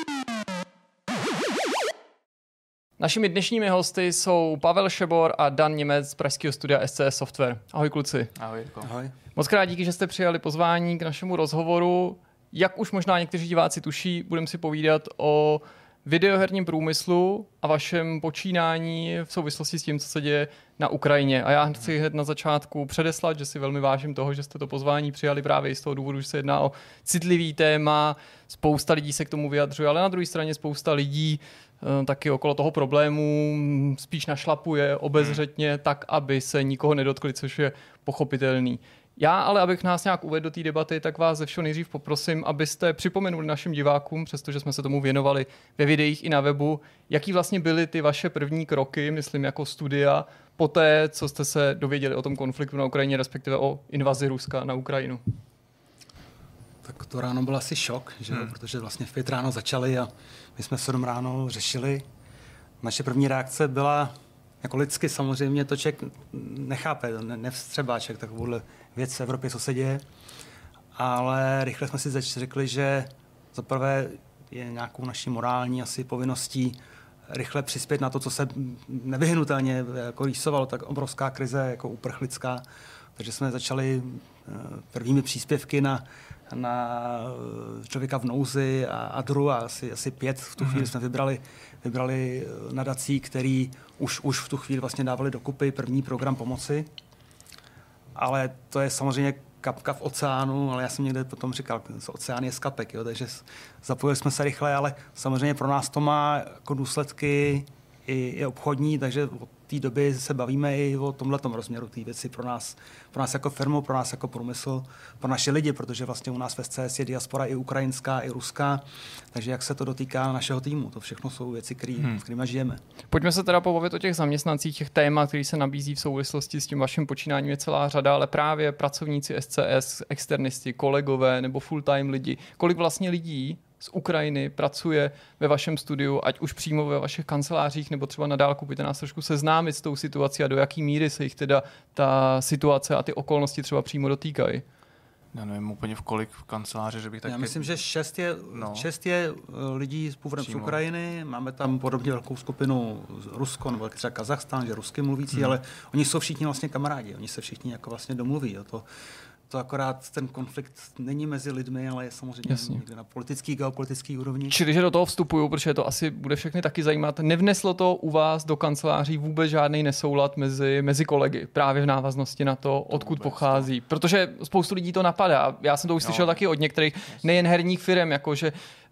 Našimi dnešními hosty jsou Pavel Šebor a Dan Němec z pražského studia SCS Software. Ahoj kluci. Ahoj. Ahoj. Moc krát díky, že jste přijali pozvání k našemu rozhovoru. Jak už možná někteří diváci tuší, budeme si povídat o videoherním průmyslu a vašem počínání v souvislosti s tím, co se děje na Ukrajině. A já chci hned na začátku předeslat, že si velmi vážím toho, že jste to pozvání přijali právě z toho důvodu, že se jedná o citlivý téma. Spousta lidí se k tomu vyjadřuje, ale na druhé straně spousta lidí taky okolo toho problému spíš našlapuje obezřetně tak, aby se nikoho nedotkli, což je pochopitelný. Já ale, abych nás nějak uvedl do té debaty, tak vás ze všeho nejdřív poprosím, abyste připomenuli našim divákům, přestože jsme se tomu věnovali ve videích i na webu, jaký vlastně byly ty vaše první kroky, myslím jako studia, poté, co jste se dověděli o tom konfliktu na Ukrajině, respektive o invazi Ruska na Ukrajinu. Tak to ráno byl asi šok, že? Protože vlastně v 5 ráno začali a my jsme v 7 ráno řešili. Naše první reakce byla, jako lidsky samozřejmě, to člověk nechápe, nevstřebáček takovouhle věc v Evropě, co se děje, ale rychle jsme si řekli, že zaprvé je nějakou naší morální asi povinností rychle přispět na to, co se nevyhnutelně jako rýsovalo, tak obrovská krize jako uprchlická, takže jsme začali prvními příspěvky na člověka v nouzi a DRU a asi 5 v tu chvíli jsme vybrali nadací, který už v tu chvíli vlastně dávali dokupy první program pomoci. Ale to je samozřejmě kapka v oceánu, ale já jsem někde potom říkal, oceán je z kapek, jo, takže zapojili jsme se rychle, ale samozřejmě pro nás to má jako důsledky i obchodní, takže od té doby se bavíme i o tomhletom rozměru té věci pro nás jako firmu, pro nás jako průmysl, pro naše lidi, protože vlastně u nás ve SCS je diaspora i ukrajinská, i ruská, takže jak se to dotýká našeho týmu, to všechno jsou věci, kterými žijeme. Pojďme se teda pobavit o těch zaměstnancích, těch témat, který se nabízí v souvislosti s tím vaším počínáním je celá řada, ale právě pracovníci SCS, externisti, kolegové nebo full-time lidi. Kolik vlastně lidí z Ukrajiny pracuje ve vašem studiu, ať už přímo ve vašich kancelářích, nebo třeba na dálku, pojďte nás trošku seznámit s tou situací a do jaký míry se jich teda ta situace a ty okolnosti třeba přímo dotýkají. Já nevím úplně v kolik kanceláře, že bych tak... Já myslím, že 6 je lidí původem z Ukrajiny, máme tam podobně velkou skupinu Rusko, nebo třeba Kazachstán, že rusky mluvící, ale oni jsou všichni vlastně kamarádi, oni se všichni jako vlastně domluví. To akorát ten konflikt není mezi lidmi, ale je samozřejmě někde na politický, geopolitický úrovni. Čili, že do toho vstupuju, protože to asi bude všechny taky zajímat. Nevneslo to u vás do kanceláří vůbec žádný nesoulad mezi kolegy, právě v návaznosti na to, odkud pochází. Protože spoustu lidí to napadá. Já jsem to už slyšel taky od některých nejen herních firm, jakože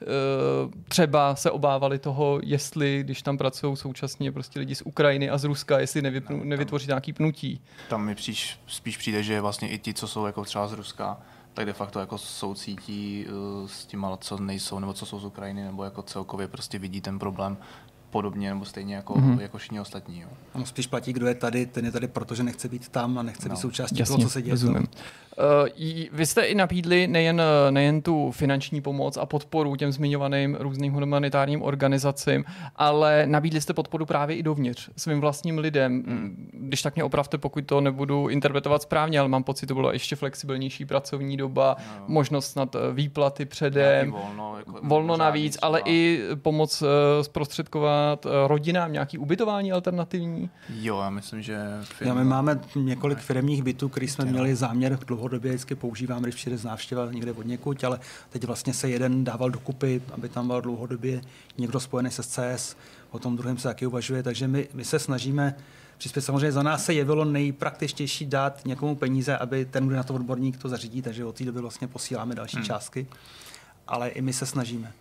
třeba se obávali toho, jestli, když tam pracují současně prostě lidi z Ukrajiny a z Ruska, jestli nevytvoří nějaký pnutí. Tam mi spíš přijde, že vlastně i ti, co jsou jako třeba z Ruska, tak de facto jako soucítí s tím, co nejsou, nebo co jsou z Ukrajiny, nebo jako celkově prostě vidí ten problém podobně nebo stejně jako všichni ostatní. Jo. Ono spíš platí, kdo je tady, ten je tady, protože nechce být tam a nechce být součástí toho, co se děje. Rozumím. Vy jste i nabídli nejen tu finanční pomoc a podporu těm zmiňovaným různým humanitárním organizacím, ale nabídli jste podporu právě i dovnitř svým vlastním lidem. Když tak mě opravte, pokud to nebudu interpretovat správně, ale mám pocit, to bylo ještě flexibilnější pracovní doba, možnost snad výplaty předem, volno navíc, ale i pomoc zprostředkovat rodinám, nějaký ubytování alternativní. Jo, já myslím, že... My máme několik firemních bytů, který jsme měli záměr dlouhodobě vždycky používám, když přijde z návštěva někde od někud, ale teď vlastně se jeden dával dokupy, aby tam byl dlouhodobě někdo spojený se SCS, o tom druhém se taky uvažuje, takže my se snažíme přispět. Samozřejmě za nás se jevilo nejpraktičtější dát někomu peníze, aby ten, kdo na to odborník, to zařídí, takže od té doby vlastně posíláme další částky, ale i my se snažíme. A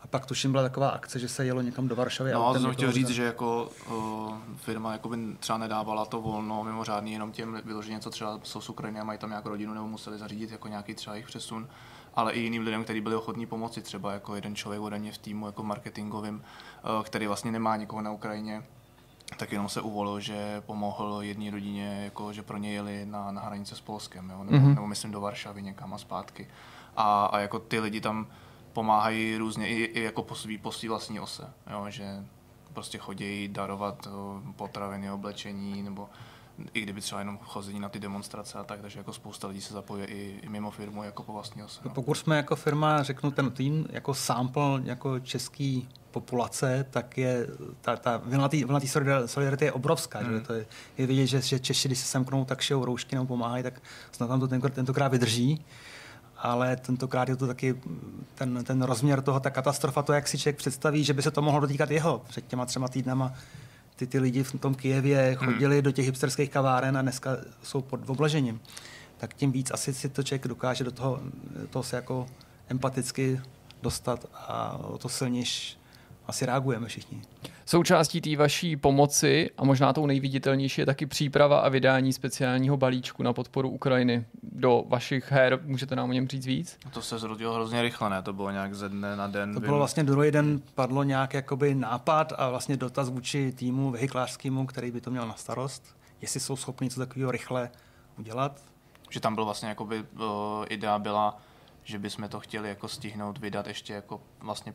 pak tuším byla taková akce, že se jelo někam do Varšavy. No, to jsem chtěl říct, že jako firma jakoby třeba nedávala to volno mimořádný jenom těm vyloženě, co třeba jsou z Ukrajiny a mají tam nějakou rodinu nebo museli zařídit jako nějaký třeba jejich přesun, ale i jiným lidem, kteří byli ochotní pomoci, třeba jako jeden člověk ode mě v týmu jako marketingovým, který vlastně nemá nikoho na Ukrajině, tak jenom se uvolil, že pomohl jedné rodině, jako, že pro ně jeli na hranice s Polskem, jo? Nebo myslím do Varšavy někam a zpátky. A jako ty lidi tam pomáhají různě i jako po svý vlastní ose, jo? Že prostě chodí darovat potraviny, oblečení, nebo i kdyby třeba jenom chození na ty demonstrace a tak, takže jako spousta lidí se zapojí i mimo firmu jako po vlastní ose. No. Pokud jsme jako firma, řeknu ten tým, jako sample jako český populace, tak je ta vlna té solidarity je obrovská. Že? To je vidět, že Češi, když se semknou, tak šijou roušky nebo pomáhají, tak snad tam to tentokrát vydrží. Ale tentokrát je to taky ten rozměr toho, ta katastrofa, to, jak si člověk představí, že by se to mohlo dotýkat jeho. Před těma 3 týdnama ty lidi v tom Kyjevě chodili do těch hipsterských kaváren a dneska jsou pod obležením. Tak tím víc asi si to člověk dokáže do toho se jako empaticky dostat a o to silnější asi reagujeme všichni. Součástí té vaší pomoci a možná tou nejviditelnější je taky příprava a vydání speciálního balíčku na podporu Ukrajiny do vašich her. Můžete nám o něm říct víc? To se zrodilo hrozně rychle, ne? To bylo nějak ze dne na den. To bylo vlastně druhý den, padlo nějak jakoby nápad a vlastně dotaz vůči týmu vehiklářskému, který by to měl na starost, jestli jsou schopni něco takového rychle udělat. Že tam byl vlastně jakoby idea byla, že bychom to chtěli jako stihnout vydat ještě jako vlastně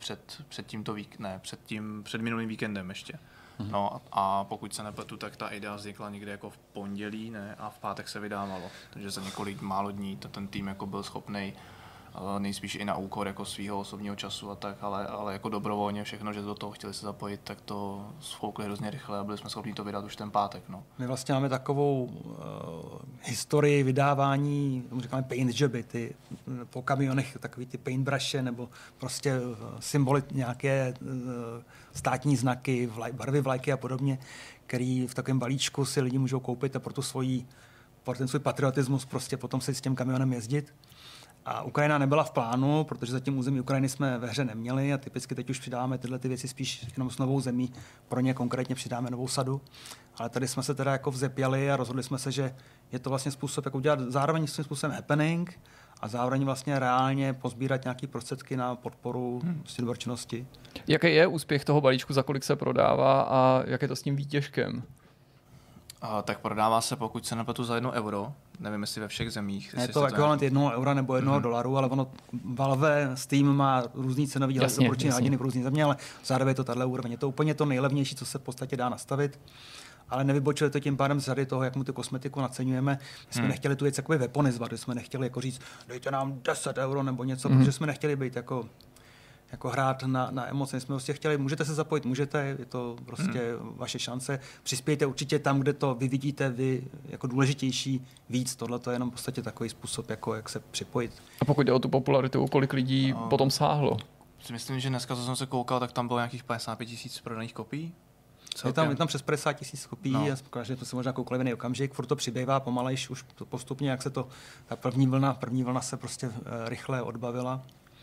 před minulým víkendem ještě. No a pokud se nepletu, tak ta idea vznikla někde jako v pondělí, ne, a v pátek se vydávalo. Takže za několik málo dní ten tým jako byl schopnej nejspíš i na úkor jako svého osobního času a tak, ale jako dobrovolně všechno, že do toho chtěli se zapojit, tak to sfoukli hrozně rychle a byli jsme schopni to vydat už ten pátek. No. My vlastně máme takovou historii vydávání, tomu říkáme paint joby, po kamionech takový ty paintbrushe nebo prostě symboly nějaké státní znaky, barvy vlajky a podobně, který v takovém balíčku si lidi můžou koupit a pro ten svůj patriotismus prostě potom si s tím kamionem jezdit. A Ukrajina nebyla v plánu, protože zatím území Ukrajiny jsme ve hře neměli a typicky teď už přidáváme tyhle ty věci spíš jenom s novou zemí, pro ně konkrétně přidáme Novou Sadu. Ale tady jsme se teda jako vzepěli a rozhodli jsme se, že je to vlastně způsob, jak udělat zároveň svým způsobem happening a zároveň vlastně reálně pozbírat nějaké prostředky na podporu dobročinnosti. Jaký je úspěch toho balíčku, za kolik se prodává a jak je to s tím výtěžkem? Tak prodává se, pokud se nepletu, za €1. Nevím, jestli ve všech zemích. Je to ekvivalent €1 nebo $1, ale ono Valve, Steam má různý cenový hladiny v různý země, ale zároveň je to tahle úroveň. Je to úplně to nejlevnější, co se v podstatě dá nastavit. Ale nevybočili to tím pádem z řady toho, jak mu tu kosmetiku naceňujeme. My jsme nechtěli tu věc jakoby weaponizovat, my jsme nechtěli jako říct, dejte nám €10 nebo něco, protože jsme nechtěli být jako hrát na emoce. My jsme prostě chtěli, můžete se zapojit, můžete, je to prostě vaše šance. Přispějte určitě tam, kde to vy vidíte vy jako důležitější víc. Tohle to je jenom v podstatě takový způsob, jako jak se připojit. A pokud jde o tu popularitu, kolik lidí potom sáhlo? Myslím, že dneska, co jsem se koukal, tak tam bylo nějakých 55 000 prodaných kopií. Je tam přes 50 000 kopií, no. Každý to se možná koukali v jiný okamžik, furt to přibývá pomalejš už postupně, jak se ta první vlna se prostě rychle odbavila.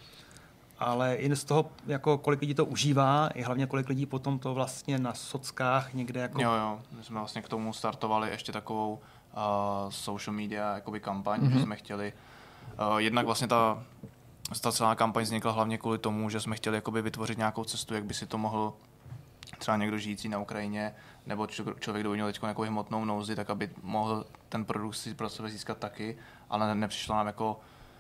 Ale i z toho, jako kolik lidí to užívá, i hlavně kolik lidí potom to vlastně na sockách někde jako... Jo, my jsme vlastně k tomu startovali ještě takovou social media jakoby kampaň, že jsme chtěli, jednak vlastně ta celá kampaň vznikla hlavně kvůli tomu, že jsme chtěli jakoby vytvořit nějakou cestu, jak by si to mohl třeba někdo žijící na Ukrajině, nebo člověk, kdo měl teď nějakou hmotnou nouzi, tak aby mohl ten produkt si pro sebe získat taky, ale nepřišlo nám jako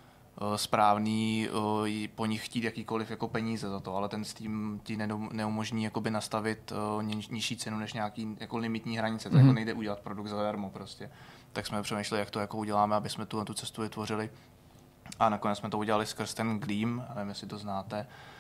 správný po nich chtít jakýkoliv jako peníze za to, ale ten Steam ti neumožní jakoby nastavit nižší cenu než nějaký jako limitní hranice, to jako nejde udělat produkt zadarmo prostě. Tak jsme přemýšleli, jak to jako uděláme, aby jsme tu cestu vytvořili. A nakonec jsme to udělali skrz ten Gleam, nevím, jestli to znáte.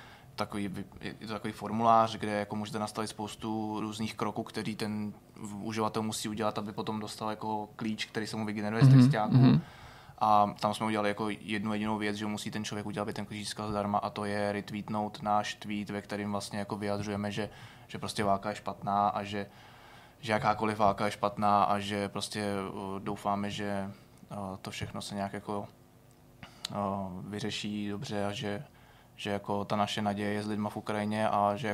Je to takový formulář, kde jako můžete nastavit spoustu různých kroků, který ten uživatel musí udělat, aby potom dostal jako klíč, který se mu vygeneruje z textáku. A tam jsme udělali jako jednu jedinou věc, že musí ten člověk udělat, aby ten klíč získal zdarma, a to je retweetnout náš tweet, ve kterém vlastně jako vyjadřujeme, že prostě válka je špatná a že jakákoliv válka je špatná a že prostě doufáme, že to všechno se nějak jako vyřeší dobře a že že jako ta naše naděje je s lidma v Ukrajině a že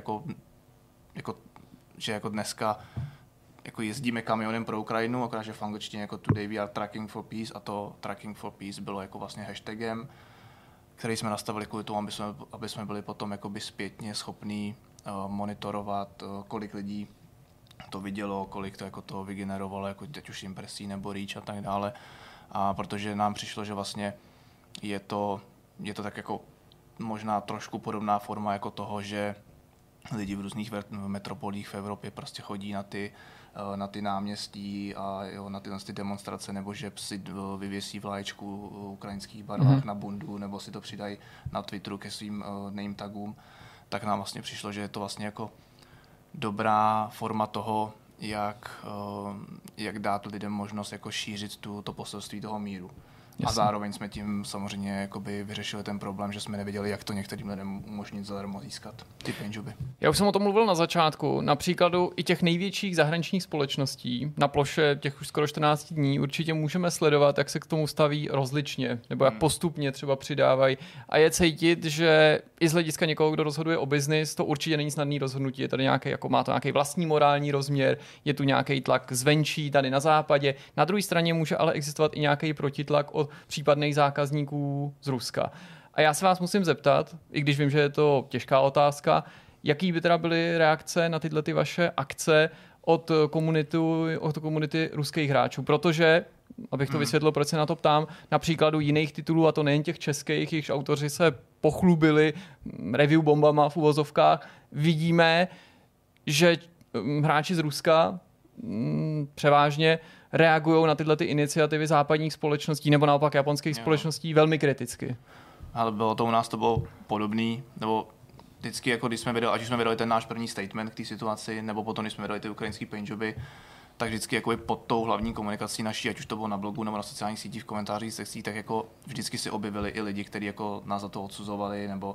jako dneska jako jezdíme kamionem pro Ukrajinu, akorát, že v angličtině jako today we are tracking for peace a to tracking for peace bylo jako vlastně hashtagem, který jsme nastavili kvůli tomu, aby jsme byli potom jakoby zpětně schopní monitorovat, kolik lidí to vidělo, kolik to jako to vygenerovalo, jako teď už impresí nebo reach a tak dále. A protože nám přišlo, že vlastně je to tak jako možná trošku podobná forma jako toho, že lidi v různých metropolích v Evropě prostě chodí na ty náměstí a jo, na ty demonstrace, nebo že si vyvěsí vlaječku v ukrajinských barvách na bundu, nebo si to přidají na Twitteru ke svým name tagům, tak nám vlastně přišlo, že je to vlastně jako dobrá forma toho, jak dát lidem možnost jako šířit to poselství toho míru. Jasně. A zároveň jsme tím samozřejmě jakoby vyřešili ten problém, že jsme nevěděli, jak to některým lidem umožnit zadarmo získat ty paintjoby. Já už jsem o tom mluvil na začátku. Na příkladu i těch největších zahraničních společností na ploše těch už skoro 14 dní určitě můžeme sledovat, jak se k tomu staví rozličně, nebo jak postupně třeba přidávají. A je cítit, že i z hlediska někoho, kdo rozhoduje o biznis, to určitě není snadný rozhodnutí. Je tady nějaký, jako má to nějaký vlastní morální rozměr, je tu nějaký tlak zvenčí, tady na západě. Na druhé straně může ale existovat i nějaký protitlak od případných zákazníků z Ruska. A já se vás musím zeptat, i když vím, že je to těžká otázka, jaký by teda byly reakce na tyhle ty vaše akce od komunity ruských hráčů, protože, abych to vysvětlil, proč se na to ptám, na příkladu jiných titulů, a to nejen těch českých, jejichž autoři se pochlubili review bombama v uvozovkách, vidíme, že hráči z Ruska převážně reagují na tyhle ty iniciativy západních společností nebo naopak japonských společností velmi kriticky. Ale bylo to u nás to bylo podobný, nebo vždycky, jako když jsme vydali ten náš první statement k té situaci, nebo potom, když jsme vydali ty ukrajinský paintjoby, tak vždycky jako pod tou hlavní komunikací naší, ať už to bylo na blogu nebo na sociálních sítích, v komentářích, sekcích, tak jako vždycky si objevili i lidi, kteří jako nás za to odsuzovali, nebo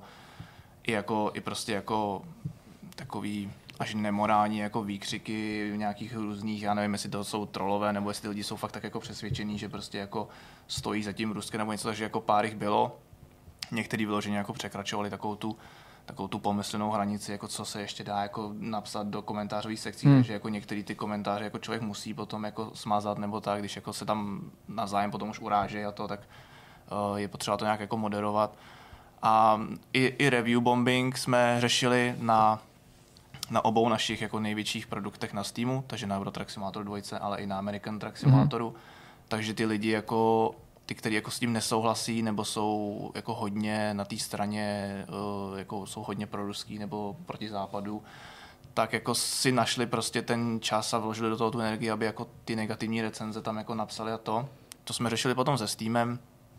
i prostě jako takový až nemorální jako výkřiky nějakých různých, já nevím, jestli to jsou trolové, nebo jestli ty lidi jsou fakt tak jako přesvědčení, že prostě jako stojí za tím Ruskem nebo něco, takže jako pár jich bylo. Některý vyloženě jako překračovali takovou tu pomyslnou hranici, jako co se ještě dá jako napsat do komentářových sekcí, takže jako některý ty komentáře jako člověk musí potom jako smazat nebo tak, když jako se tam navzájem potom už urážejí a to, tak je potřeba to nějak jako moderovat. A i review bombing jsme řešili na obou našich jako největších produktech na Steamu, takže na Euro Truck Simulator 2, ale i na American Truck Simulatoru. Takže ty lidi jako ty, kteří jako s tím nesouhlasí nebo jsou jako hodně na té straně, jako jsou hodně proruský nebo proti západu, tak jako si našli prostě ten čas a vložili do toho tu energii, aby jako ty negativní recenze tam jako napsali a to. To jsme řešili potom se Steamem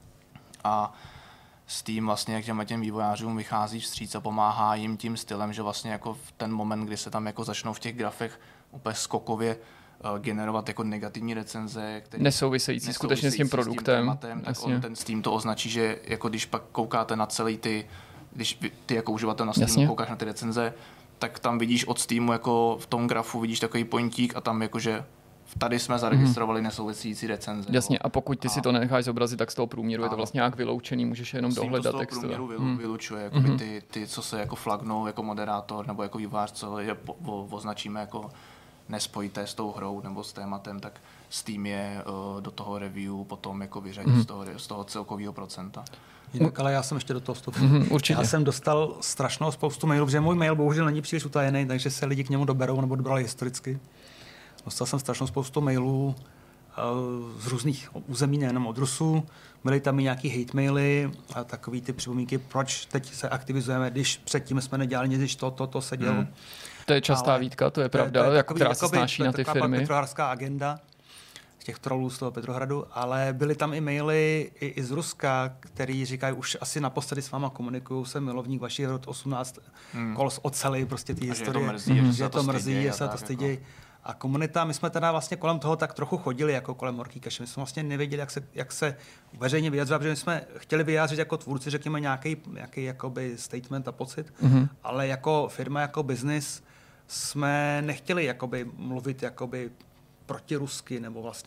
a Steam vlastně jak těm vývojářům vychází vstříc a pomáhá jim tím stylem, že vlastně jako v ten moment, kdy se tam jako začnou v těch grafech úplně skokově generovat jako negativní recenze, které nesouvisející skutečně s tím produktem, tématem, tak on ten Steam to označí, že jako když pak koukáte na celý když ty jako uživatel na Steamu koukáš na ty recenze, tak tam vidíš od Steamu jako v tom grafu vidíš takový pointík a tam jakože tady jsme zaregistrovali nesouvisející recenze. Jasně, a pokud ty si to nenecháš zobrazit, tak z toho průměru je to vlastně nějak vyloučený, můžeš jenom dohledat text. Z toho průměru vylučuje jako ty, co se jako flagnou jako moderátor nebo jako vývojář, co je označíme jako nespojité s tou hrou nebo s tématem, tak Steam je do toho review potom jako vyřadit z toho celkového procenta. Jinak, ale já jsem ještě do toho vstoupil. Určitě. Já jsem dostal strašnou spoustu mailů, protože můj mail bohužel není příliš utajený, takže se lidi k němu doberou nebo dobrali historicky. Dostal jsem strašnou spoustu mailů z různých území, nejenom od Rusů. Byly tam i nějaký hate maily a takový ty připomínky, proč teď se aktivizujeme, když předtím jsme nedělali nic, když to se dělo. To je častá výtka, to je pravda, která se snáší na ty firmy. Petrohradská agenda z těch trolů z toho Petrohradu, ale byly tam i maily i z Ruska, který říkají, už asi naposledy s váma komunikuju, jsem milovník vašich rod 18 kolos oceli, prostě ty historie, že to mrzí, že se to stydí. A komunita, my jsme teda vlastně kolem toho tak trochu chodili, jako kolem horký kaše. My jsme vlastně nevěděli, jak se veřejně vyjadřovat, protože my jsme chtěli vyjádřit jako tvůrci, řekněme, nějaký jakoby statement a pocit, ale jako firma, jako business jsme nechtěli jakoby mluvit jakoby protirusky, nebo vlastně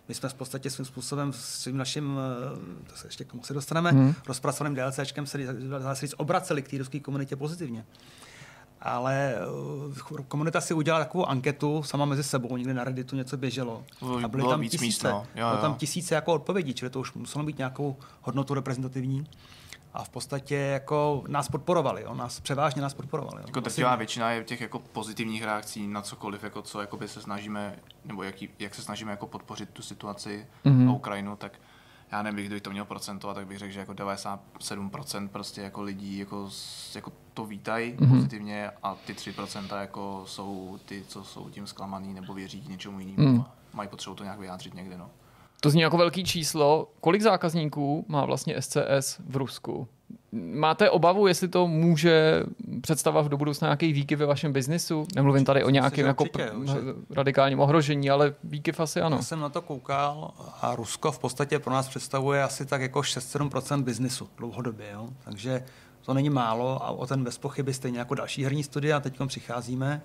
My jsme v podstatě svým způsobem s tím naším, to se ještě komu se dostaneme, rozpracovaným DLCčkem se obraceli k té ruské komunitě pozitivně. Ale komunita si udělala takovou anketu sama mezi sebou, někde na Redditu něco běželo. A byly tam tisíce. Bylo tam tisíce jako odpovědí, čili to už muselo být nějakou hodnotu reprezentativní. A v podstatě jako nás podporovali, převážně nás podporovali. Jako drtivá většina je těch jako pozitivních reakcí na cokoliv, jako co jakoby se snažíme, nebo jak se snažíme jako podpořit tu situaci na Ukrajinu, tak já nevím, kdybych to měl procentovat, tak bych řekl, že jako 97% prostě jako lidí jako to vítají pozitivně a ty 3% jako jsou ty, co jsou tím zklamaný nebo věří k něčemu jinému. Mají potřebu to nějak vyjádřit někde, no. To zní jako velký číslo. Kolik zákazníků má vlastně SCS v Rusku? Máte obavu, jestli to může představovat do budoucna nějaký výkyv ve vašem biznisu? Nemluvím tady o nějakém jako radikálním ohrožení, ale výkyv asi ano. Já jsem na to koukal a Rusko v podstatě pro nás představuje asi tak jako 6-7% biznisu dlouhodobě. Jo? Takže to není málo a o ten bez pochyby stejně jako další herní studia teď přicházíme.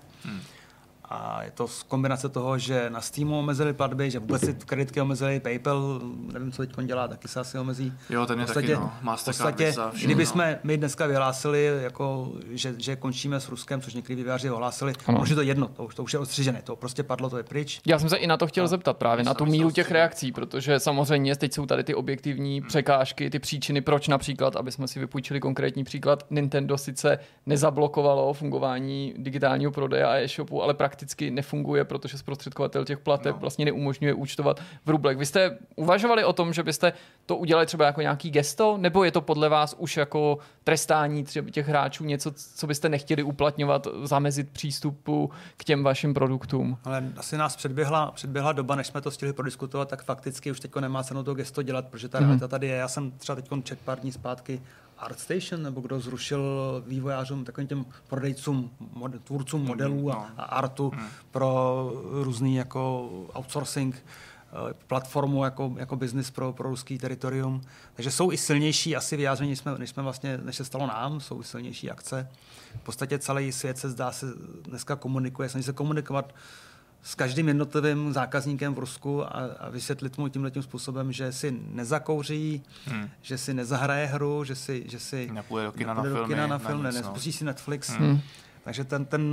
A je to kombinace toho, že na Steamu omezili platby, že vůbec si kreditky omezili, PayPal, nevím, co teď dělá, taky se asi omezí. Jo, ten je taky, no. Mastercard, Visa, kdybychom my dneska vyhlásili, jako, že končíme s Ruskem, což někteří vývojáři ohlásili, už je to jedno, to už je odstřižené, to prostě padlo, to je pryč. Já jsem se i na to chtěl zeptat právě, na tu míru těch reakcí, protože samozřejmě teď jsou tady ty objektivní překážky, ty příčiny, proč například, aby jsme si vypůjčili konkrétní příklad, Nintendo sice nezablokovalo fungování digitálního prodeje a e-shopu, ale prakticky nefunguje, protože zprostředkovatel těch plateb vlastně neumožňuje účtovat v rublech. Vy jste uvažovali o tom, že byste to udělali třeba jako nějaký gesto, nebo je to podle vás už jako trestání třeba těch hráčů něco, co byste nechtěli uplatňovat, zamezit přístupu k těm vašim produktům? Ale asi nás předběhla doba, než jsme to chtěli prodiskutovat, tak fakticky už teď nemá cenu to gesto dělat, protože ta realita tady je. Já jsem třeba teď četl pár dní zpátky ArtStation, nebo kdo zrušil vývojářům, takovým těm prodejcům, tvůrcům modelů a artu pro různý jako outsourcing platformu jako business pro ruský teritorium. Takže jsou i silnější asi vyjádření, než se stalo nám, jsou i silnější akce. V podstatě celý svět se zdá se dneska komunikuje, snaží se komunikovat s každým jednotlivým zákazníkem v Rusku a vysvětlit mu tímhletím způsobem, že si nezakouří, že si nezahraje hru, že si nepůjde do kina na film, nespustí si Netflix. Takže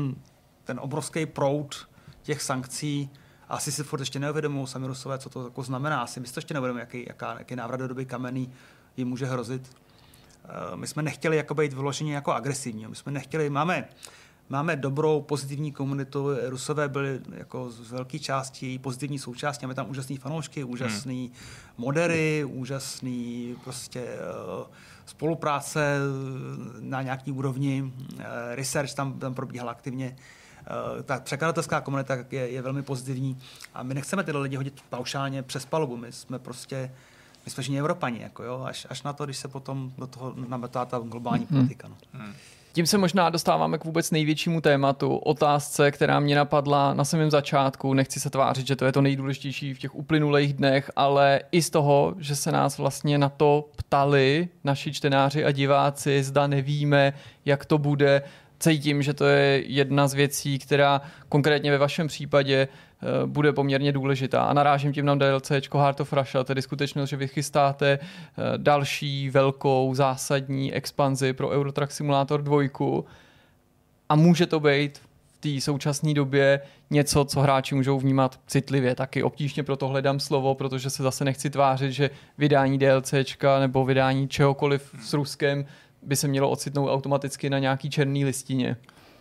ten obrovský proud těch sankcí asi si furt ještě neuvědomují sami Rusové, co to jako znamená. Asi my si to ještě neuvědomují, jaký návrat do doby kamenný jim může hrozit. My jsme nechtěli jako být vyloženě jako agresivní. My jsme nechtěli, máme dobrou pozitivní komunitu, Rusové byli jako z velké části pozitivní součástí, máme tam úžasný fanoušky, úžasný modery, úžasný prostě spolupráce na nějaký úrovni, research tam probíhal aktivně. Ta překladatelská komunita je velmi pozitivní a my nechceme tyhle lidi hodit paušálně přes palubu, my jsme všichni Evropani, jako jo, až na to, když se potom do toho nametá ta globální politika. No. Tím se možná dostáváme k vůbec největšímu tématu, otázce, která mě napadla na samém začátku. Nechci se tvářit, že to je to nejdůležitější v těch uplynulých dnech, ale i z toho, že se nás vlastně na to ptali naši čtenáři a diváci, zda nevíme, jak to bude. Cítím, že to je jedna z věcí, která konkrétně ve vašem případě bude poměrně důležitá. A narážím tím na DLCčko Heart of Russia, tedy skutečnost, že vy chystáte další velkou zásadní expanzi pro Euro Truck Simulator 2 a může to být v té současné době něco, co hráči můžou vnímat citlivě. Taky obtížně proto hledám slovo, protože se zase nechci tvářit, že vydání DLCčka nebo vydání čehokoliv s Ruskem by se mělo ocitnout automaticky na nějaký černý listině.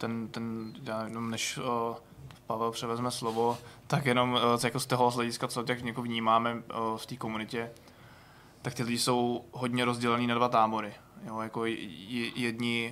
Jenom než Pavel převezme slovo, tak jenom jako z toho hlediska, co tak někoho vnímáme v té komunitě, tak ty lidi jsou hodně rozdělený na dva tábory. Jo, jako jedni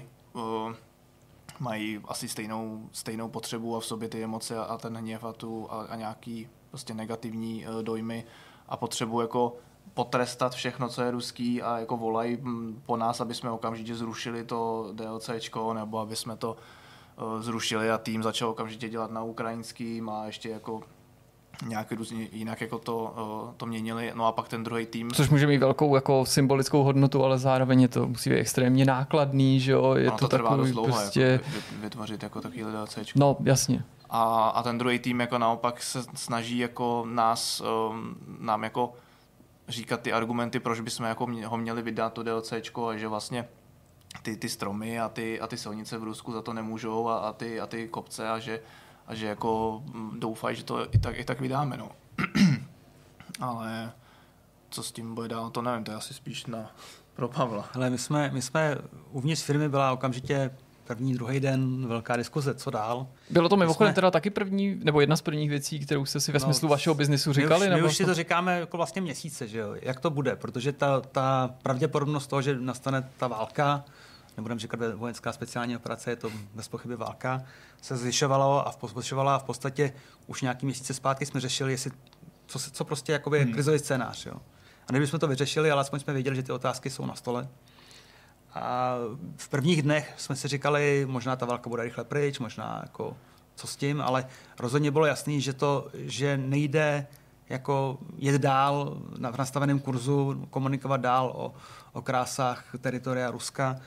mají asi stejnou potřebu a v sobě ty emoce a ten hněv a nějaký prostě negativní dojmy a potřebu jako potrestat všechno, co je ruský a jako volají po nás, aby jsme okamžitě zrušili to DLCčko, nebo aby jsme to zrušili a tým začal okamžitě dělat na ukrajinským a ještě jako nějak různě jinak jako to měnili. No a pak ten druhý tým. Což může mít velkou jako symbolickou hodnotu, ale zároveň je to musí být extrémně nákladný, že jo? Je to trvá takový dost dlouho prostě jako vytvořit jako takový DLCčko. No, jasně. A ten druhý tým jako naopak se snaží jako nám jako říkat ty argumenty, proč bychom jako ho měli vydat to DLCčko a že vlastně ty stromy a ty silnice v Rusku za to nemůžou a ty kopce a že jako doufají, že to i tak vydáme, no. Ale co s tím bude dál, to nevím, to je asi spíš pro Pavla. Ale my jsme uvnitř firmy byla okamžitě první, druhý den velká diskuze, co dál. Bylo to mimochodem teda taky první, nebo jedna z prvních věcí, kterou jste si ve smyslu vašeho biznisu říkali? My už si to říkáme jako vlastně měsíce, že jo, jak to bude, protože ta pravděpodobnost toho, že nastane ta válka, nebudeme říkat vojenská speciální operace, je to bez pochyby válka, se zvyšovala a v podstatě už nějaký měsíce zpátky jsme řešili, jestli, co prostě jakoby je krizový scénář. Jo. A nebyli jsme to vyřešili, ale aspoň jsme věděli, že ty otázky jsou na stole. A v prvních dnech jsme si říkali, možná ta válka bude rychle pryč, možná jako co s tím, ale rozhodně bylo jasný, že nejde jako jet dál v nastaveném kurzu, komunikovat dál o krásách teritoria Ruska.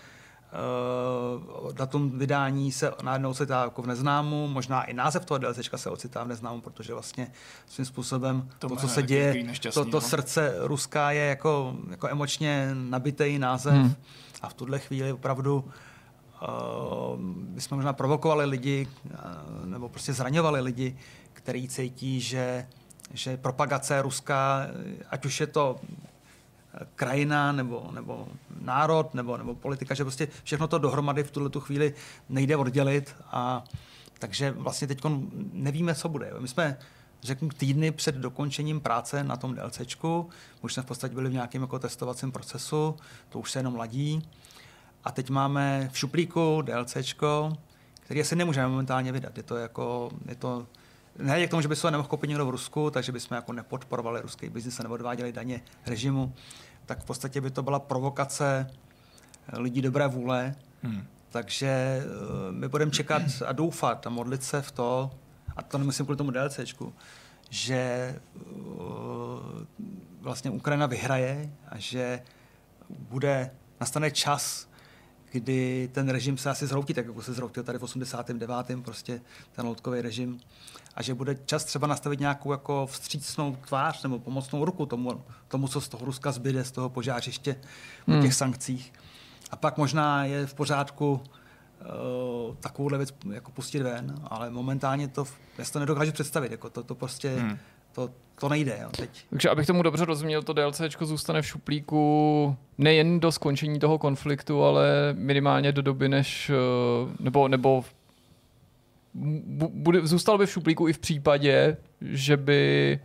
Datum vydání se najednou ocitá jako v neznámu, možná i název toho DLCčka se ocitá v neznámu, protože vlastně svým způsobem to co se děje, to srdce Ruska je jako emočně nabitý název a v tuhle chvíli opravdu bychom možná provokovali lidi nebo prostě zraňovali lidi, kteří cítí, že propagace Ruska, ať už je to krajina nebo národ nebo politika, že prostě všechno to dohromady v tuhletu chvíli nejde oddělit a takže vlastně teď nevíme, co bude. My jsme, řeknu, týdny před dokončením práce na tom DLCčku, už jsme v podstatě byli v nějakém jako testovacím procesu, to už se jenom ladí a teď máme v šuplíku DLCčko, který asi nemůžeme momentálně vydat. Je to nehledě k tomu, že by se ho nemohl koupit někdo v Rusku, takže bychom jako nepodporovali ruský biznis a neodváděli daně režimu, tak v podstatě by to byla provokace lidí dobré vůle. Takže my budeme čekat a doufat a modlit se v to, a to nemyslím kvůli tomu DLCčku, že vlastně Ukrajina vyhraje a že nastane čas, kdy ten režim se asi zhroutí, tak jako se zhroutil tady v 89. prostě ten loutkový režim. A že bude čas třeba nastavit nějakou jako vstřícnou tvář nebo pomocnou ruku tomu, co z toho Ruska zbyde, z toho požářiště po těch sankcích. A pak možná je v pořádku takovouhle věc jako pustit ven, ale momentálně já si to nedokážu představit. Jako to prostě to nejde. Jo, teď. Takže abych tomu dobře rozuměl, to DLCčko zůstane v šuplíku nejen do skončení toho konfliktu, ale minimálně do doby, než nebo zůstalo by v šuplíku i v případě, že by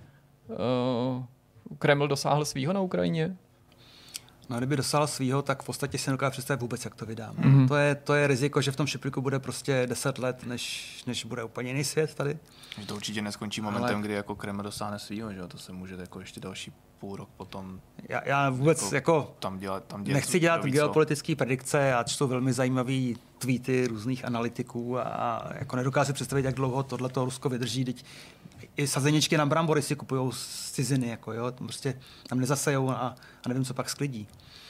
Kreml dosáhl svýho na Ukrajině? No, kdyby dosáhl svýho, tak v podstatě si nedokážu představit vůbec, jak to vydáme. To je riziko, že v tom šuplíku bude prostě 10 let, než bude úplně jiný svět tady. Že to určitě neskončí momentem, kdy jako Kreml dosáhne svýho, že to se může jako ještě další půl rok potom. Já vůbec jako tam dělat nechci dělat geopolitické predikce, já čtu velmi zajímavý tweety různých analytiků a jako nedokážu představit, jak dlouho tohleto Rusko vydrží. Teď i sazeničky na brambory si kupujou z ciziny, jako jo, prostě tam nezasejou a nevím, co pak sklidí.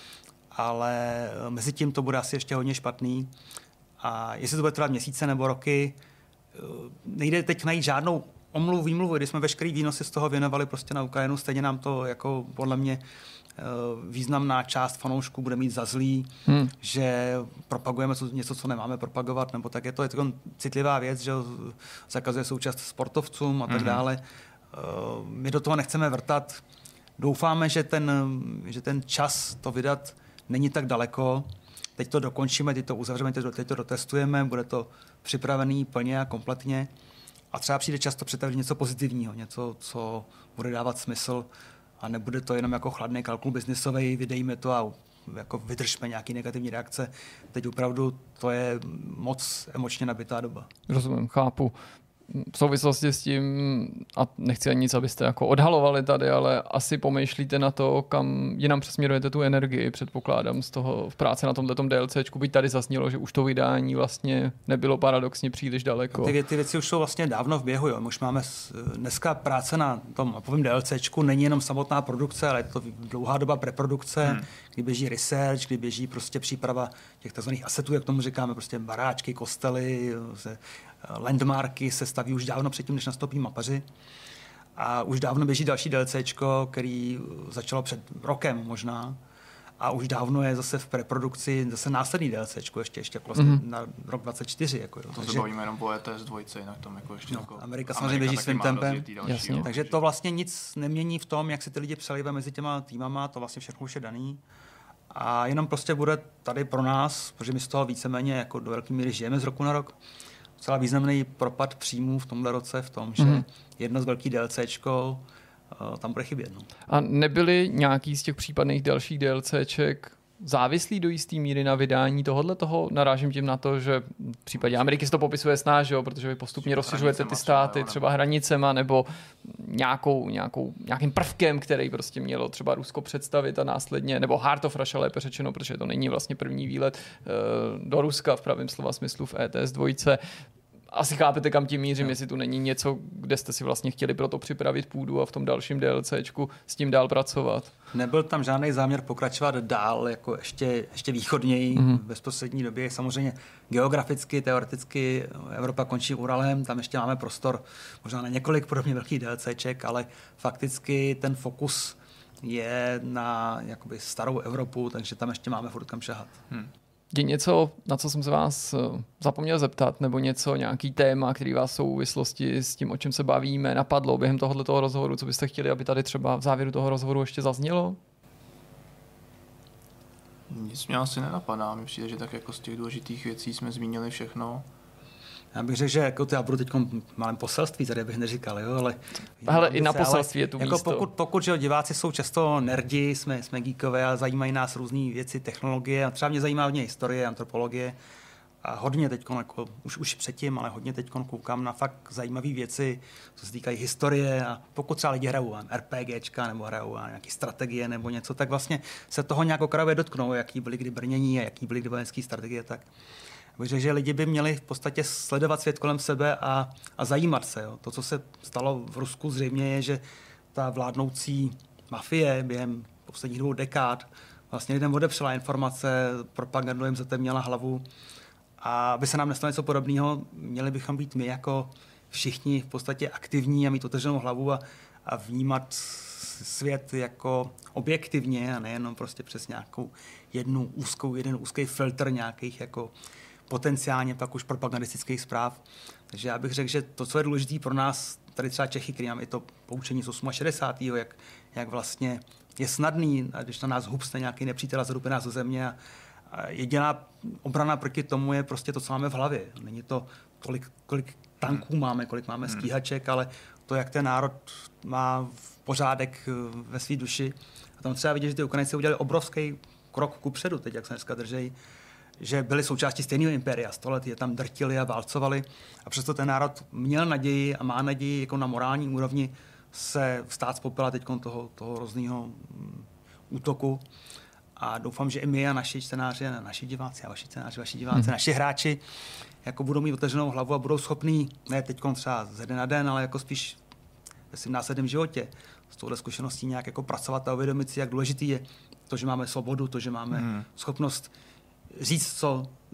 Ale mezi tím to bude asi ještě hodně špatný. A jestli to bude trvat měsíce nebo roky, nejde teď najít žádnou výmluvu, když jsme veškerý výnosy z toho věnovali prostě na Ukrajinu, stejně nám to jako podle mě významná část fanoušků bude mít za zlý, že propagujeme něco, co nemáme propagovat, nebo tak je to citlivá věc, že zakazuje součást sportovcům a tak dále. My do toho nechceme vrtat. Doufáme, že ten čas to vydat není tak daleko. Teď to dokončíme, teď to uzavřeme, teď to dotestujeme, bude to připravený plně a kompletně. A třeba přijde často představit něco pozitivního, něco, co bude dávat smysl a nebude to jenom jako chladný kalkul biznisový, vydejme to a jako vydržme nějaký negativní reakce. Teď opravdu to je moc emočně nabitá doba. Rozumím, chápu. V souvislosti s tím, a nechci ani nic, abyste jako odhalovali tady, ale asi pomýšlíte na to, kam jinam přesměrujete tu energii, předpokládám, z toho v práci na tomhletom DLCčku, byť tady zaznělo, že už to vydání vlastně nebylo paradoxně příliš daleko. Ty věci už jsou vlastně dávno v běhu, jo. My už máme dneska práce na tom DLCčku, není jenom samotná produkce, ale je to dlouhá doba preprodukce, kdy běží research, kdy běží prostě příprava těch tzv. Asetů, jak tomu říkáme, prostě baráčky, kostely, landmarky se staví už dávno předtím, než nastoupí mapaři. A už dávno běží další DLCčko, který začalo před rokem možná. A už dávno je zase v preprodukci zase následný DLCčko, ještě vlastně na rok 2024. Jako, to se bavíme jenom o ETS 2, jinak tam jako ještě jako Amerika samozřejmě běží svým tempem. Jasně. Takže to vlastně nic nemění v tom, jak si ty lidi přelívají mezi těma týmama, to vlastně všechno už je daný. A jenom prostě bude tady pro nás, protože my z toho víceméně jako do velké míry žijeme z roku na rok, docela významný propad příjmů v tomhle roce v tom, že jedno z velkých DLCčko tam bude chybět. No. A nebyly nějaký z těch případných dalších DLCček závislí do jistý míry na vydání tohoto? Narážím tím na to, že v případě Ameriky se to popisuje snáž, protože vy postupně rozšiřujete ty státy třeba hranicema nebo nějakým prvkem, který prostě mělo třeba Rusko představit a následně, nebo Heart of Russia lépe řečeno, protože to není vlastně první výlet do Ruska v pravém slova smyslu v ETS 2. Asi chápete, kam tím mířím, jestli tu není něco, kde jste si vlastně chtěli pro to připravit půdu a v tom dalším DLCčku s tím dál pracovat. Nebyl tam žádný záměr pokračovat dál, jako ještě východněji v bezprostřední době. Samozřejmě geograficky, teoreticky Evropa končí Uralem, tam ještě máme prostor možná na několik podobně velkých DLCček, ale fakticky ten fokus je na jakoby starou Evropu, takže tam ještě máme furt kam šahat. Je něco, na co jsem se vás zapomněl zeptat, nebo nějaký téma, který vás v souvislosti s tím, o čem se bavíme, napadlo během tohoto rozhovoru, co byste chtěli, aby tady třeba v závěru toho rozhovoru ještě zaznělo? Nic mě asi nenapadá, mi přijde, že tak jako z těch důležitých věcí jsme zmínili všechno. Já bych řekl, že jako já budu teď malém poselství, tady bych neříkal, jo, ale... Hele, i na poselství je tu jako místo. Pokud že diváci jsou často nerdi, jsme geekové a zajímají nás různé věci, technologie a třeba mě zajímá hodně historie, antropologie a hodně teď, jako, už předtím, ale hodně teď koukám na fakt zajímavé věci, co se týkají historie a pokud třeba lidi hrajou RPGčka nebo hrajou nějaké strategie nebo něco, tak vlastně se toho nějak okrajově dotknou, jaký byly kdy brnění a jaký byly kdy vojenské strategie, tak... že lidi by měli v podstatě sledovat svět kolem sebe a zajímat se. Jo. To, co se stalo v Rusku zřejmě je, že ta vládnoucí mafie během posledních 2 dekád vlastně lidem odepřela informace, propagandu jim zatemněla hlavu a aby se nám nestalo něco podobného, měli bychom být my jako všichni v podstatě aktivní a mít otevřenou hlavu a vnímat svět jako objektivně a nejenom prostě přes nějakou jeden úzký filtr nějakých jako potenciálně pak už propagandistických zpráv. Takže já bych řekl, že to, co je důležité pro nás, tady třeba Čechy, který máme i to poučení z 68. Jak vlastně je snadný, a když na nás hupsne nějaký nepřítel a zadupe nás do země a jediná obrana proti tomu je prostě to, co máme v hlavě. Není to kolik tanků máme, kolik máme stíhaček, ale to, jak ten národ má pořádek ve své duši. A tam třeba vidět, že ty Ukrajinci udělali obrovský krok kupředu, teď jak se dneska držejí, že byli součástí stejného impéria, 100 let je tam drtili a válcovali a přesto ten národ měl naději a má naději jako na morální úrovni se vstát z popela teď toho hrozného útoku a doufám, že i my a naši čtenáři, naši diváci a vaši diváci, naši hráči jako budou mít otevřenou hlavu a budou schopní, ne teď třeba ze den na den, ale jako spíš ve svým následném životě s touhle zkušeností nějak jako pracovat a uvědomit si, jak důležitý je to, že máme svobodu, to, že máme schopnost říct,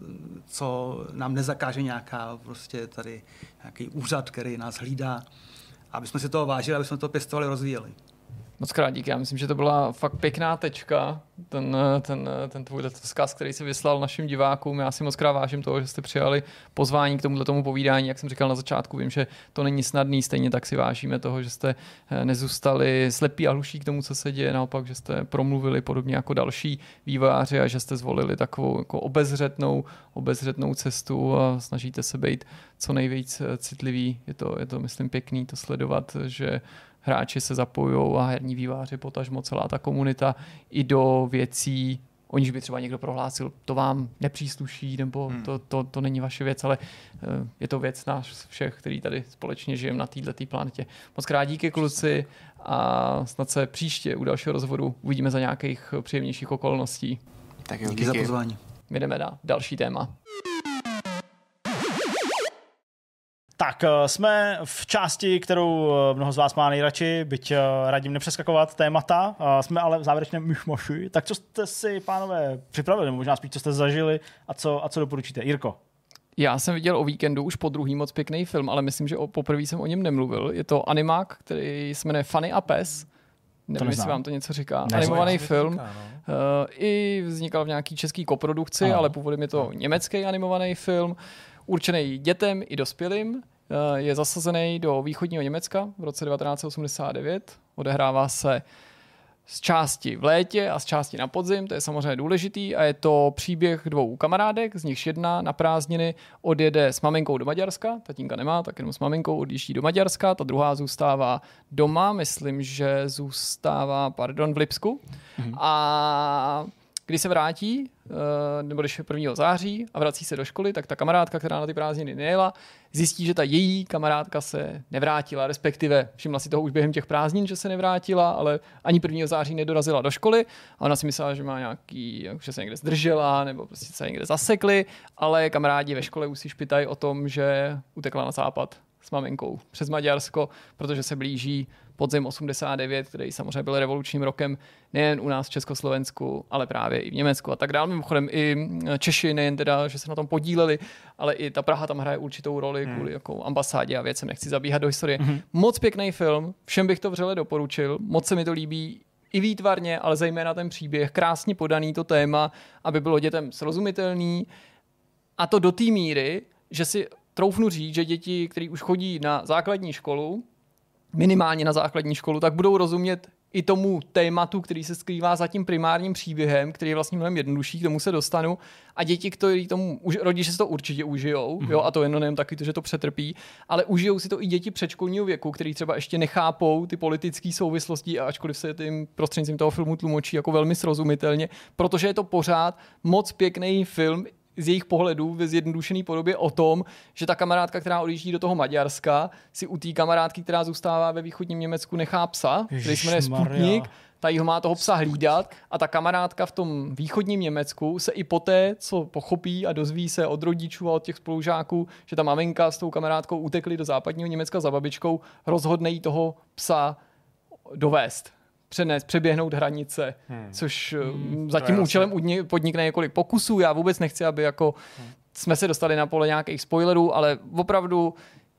co nám nezakáže nějaká prostě tady nějaký úřad, který nás hlídá, aby jsme si toho vážili, aby jsme to pěstovali, rozvíjeli. Moc krát díky, já myslím, že to byla fakt pěkná tečka, ten tvůj vzkaz, který jsi vyslal našim divákům. Já si moc krát vážím toho, že jste přijali pozvání k tomuto povídání, jak jsem říkal na začátku, vím, že to není snadný, stejně tak si vážíme toho, že jste nezůstali slepí a hluší k tomu, co se děje, naopak, že jste promluvili podobně jako další vývojáři a že jste zvolili takovou jako obezřetnou cestu a snažíte se být co nejvíc citlivý. Je to myslím pěkný to sledovat, že hráči se zapojují a herní vývojáři, potažmo celá ta komunita i do věcí, o nich by třeba někdo prohlásil, to vám nepřísluší, nebo to není vaše věc, ale je to věc nás všech, který tady společně žijeme na této planetě. Moc krát díky, kluci, a snad se příště u dalšího rozhovoru uvidíme za nějakých příjemnějších okolností. Tak jo, díky za pozvání. My jdeme na další téma. Tak, jsme v části, kterou mnoho z vás má nejradši, byť radím nepřeskakovat témata, jsme ale v závěrečném myšmaši. Tak co jste si, pánové, připravili, možná spíš, co jste zažili a co doporučíte? Jirko? Já jsem viděl o víkendu už po druhý moc pěkný film, ale myslím, že poprvé jsem o něm nemluvil. Je to animák, který se jmenuje Fanny a pes. Nevím, jestli vám to něco říká. Animovaný film. Říká, no. I vznikal v nějaký český koprodukci, ale původem je to německý animovaný film, určený dětem i dospělým. Je zasazený do východního Německa v roce 1989. Odehrává se z části v létě a z části na podzim, to je samozřejmě důležitý a je to příběh dvou kamarádek, z nichž jedna na prázdniny odjede s maminkou do Maďarska, tatínka nemá, tak jenom s maminkou odjíždí do Maďarska, ta druhá zůstává doma, myslím, že zůstává, v Lipsku a když se vrátí, nebo když je 1. září a vrací se do školy, tak ta kamarádka, která na ty prázdniny nejela, zjistí, že ta její kamarádka se nevrátila, respektive všimla si toho už během těch prázdnin, že se nevrátila, ale ani 1. září nedorazila do školy a ona si myslela, že má nějaký, že se někde zdržela nebo prostě se někde zasekli, ale kamarádi ve škole už si špitají o tom, že utekla na západ s maminkou přes Maďarsko, protože se blíží podzim 89, který samozřejmě byl revolučním rokem nejen u nás v Československu, ale právě i v Německu a tak dále. Mimochodem i Češi nejen teda, že se na tom podíleli, ale i ta Praha tam hraje určitou roli kvůli jako ambasádě a věcem, nechci zabíhat do historie. Moc pěkný film, všem bych to vřele doporučil, moc se mi to líbí i výtvarně, ale zejména ten příběh, krásně podaný to téma, aby bylo dětem srozumitelný a to do té míry, že si troufnu říct, že děti, kteří už chodí na základní školu, minimálně na základní školu, tak budou rozumět i tomu tématu, který se skrývá za tím primárním příběhem, který je vlastně mnohem jednodušší, k tomu se dostanu. A děti, kteří tomu, rodiče si to určitě užijou, jo, a to jenom taky to, že to přetrpí, ale užijou si to i děti předškolního věku, kteří třeba ještě nechápou ty politické souvislosti, a ačkoliv se tím prostřednictvím toho filmu tlumočí jako velmi srozumitelně, protože je to pořád moc pěkný film, z jejich pohledů ve zjednodušené podobě o tom, že ta kamarádka, která odjíždí do toho Maďarska, si u té kamarádky, která zůstává ve východním Německu, nechá psa, který se jmenuje Sputnik, ta jí ho má toho psa hlídat a ta kamarádka v tom východním Německu se i poté, co pochopí a dozví se od rodičů a od těch spolužáků, že ta maminka s tou kamarádkou utekli do západního Německa za babičkou, rozhodne jí toho psa dovést. Přeběhnout hranice, což za tím účelem podnikne několik pokusů. Já vůbec nechci, aby jako jsme se dostali na pole nějakých spoilerů, ale opravdu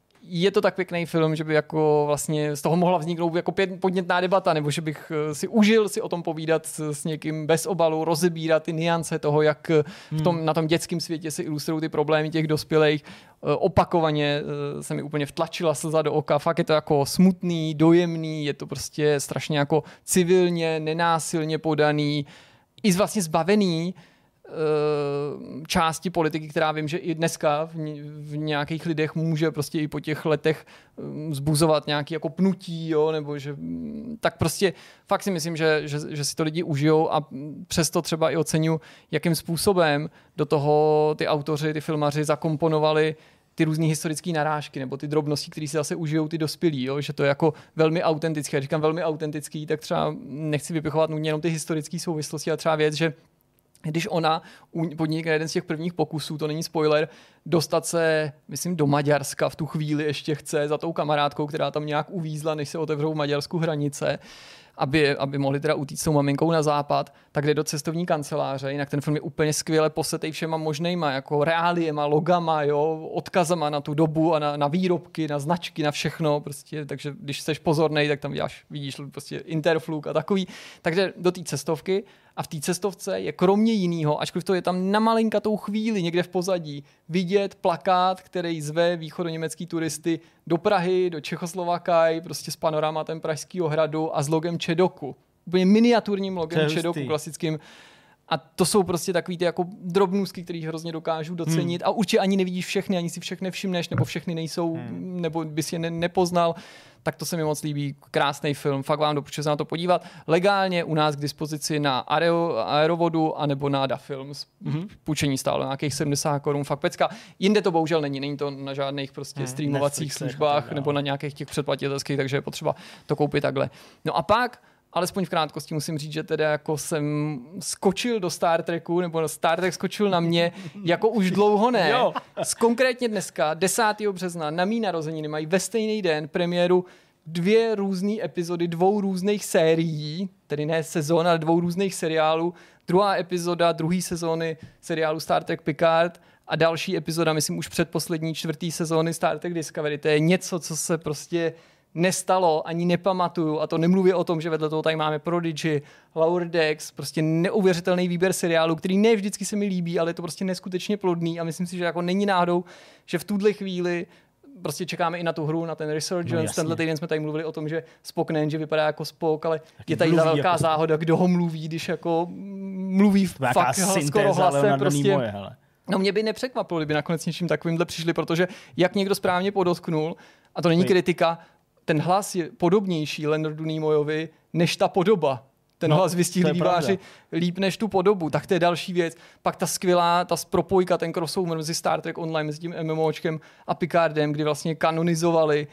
je to tak pěkný film, že by jako vlastně z toho mohla vzniknout jako podnětná debata, nebo že bych si užil si o tom povídat s někým bez obalu, rozebírat ty nuance toho, jak na tom dětském světě se ilustrují ty problémy těch dospělých. Opakovaně se mi úplně vtlačila slza do oka, fakt je to jako smutný, dojemný, je to prostě strašně jako civilně, nenásilně podaný, i vlastně zbavený části politiky, která vím, že i dneska v nějakých lidech může prostě i po těch letech vzbuzovat nějaké jako pnutí, jo, nebo že tak prostě fakt si myslím, že si to lidi užijou a přesto třeba i oceňuji, jakým způsobem do toho ty autoři, ty filmaři zakomponovali ty různý historické narážky nebo ty drobnosti, které si zase užijou ty dospělí, jo? Že to je jako velmi autentické. Já říkám velmi autentický, tak třeba nechci vypichovat nutně jenom ty historické souvislosti, ale třeba věc, že když ona podnikne jeden z těch prvních pokusů, to není spoiler, dostat se, myslím, do Maďarska v tu chvíli ještě chce za tou kamarádkou, která tam nějak uvízla, než se otevřou v Maďarsku hranice, aby mohli teda utíct s tou maminkou na západ, tak jde do cestovní kanceláře, jinak ten film je úplně skvěle posetej všema možnejma, jako reáliema, logama, jo, odkazama na tu dobu a na výrobky, na značky, na všechno, prostě, takže když jsi pozornej, tak tam vidíš prostě Interflug a takový, takže do té cestovky a v té cestovce je kromě jiného, ačkoliv to je tam na malinkatou chvíli někde v pozadí, vidět plakát, který zve východoněmecký turisty do Prahy, do Čechoslovakai, prostě s panorámatem Pražského hradu a s logem Čedoku. Úplně miniaturním logem Čedoku, klasickým. A to jsou prostě takový ty jako drobnůstky, který hrozně dokážu docenit. A určitě ani nevidíš všechny, ani si všechny všimneš, nebo všechny nejsou, nebo bys je nepoznal. Tak to se mi moc líbí. Krásný film, fakt vám doporučuji se na to podívat. Legálně u nás k dispozici na Aerovodu anebo na Da Films. Půjčení stálo nějakých 70 korun, fakt pecka. Jinde to bohužel není to na žádných prostě streamovacích službách nebo na nějakých těch předplatitelských, takže je potřeba to koupit takhle. No a pak alespoň v krátkosti musím říct, že teda jako jsem skočil do Star Treku, nebo Star Trek skočil na mě, jako už dlouho ne. Konkrétně dneska, 10. března, na mý narozeniny mají ve stejný den premiéru 2 různé epizody 2 různých sérií, tedy ne sezon, ale 2 různých seriálů. Druhá epizoda 2. sezóny seriálu Star Trek Picard a další epizoda, myslím už předposlední 4. sezóny Star Trek Discovery, to je něco, co se prostě nestalo, ani nepamatuju, a to nemluví o tom, že vedle toho tady máme Prodigy, Lower Decks, prostě neuvěřitelný výběr seriálu, který ne vždycky se mi líbí, ale je to prostě neskutečně plodný a myslím si, že jako není náhodou, že v tuhle chvíli prostě čekáme i na tu hru, na ten Resurgence. No, tenhle týden jsme tady mluvili o tom, že Spock nejen, že vypadá jako Spock, ale je tady ta velká jako záhoda, kdo ho mluví, když jako mluví fakt skoro hlasem. Prostě. No mě by nepřekvapilo, kdyby nakonec něčím takovýmhle přišli, protože jak někdo správně podotknul, a to není kritika, ten hlas je podobnější Leonardu Nimoyovi než ta podoba. Ten hlas vystihli výváři líp než tu podobu, tak to je další věc. Pak ta skvělá, ta propojka, ten crossover mezi Star Trek Online, mezi tím MMOčkem a Picardem, kdy vlastně kanonizovali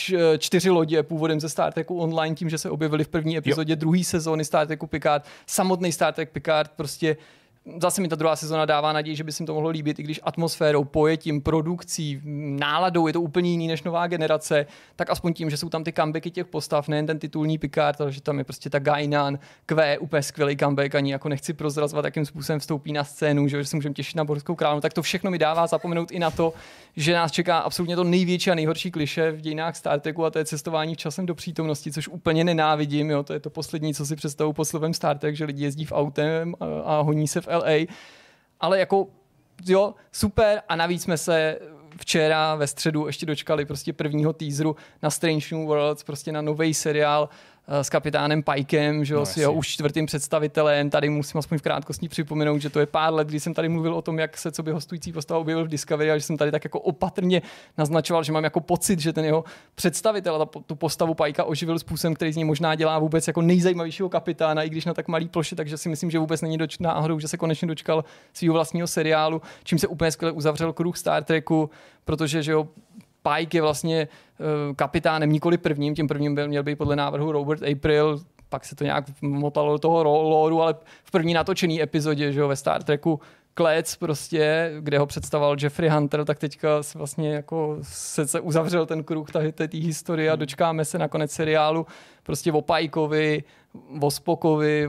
4 lodě původem ze Star Treku Online tím, že se objevili v první epizodě druhé sezóny Star Treku Picard. Samotný Star Trek Picard prostě zase mi ta druhá sezona dává naději, že by si to mohlo líbit, i když atmosférou, pojetím, produkcí, náladou je to úplně jiný než nová generace, tak aspoň tím, že jsou tam ty comebacky těch postav, nejen ten titulní Picard, ale že tam je prostě ta Guinan, úplně skvělý comeback, ani jako nechci prozrazovat, jakým způsobem vstoupí na scénu, že se můžeme těšit na Borskou královnu, tak to všechno mi dává zapomenout i na to, že nás čeká absolutně to největší a nejhorší klišé v dějinách Star Treku a to je cestování v časem do přítomnosti, což úplně nenávidím, jo, to je to poslední, co si představuji pod slovem Star Trek, že lidi jezdí v autem a honí se v LA, ale jako jo, super a navíc jsme se včera ve středu ještě dočkali prostě prvního teaseru na Strange New Worlds, prostě na nový seriál s kapitánem Pikem, že jo, s jeho už 4. představitelem. Tady musím aspoň v krátkosti připomenout, že to je pár let, kdy jsem tady mluvil o tom, jak se co by hostující postava objevil v Discovery a že jsem tady tak jako opatrně naznačoval, že mám jako pocit, že ten jeho představitel a tu postavu Pika oživil způsobem, který z něj možná dělá vůbec jako nejzajímavějšího kapitána, i když na tak malý ploše, takže si myslím, že vůbec není náhodou, že se konečně dočkal svého vlastního seriálu, čím se úplně skvěle uzavřel kruh Star Treku, protože že jo, Pike je vlastně kapitánem nikoli prvním, tím prvním měl být podle návrhu Robert April, pak se to nějak motalo do toho lóru, ale v první natočený epizodě, že jo, ve Star Treku Klec prostě, kde ho představoval Jeffrey Hunter, tak teďka se vlastně jako se uzavřel ten kruh té historie a dočkáme se nakonec seriálu prostě o Pikeovi, o Spockovi,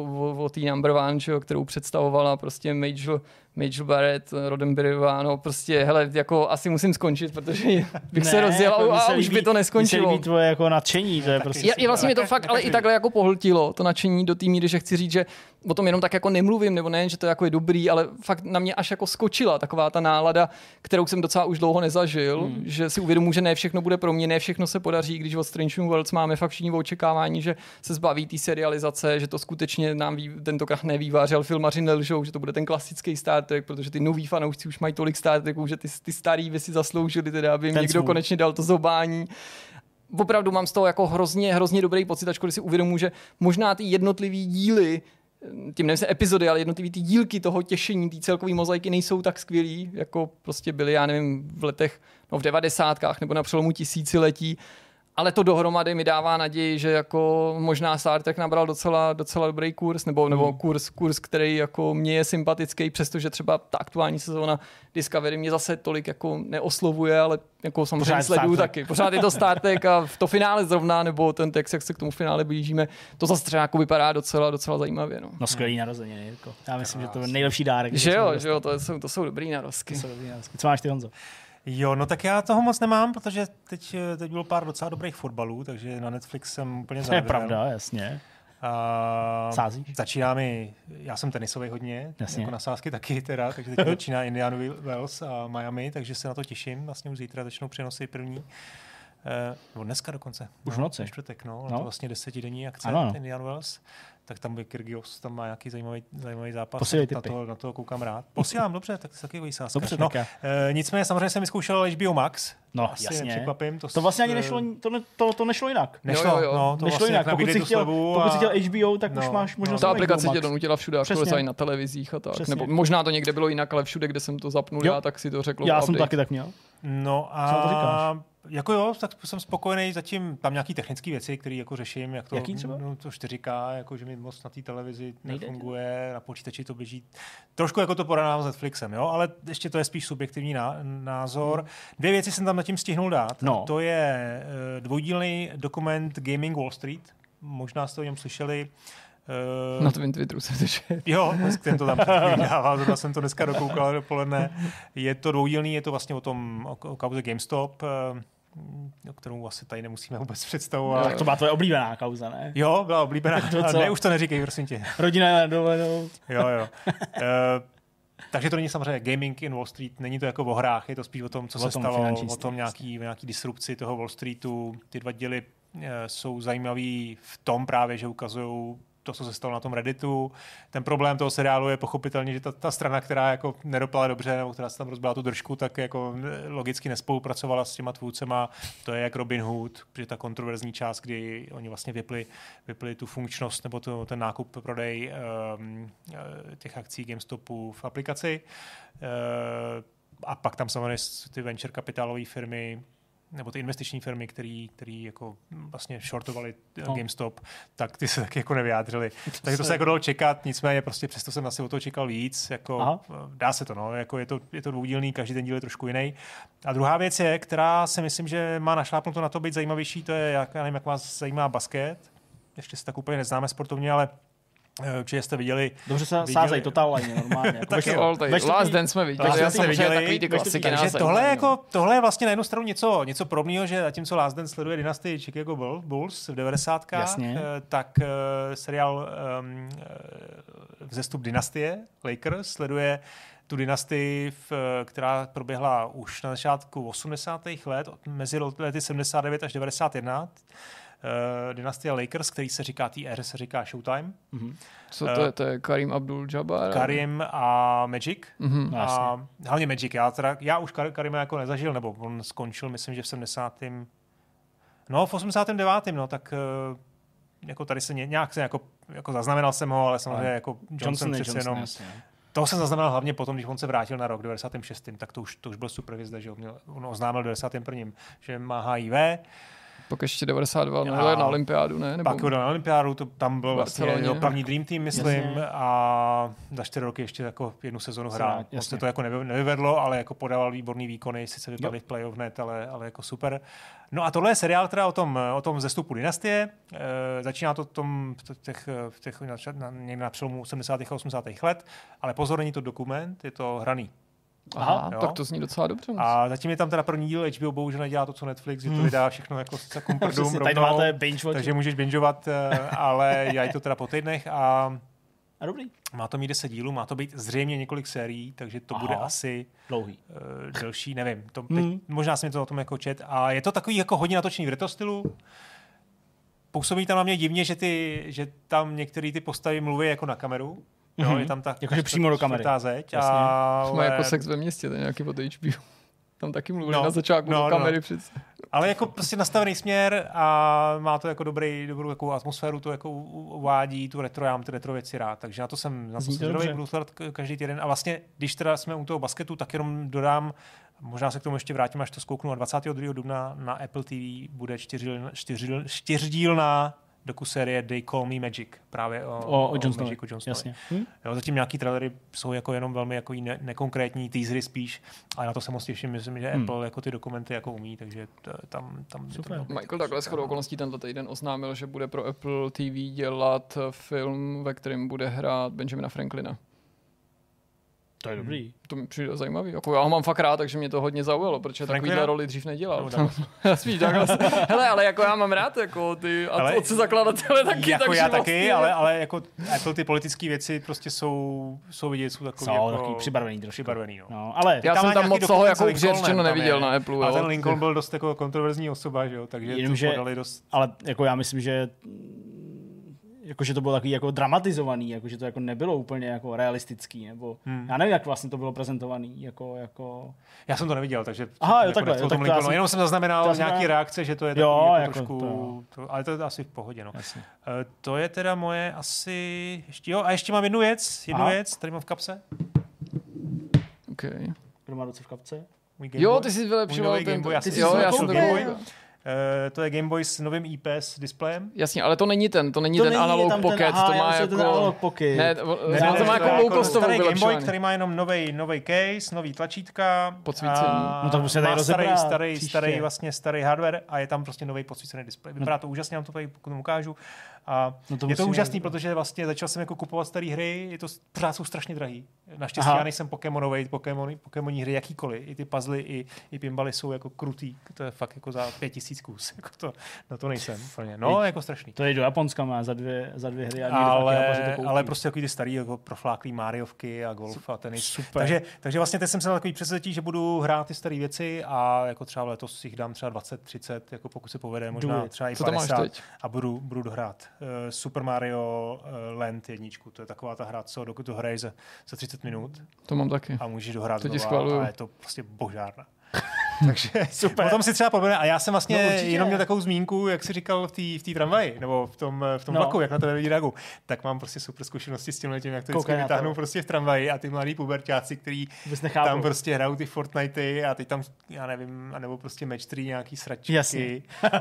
o té number one, že jo, kterou představovala prostě Majel Barrett, Roddenberryová, no prostě, hele, jako asi musím skončit, protože bych se rozdělal a už by to neskončilo. Mně se líbí tvoje jako nadšení, to je prostě... I vlastně mě to fakt, ale i takhle jako pohltilo, to nadšení do té míry, že chci říct, že o tom jenom tak jako nemluvím, nebo nejen, že to jako je dobrý, ale fakt na mě až jako skočila taková ta nálada, kterou jsem docela už dlouho nezažil, že si uvědomuji, že ne všechno bude pro mě, ne všechno se podaří, když od Strange New Worlds máme fakt všichni očekávání, že se zbaví té serializace, že to skutečně nám tentokrát nevýváři, ale filmaři nelžou, že to bude ten klasický Star Trek, protože ty noví fanoušci už mají tolik Star Treků, že ty starý by si zasloužili, teda, aby jim někdo konečně dal to zobání. Opravdu mám z toho jako hrozně dobrý pocit, ačkoliv si uvědomuji, že možná ty jednotlivý díly, tím nevím se epizody, ale jednotlivý ty dílky toho těšení, ty celkový mozaiky nejsou tak skvělý, jako prostě byly, já nevím, v letech, no v 90kách nebo na přelomu tisíciletí. Ale to dohromady mi dává naději, že jako možná Star Trek nabral docela dobrý kurz, nebo kurz, který jako mně je sympatický, přestože třeba ta aktuální sezóna Discovery mě zase tolik jako neoslovuje, ale jako samozřejmě sleduju taky. Pořád je to Star Trek a v to finále zrovna, nebo ten text, jak se k tomu finále blížíme, to zase třeba jako vypadá docela zajímavě. No skvělý narozeniny, Jirko. Já myslím, že to je nejlepší dárek. Že jo, to jsou dobrý narozky. Co máš ty, Honzo? Jo, no tak já toho moc nemám, protože teď bylo pár docela dobrých fotbalů, takže na Netflix jsem úplně zanedběl. To je pravda, jasně. Sázíš? Začíná mi, já jsem tenisový hodně, jasně. Jako na sázky taky teda, takže teď začíná Indiana Wells a Miami, takže se na to těším, vlastně už zítra začnou přenosy první. Nebo dneska dokonce. Už v noci. Čtvrtek, no. To vlastně 10denní akce, Indiana Wells. Tak tam by Kyrgios, tam má nějaký zajímavý zápas. Posílej na to koukám rád. Posílám, dobře, tak takový sázka. No, nicméně samozřejmě jsem vyzkoušel HBO Max. No, jasně. Nepřekvapím. To vlastně ani nešlo, to nešlo jinak. Nešlo vlastně jinak. Pokud jsi chtěl HBO, tak už máš možnost. Ta aplikace tě donutila všude, ačkoliv i na televizích a tak. Přesně. Nebo možná to někde bylo jinak, ale všude, kde jsem to zapnul, tak si to řekl. Já jsem to taky tak měl. No a jako jo, tak jsem spokojený, zatím tam nějaký technické věci, které jako řeším, jak to, to 4K, jako že mi moc na té televizi nefunguje, na počítači to běží. Trošku jako to porovnám s Netflixem, jo, ale ještě to je spíš subjektivní názor. 2 věci jsem tam zatím stihnul dát. No. To je dvoudílný dokument Gaming Wall Street, možná jste o něm slyšeli. Na tvým Twitteru se to Jo, ten to tam dával, zrovna jsem to dneska dokoukal dopoledne. Je to dvoudílný, je to vlastně o kauze GameStop, o kterou asi tady nemusíme vůbec představovat. Tak to byla tvoje oblíbená kauza, ne? Jo, byla oblíbená. Ne, už to neříkej, prosím tě. Rodina na dovolenou. Jo. Takže to není samozřejmě gaming in Wall Street, není to jako o hrách, je to spíš o tom, co se stalo, o tom nějaký disrupci toho Wall Streetu. Ty dva díly jsou zajímavý v tom právě, že ukazují to, co se stalo na tom Redditu. Ten problém toho seriálu je pochopitelně, že ta strana, která jako nedopadla dobře, nebo která se tam rozbila tu držku, tak jako logicky nespolupracovala s těma tvůrcema. To je jak Robin Hood, protože ta kontroverzní část, kdy oni vlastně vypli tu funkčnost nebo ten nákup, prodej těch akcí GameStopu v aplikaci. A pak tam samozřejmě ty venture kapitálové firmy nebo ty investiční firmy, který jako vlastně shortovali GameStop, tak ty se taky jako nevyjádřili. Takže to se jako dalo čekat, nicméně prostě přesto jsem asi o toho čekal víc. Jako, dá se to, no, jako je to dvoudílný, každý ten díl je trošku jiný. A druhá věc je, která si myslím, že má našlápnuto na to být zajímavější, to je, já nevím, jak vás zajímá basket. Ještě se tak úplně neznáme sportovně, ale určitě jste viděli. Dobře se sázejí Total Line normálně. Tak jo, Last Dance jsme viděli. Já jsem viděli takový ty klasiky. Tohle je vlastně na jednu stranu něco podobného, že zatímco Last Dance sleduje dynastii Chicago Bulls v 90kách, tak seriál Vzestup dynastie Lakers sleduje tu dynastii, která proběhla už na začátku 80. let, mezi lety 79 až 91. Dynastie Lakers, který se říká TR, se říká Showtime. Co to je Karim Abdul-Jabbar? Karim a Magic. A hlavně Magic. Já už Karima jako nezažil, nebo on skončil, myslím, že v 70. No, v 89. No, tak jako tady se nějak se jako zaznamenal jsem ho, ale samozřejmě jako Johnson přece jenom. Toho jsem zaznamenal hlavně potom, když on se vrátil na rok 96. Tak to už byl super hvězda, že on oznámil v 91. že má HIV. Pak ještě 92 na olympiádu, ne? Nebo... Pak na olympiádu, tam byl vlastně jeho první Dream Team, myslím, a za 4 roky ještě jako jednu sezonu hrál. Vlastně to jako nevyvedlo, ale jako podával výborný výkony, sice vypadli v playoff hned, ale jako super. No a tohle je seriál, která o tom vzestupu dynastie. Začíná to někdy na přelomu 70. a 80. let, ale pozor, není to dokument, je to hraný. Aha, tak to zní docela dobře. A zatím je tam teda první díl, HBO bohužel nedělá to, co Netflix, že to vydá všechno jako s takovým prdům rovnou, takže můžeš bingeovat, ale dělají to teda po týdnech a dobrý. Má to mít 10 dílů, má to být zřejmě několik sérií, takže to bude asi dlouhý. Delší, nevím. Možná jsem to o tom jako čet. A je to takový jako hodně natočený v retrostylu. Působí tam na mě divně, že tam některé ty postavy mluví jako na kameru. Jo, je tam jakože přímo do kamery. Zeď, jsme jako Sex ve městě, ten nějaký od HBO. Tam taky mluvili na začátku do kamery přece. Ale jako prostě nastavený směr a má to jako dobrou jako atmosféru, to jako uvádí tu retro, já mám ty retro věci rád, takže na to jsem zvědavý, budu sledovat každý týden. A vlastně, když teda jsme u toho basketu, tak jenom dodám, možná se k tomu ještě vrátím, až to zkouknu, a 22. dubna na Apple TV bude čtyřdílná dokusérie They Call Me Magic, právě o Magicu Johnsonovi. Jo, zatím nějaký trailery jsou jako jenom velmi jako nekonkrétní teasery spíš, ale na to se moc těším, myslím, že Apple jako ty dokumenty jako umí, takže tam super. Michael Douglas shodou okolností tento týden oznámil, že bude pro Apple TV dělat film, ve kterém bude hrát Benjamina Franklina. To je dobrý. To mi přijde zajímavý. Jako já ho mám fakt rád, takže mě to hodně zaujalo, protože takovýhle roli dřív nedělal. Spíš Douglas. Hele, ale jako já mám rád jako ty otce zakladatele taky. Jako já taky, ale jako Apple ty politické věci prostě jsou vidět, jsou takový jako přibarvený trošku. No. Ale já jsem tam moc toho jako upřímně neviděl na Apple. A ten Lincoln byl dost jako kontroverzní osoba, že jo, takže to podali dost. Ale jako já myslím, že jakože to bylo takový jako dramatizovaný, jakože to jako nebylo úplně jako realistický, nebo já nevím, jak vlastně to bylo prezentovaný, jako... Já jsem to neviděl, takže... Aha, jo, takhle. Jo, tak jenom jsem zaznamenal nějaký reakce, že to je takový jako trošku... ale to je asi v pohodě, no. To je teda moje asi... Ještě mám jednu věc, tady mám v kapse. Okay. Kdo má ruce v kapce? Jo, ty jsi vylepšoval ten... Já jsem Game Boy. To je Game Boy s novým IPS displejem. Jasně, ale to není ten analog pocket, to má jako... Ten analog pocket. Ne, to má jako low-costovou Game Boy, který má jenom nový case, nový tlačítka. Podsvícení. No tak musí tady rozebrat. Starý hardware a je tam prostě nový podsvícený displej. Vypadá to úžasně, vám to tady ukážu. A je to úžasný, protože vlastně začal jsem jako kupovat staré hry, pořád jsou strašně drahý. Naštěstí já nejsem Pokémonovej, Pokémoní hry jakýkoliv, i ty puzzly, i pinbaly jsou jako krutý, to je fakt jako za 5000 kus, jako to nejsem úplně. No, jako strašný. To je do Japonska má za dvě hry. Ale prostě jako ty starý jako profláklý Mariovky a golf a tenis. Super. Takže vlastně teď jsem se na takový předsetí, že budu hrát ty staré věci a jako třeba letos jich dám třeba 20, 30, jako pokud se povede, možná třeba i 50 a budu dohrát. Super Mario Land 1, to je taková ta hra, co dokud to hraješ za 30 minut. To mám taky. A můžeš dohrát to znova a je to prostě božárna. Takže super. Potom si třeba povede, a já jsem vlastně jenom měl takovou zmínku, jak jsi říkal v té tramvaji, nebo v tom vlaku, jak na to lidi reagují, tak mám prostě super zkušenosti s tím, jak to vždycky vytáhnou prostě v tramvaji a ty mladí puberťáci, kteří tam prostě hrajou ty Fortnitey a teď tam, já nevím, anebo prostě Match 3 nějaký sračky,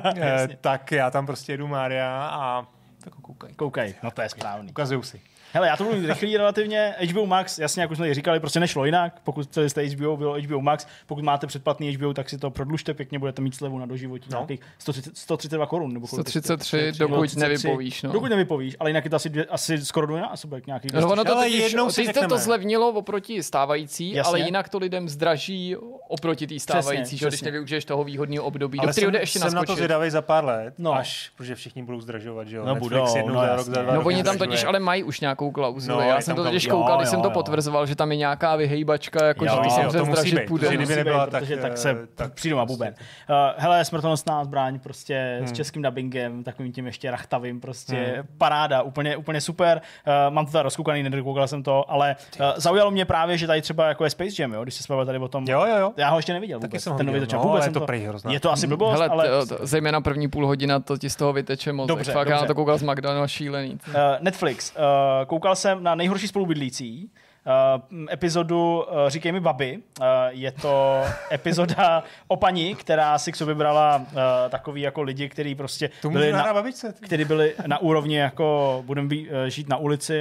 tak já tam prostě jedu Mária a tak koukej, no to je správný. Ukazuju si. Hele, já to budu rychlý relativně. HBO Max, jasně, jak už jsme říkali, prostě nešlo jinak. Pokud jste HBO, bylo HBO Max. Pokud máte předplatný HBO, tak si to prodlužte pěkně, budete mít slevu na doživotí nějakých 132 korun. Nebo 133, dokud nevypovíš. No. Dokud nevypovíš, ale jinak je to asi skoro dvojnásobek nějaký. Teď to zlevnilo oproti stávající, ale jinak to lidem zdraží oproti té stávající, že když nevyužiješ toho výhodného období, do kterého jde ještě naskočit. Jsem na to zvědavý za pár let, až protože všichni budou zdražovat, že jo. Netflix jednou za rok, za 2 roky. No oni tam totiž ale mají už nějakou klauzuli. Já jsem to totiž koukal, když jsem to potvrzoval, že tam je nějaká vyhejbačka, jako že když se zdražit půjde. Kdyby nebyla, tak se přijdu na buben. Hele, Smrtonosná zbraň prostě s českým dubbingem, takovým tím ještě rachtavým, prostě paráda, úplně super. Mám to tady rozkoukaný, nedokoukal jsem to, ale zaujalo mě právě, že tady třeba jako je Space Jam, jo, když se spavil tady o tom. Jo. Já ho ještě neviděl vůbec. Ten nový začal vůbec. Je to asi blbost, ale zejména první půl hodina to ti z toho vyteče mozek. Fakt já na to koukal s Magdalena šílený. Netflix. Koukal jsem na Nejhorší spolubydlící. Epizodu Říkej mi babi. Je to epizoda o paní, která si k sobě brala takový jako lidi, kteří prostě byli na úrovni jako budeme žít na ulici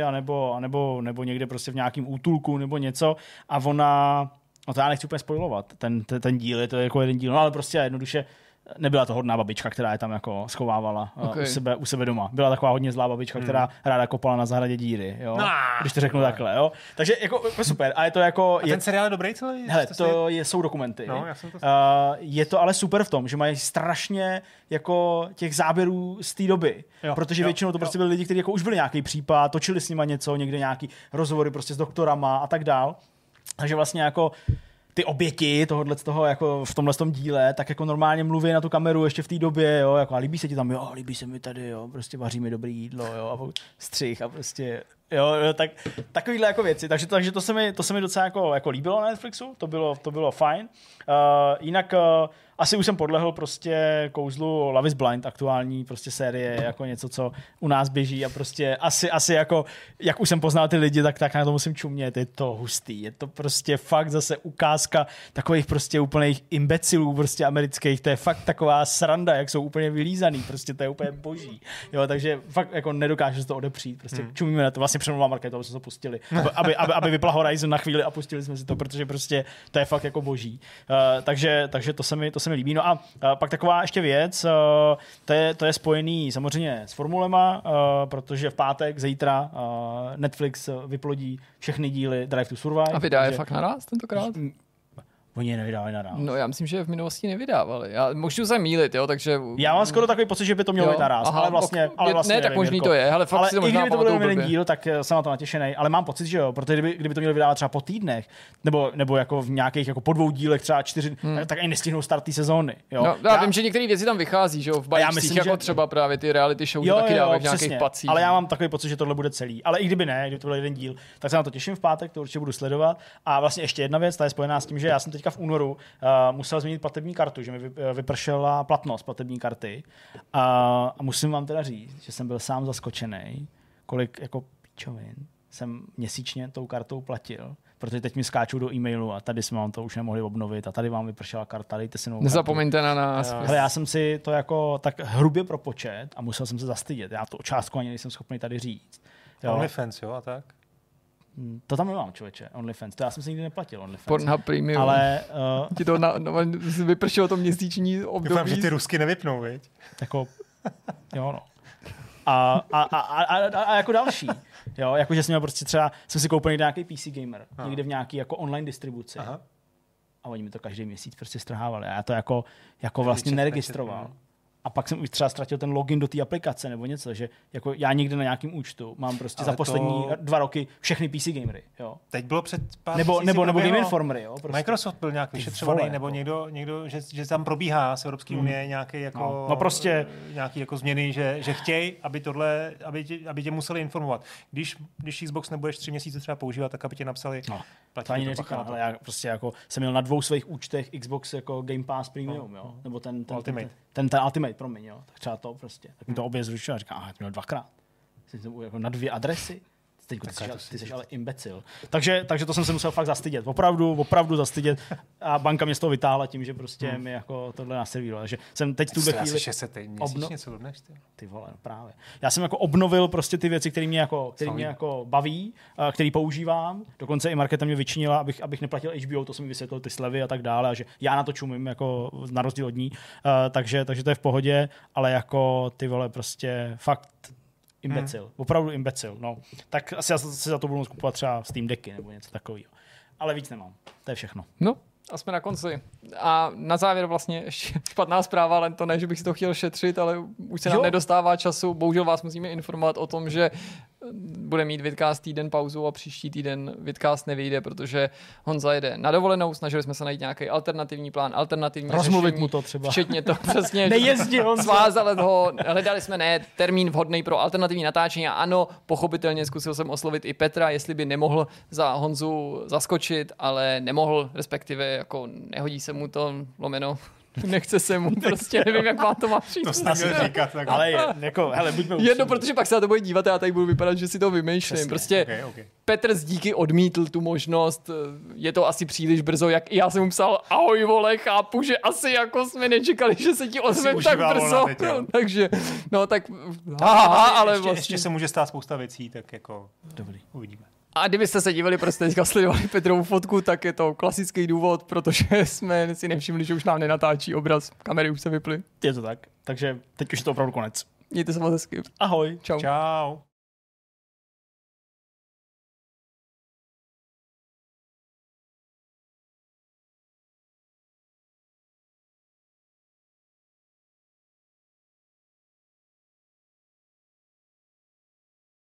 nebo někde prostě v nějakém útulku nebo něco a ona, no to já nechci úplně spoilovat, ten díl, je to jako jeden díl, no ale prostě jednoduše nebyla to hodná babička, která je tam jako schovávala u sebe doma. Byla taková hodně zlá babička, která ráda kopala na zahradě díry, jo? Když to řeknu takhle, jo. Takže jako super. A je to jako... ten seriál je dobrý celý? Hele, jsou dokumenty. No, já jsem to je to ale super v tom, že mají strašně jako těch záběrů z té doby. Protože většinou to prostě byli lidi, kteří jako už byli nějaký případ, točili s nima něco, někde nějaký rozhovory prostě s doktorama a tak dál. Takže vlastně jako ty oběti tohoto jako v tomhle díle, tak jako normálně mluví na tu kameru ještě v té době, jo, jako a líbí se ti tam, jo, líbí se mi tady, jo, prostě vaří mi dobrý jídlo, jo, a střih a prostě, jo, tak takovýhle jako věci, takže to se mi docela jako líbilo na Netflixu, to bylo fajn. Jinak asi už jsem podlehl prostě kouzlu Love is Blind, aktuální prostě série, jako něco, co u nás běží a prostě asi jako, jak už jsem poznal ty lidi, tak na to musím čumět, je to hustý, je to prostě fakt zase ukázka takových prostě úplných imbecilů prostě amerických, to je fakt taková sranda, jak jsou úplně vylízaný, prostě to je úplně boží, jo, takže fakt jako nedokážu se to odepřít, prostě čumíme na to, vlastně přemluvám marketu, jsme to pustili, aby vypla Horizon na chvíli a pustili jsme si to, protože prostě to je fakt jako boží, takže to se mi líbí. No a pak taková ještě věc, to je spojený samozřejmě s formulema, protože v pátek, zítra Netflix vyplodí všechny díly Drive to Survive. A vydá je fakt naraz tentokrát? Oni je nevydávali naraz. No já myslím, že v minulosti nevydávali. Já můžu se mýlit, jo, takže... Já mám skoro takový pocit, že by to mělo být naraz, ale vlastně ne, tak možný to je, ale fakt ale si to možná kdyby to byl jeden díl, tak jsem na to natěšený, ale mám pocit, že jo, protože kdyby to mělo vydávat třeba po týdnech, nebo jako v nějakých jako po 2 dílech třeba 4, tak ani nestihnou start té sezóny, jo. No, já vím, že některé věci tam vychází, že jo, v balíčcích, jako třeba právě ty reality show taky dávají v nějakých pacích. Ale já mám takový pocit, že tohle bude celý. Ale i kdyby to byl jeden díl, tak se na to těším v pátek, to určitě budu sledovat. A vlastně ještě jedna věc, ta je spojená s tím, že já jsem teďka v únoru musel změnit platební kartu, že mi vypršela platnost platební karty a musím vám teda říct, že jsem byl sám zaskočený, kolik jako píčovin jsem měsíčně tou kartou platil, protože teď mi skáčou do e-mailu a tady jsme vám to už nemohli obnovit a tady vám vypršela karta, dejte si novou kartu. Nezapomeňte na nás. Hele, já jsem si to jako tak hrubě propočet a musel jsem se zastydět. Já to částku ani nejsem schopný tady říct. OnlyFans, jo, a tak? To tam nemám, člověče, OnlyFans. To já jsem si nikdy neplatil OnlyFans. Pornhub Premium. Ale ti to vypršelo to měsíční období. Doufám, že ty Rusky nevypnou, viď? Jako, jo no. a jako další. Jo, jakože jsem měl prostě třeba, jsem si koupil nějaký PC Gamer, někde v nějaký jako online distribuci. Aha. A oni mi to každý měsíc prostě strhávali. A já to jako vlastně neregistroval. A pak jsem už třeba ztratil ten login do té aplikace nebo něco, že jako já někde na nějakém účtu mám prostě ale za poslední 2 roky všechny PC gamery, jo. Teď bylo před pár nebo Game Informery, jo. Prostě. Microsoft byl nějak vyšetřovaný, nebo někdo že tam probíhá z Evropské unie nějaký jako prostě nějaký jako změny, že chtějí, aby tě museli informovat. Když Xbox nebudeš 3 měsíce třeba používat, tak aby tě napsali. To ani neříkám, ale já prostě jako jsem měl na 2 svých účtech Xbox jako Game Pass Premium, jo. Nebo ten Ultimate, promiň, jo. Tak třeba to prostě. Tak mi to obě zrušilo a říkám, já to měl 2krát. Jsem jako na 2 adresy. Ty jsi ale imbecil. Takže to jsem se musel fakt zastydět. Opravdu zastydět. A banka mě z toho vytáhla tím, že prostě mi jako tohle naservírovala. Takže jsem teď tuhle chvíli... Ty vole, no právě. Já jsem jako obnovil prostě ty věci, které mě jako baví, které používám. Dokonce i Markéta mě vyčinila, abych neplatil HBO, to jsem mi vysvětlil ty slevy a tak dále, a že já na to čumím jako na rozdíl od ní. Takže to je v pohodě, ale jako ty vole prostě fakt imbecil. Opravdu imbecil, no. Tak asi já si za to budu kupovat třeba Steam Decky nebo něco takového. Ale víc nemám. To je všechno. No, a jsme na konci. A na závěr vlastně ještě špatná zpráva, ale to ne, že bych si to chtěl šetřit, ale už se nám nedostává času. Bohužel vás musíme informovat o tom, že bude mít Vidcast týden pauzu a příští týden Vidcast nevyjde, protože Honza jede na dovolenou, snažili jsme se najít nějaký alternativní plán, alternativní rozmluvit řešení, mu to třeba. Včetně to přesně. Nejezdí Honza. Svázali ho, hledali jsme termín vhodný pro alternativní natáčení a ano, pochopitelně zkusil jsem oslovit i Petra, jestli by nemohl za Honzu zaskočit, ale nemohl, respektive jako nehodí se mu to, lomeno. Nechce se mu, prostě nevím, jak vám to má přijít. To snažil říkat. Tak. Ale jako, hele, buďme upřímní. Jedno, protože pak se na to bude dívat a já tady budu vypadat, že si to vymýšlím. Přesně. Prostě okay. Petr z díky odmítl tu možnost, je to asi příliš brzo, jak i já jsem mu psal, ahoj vole, chápu, že asi jako jsme nečekali, že se ti ozvem tak brzo. Takže, no tak, ale vlastně. Ještě se může stát spousta věcí, tak jako dobrý. Uvidíme. A kdybyste se dívali, prostě teďka sledovali Petrovu fotku, tak je to klasický důvod, protože jsme si nevšimli, že už nám nenatáčí obraz. Kamery už se vyply. Je to tak. Takže teď už je to opravdu konec. Mějte se moc hezky. Ahoj. Čau. Čau.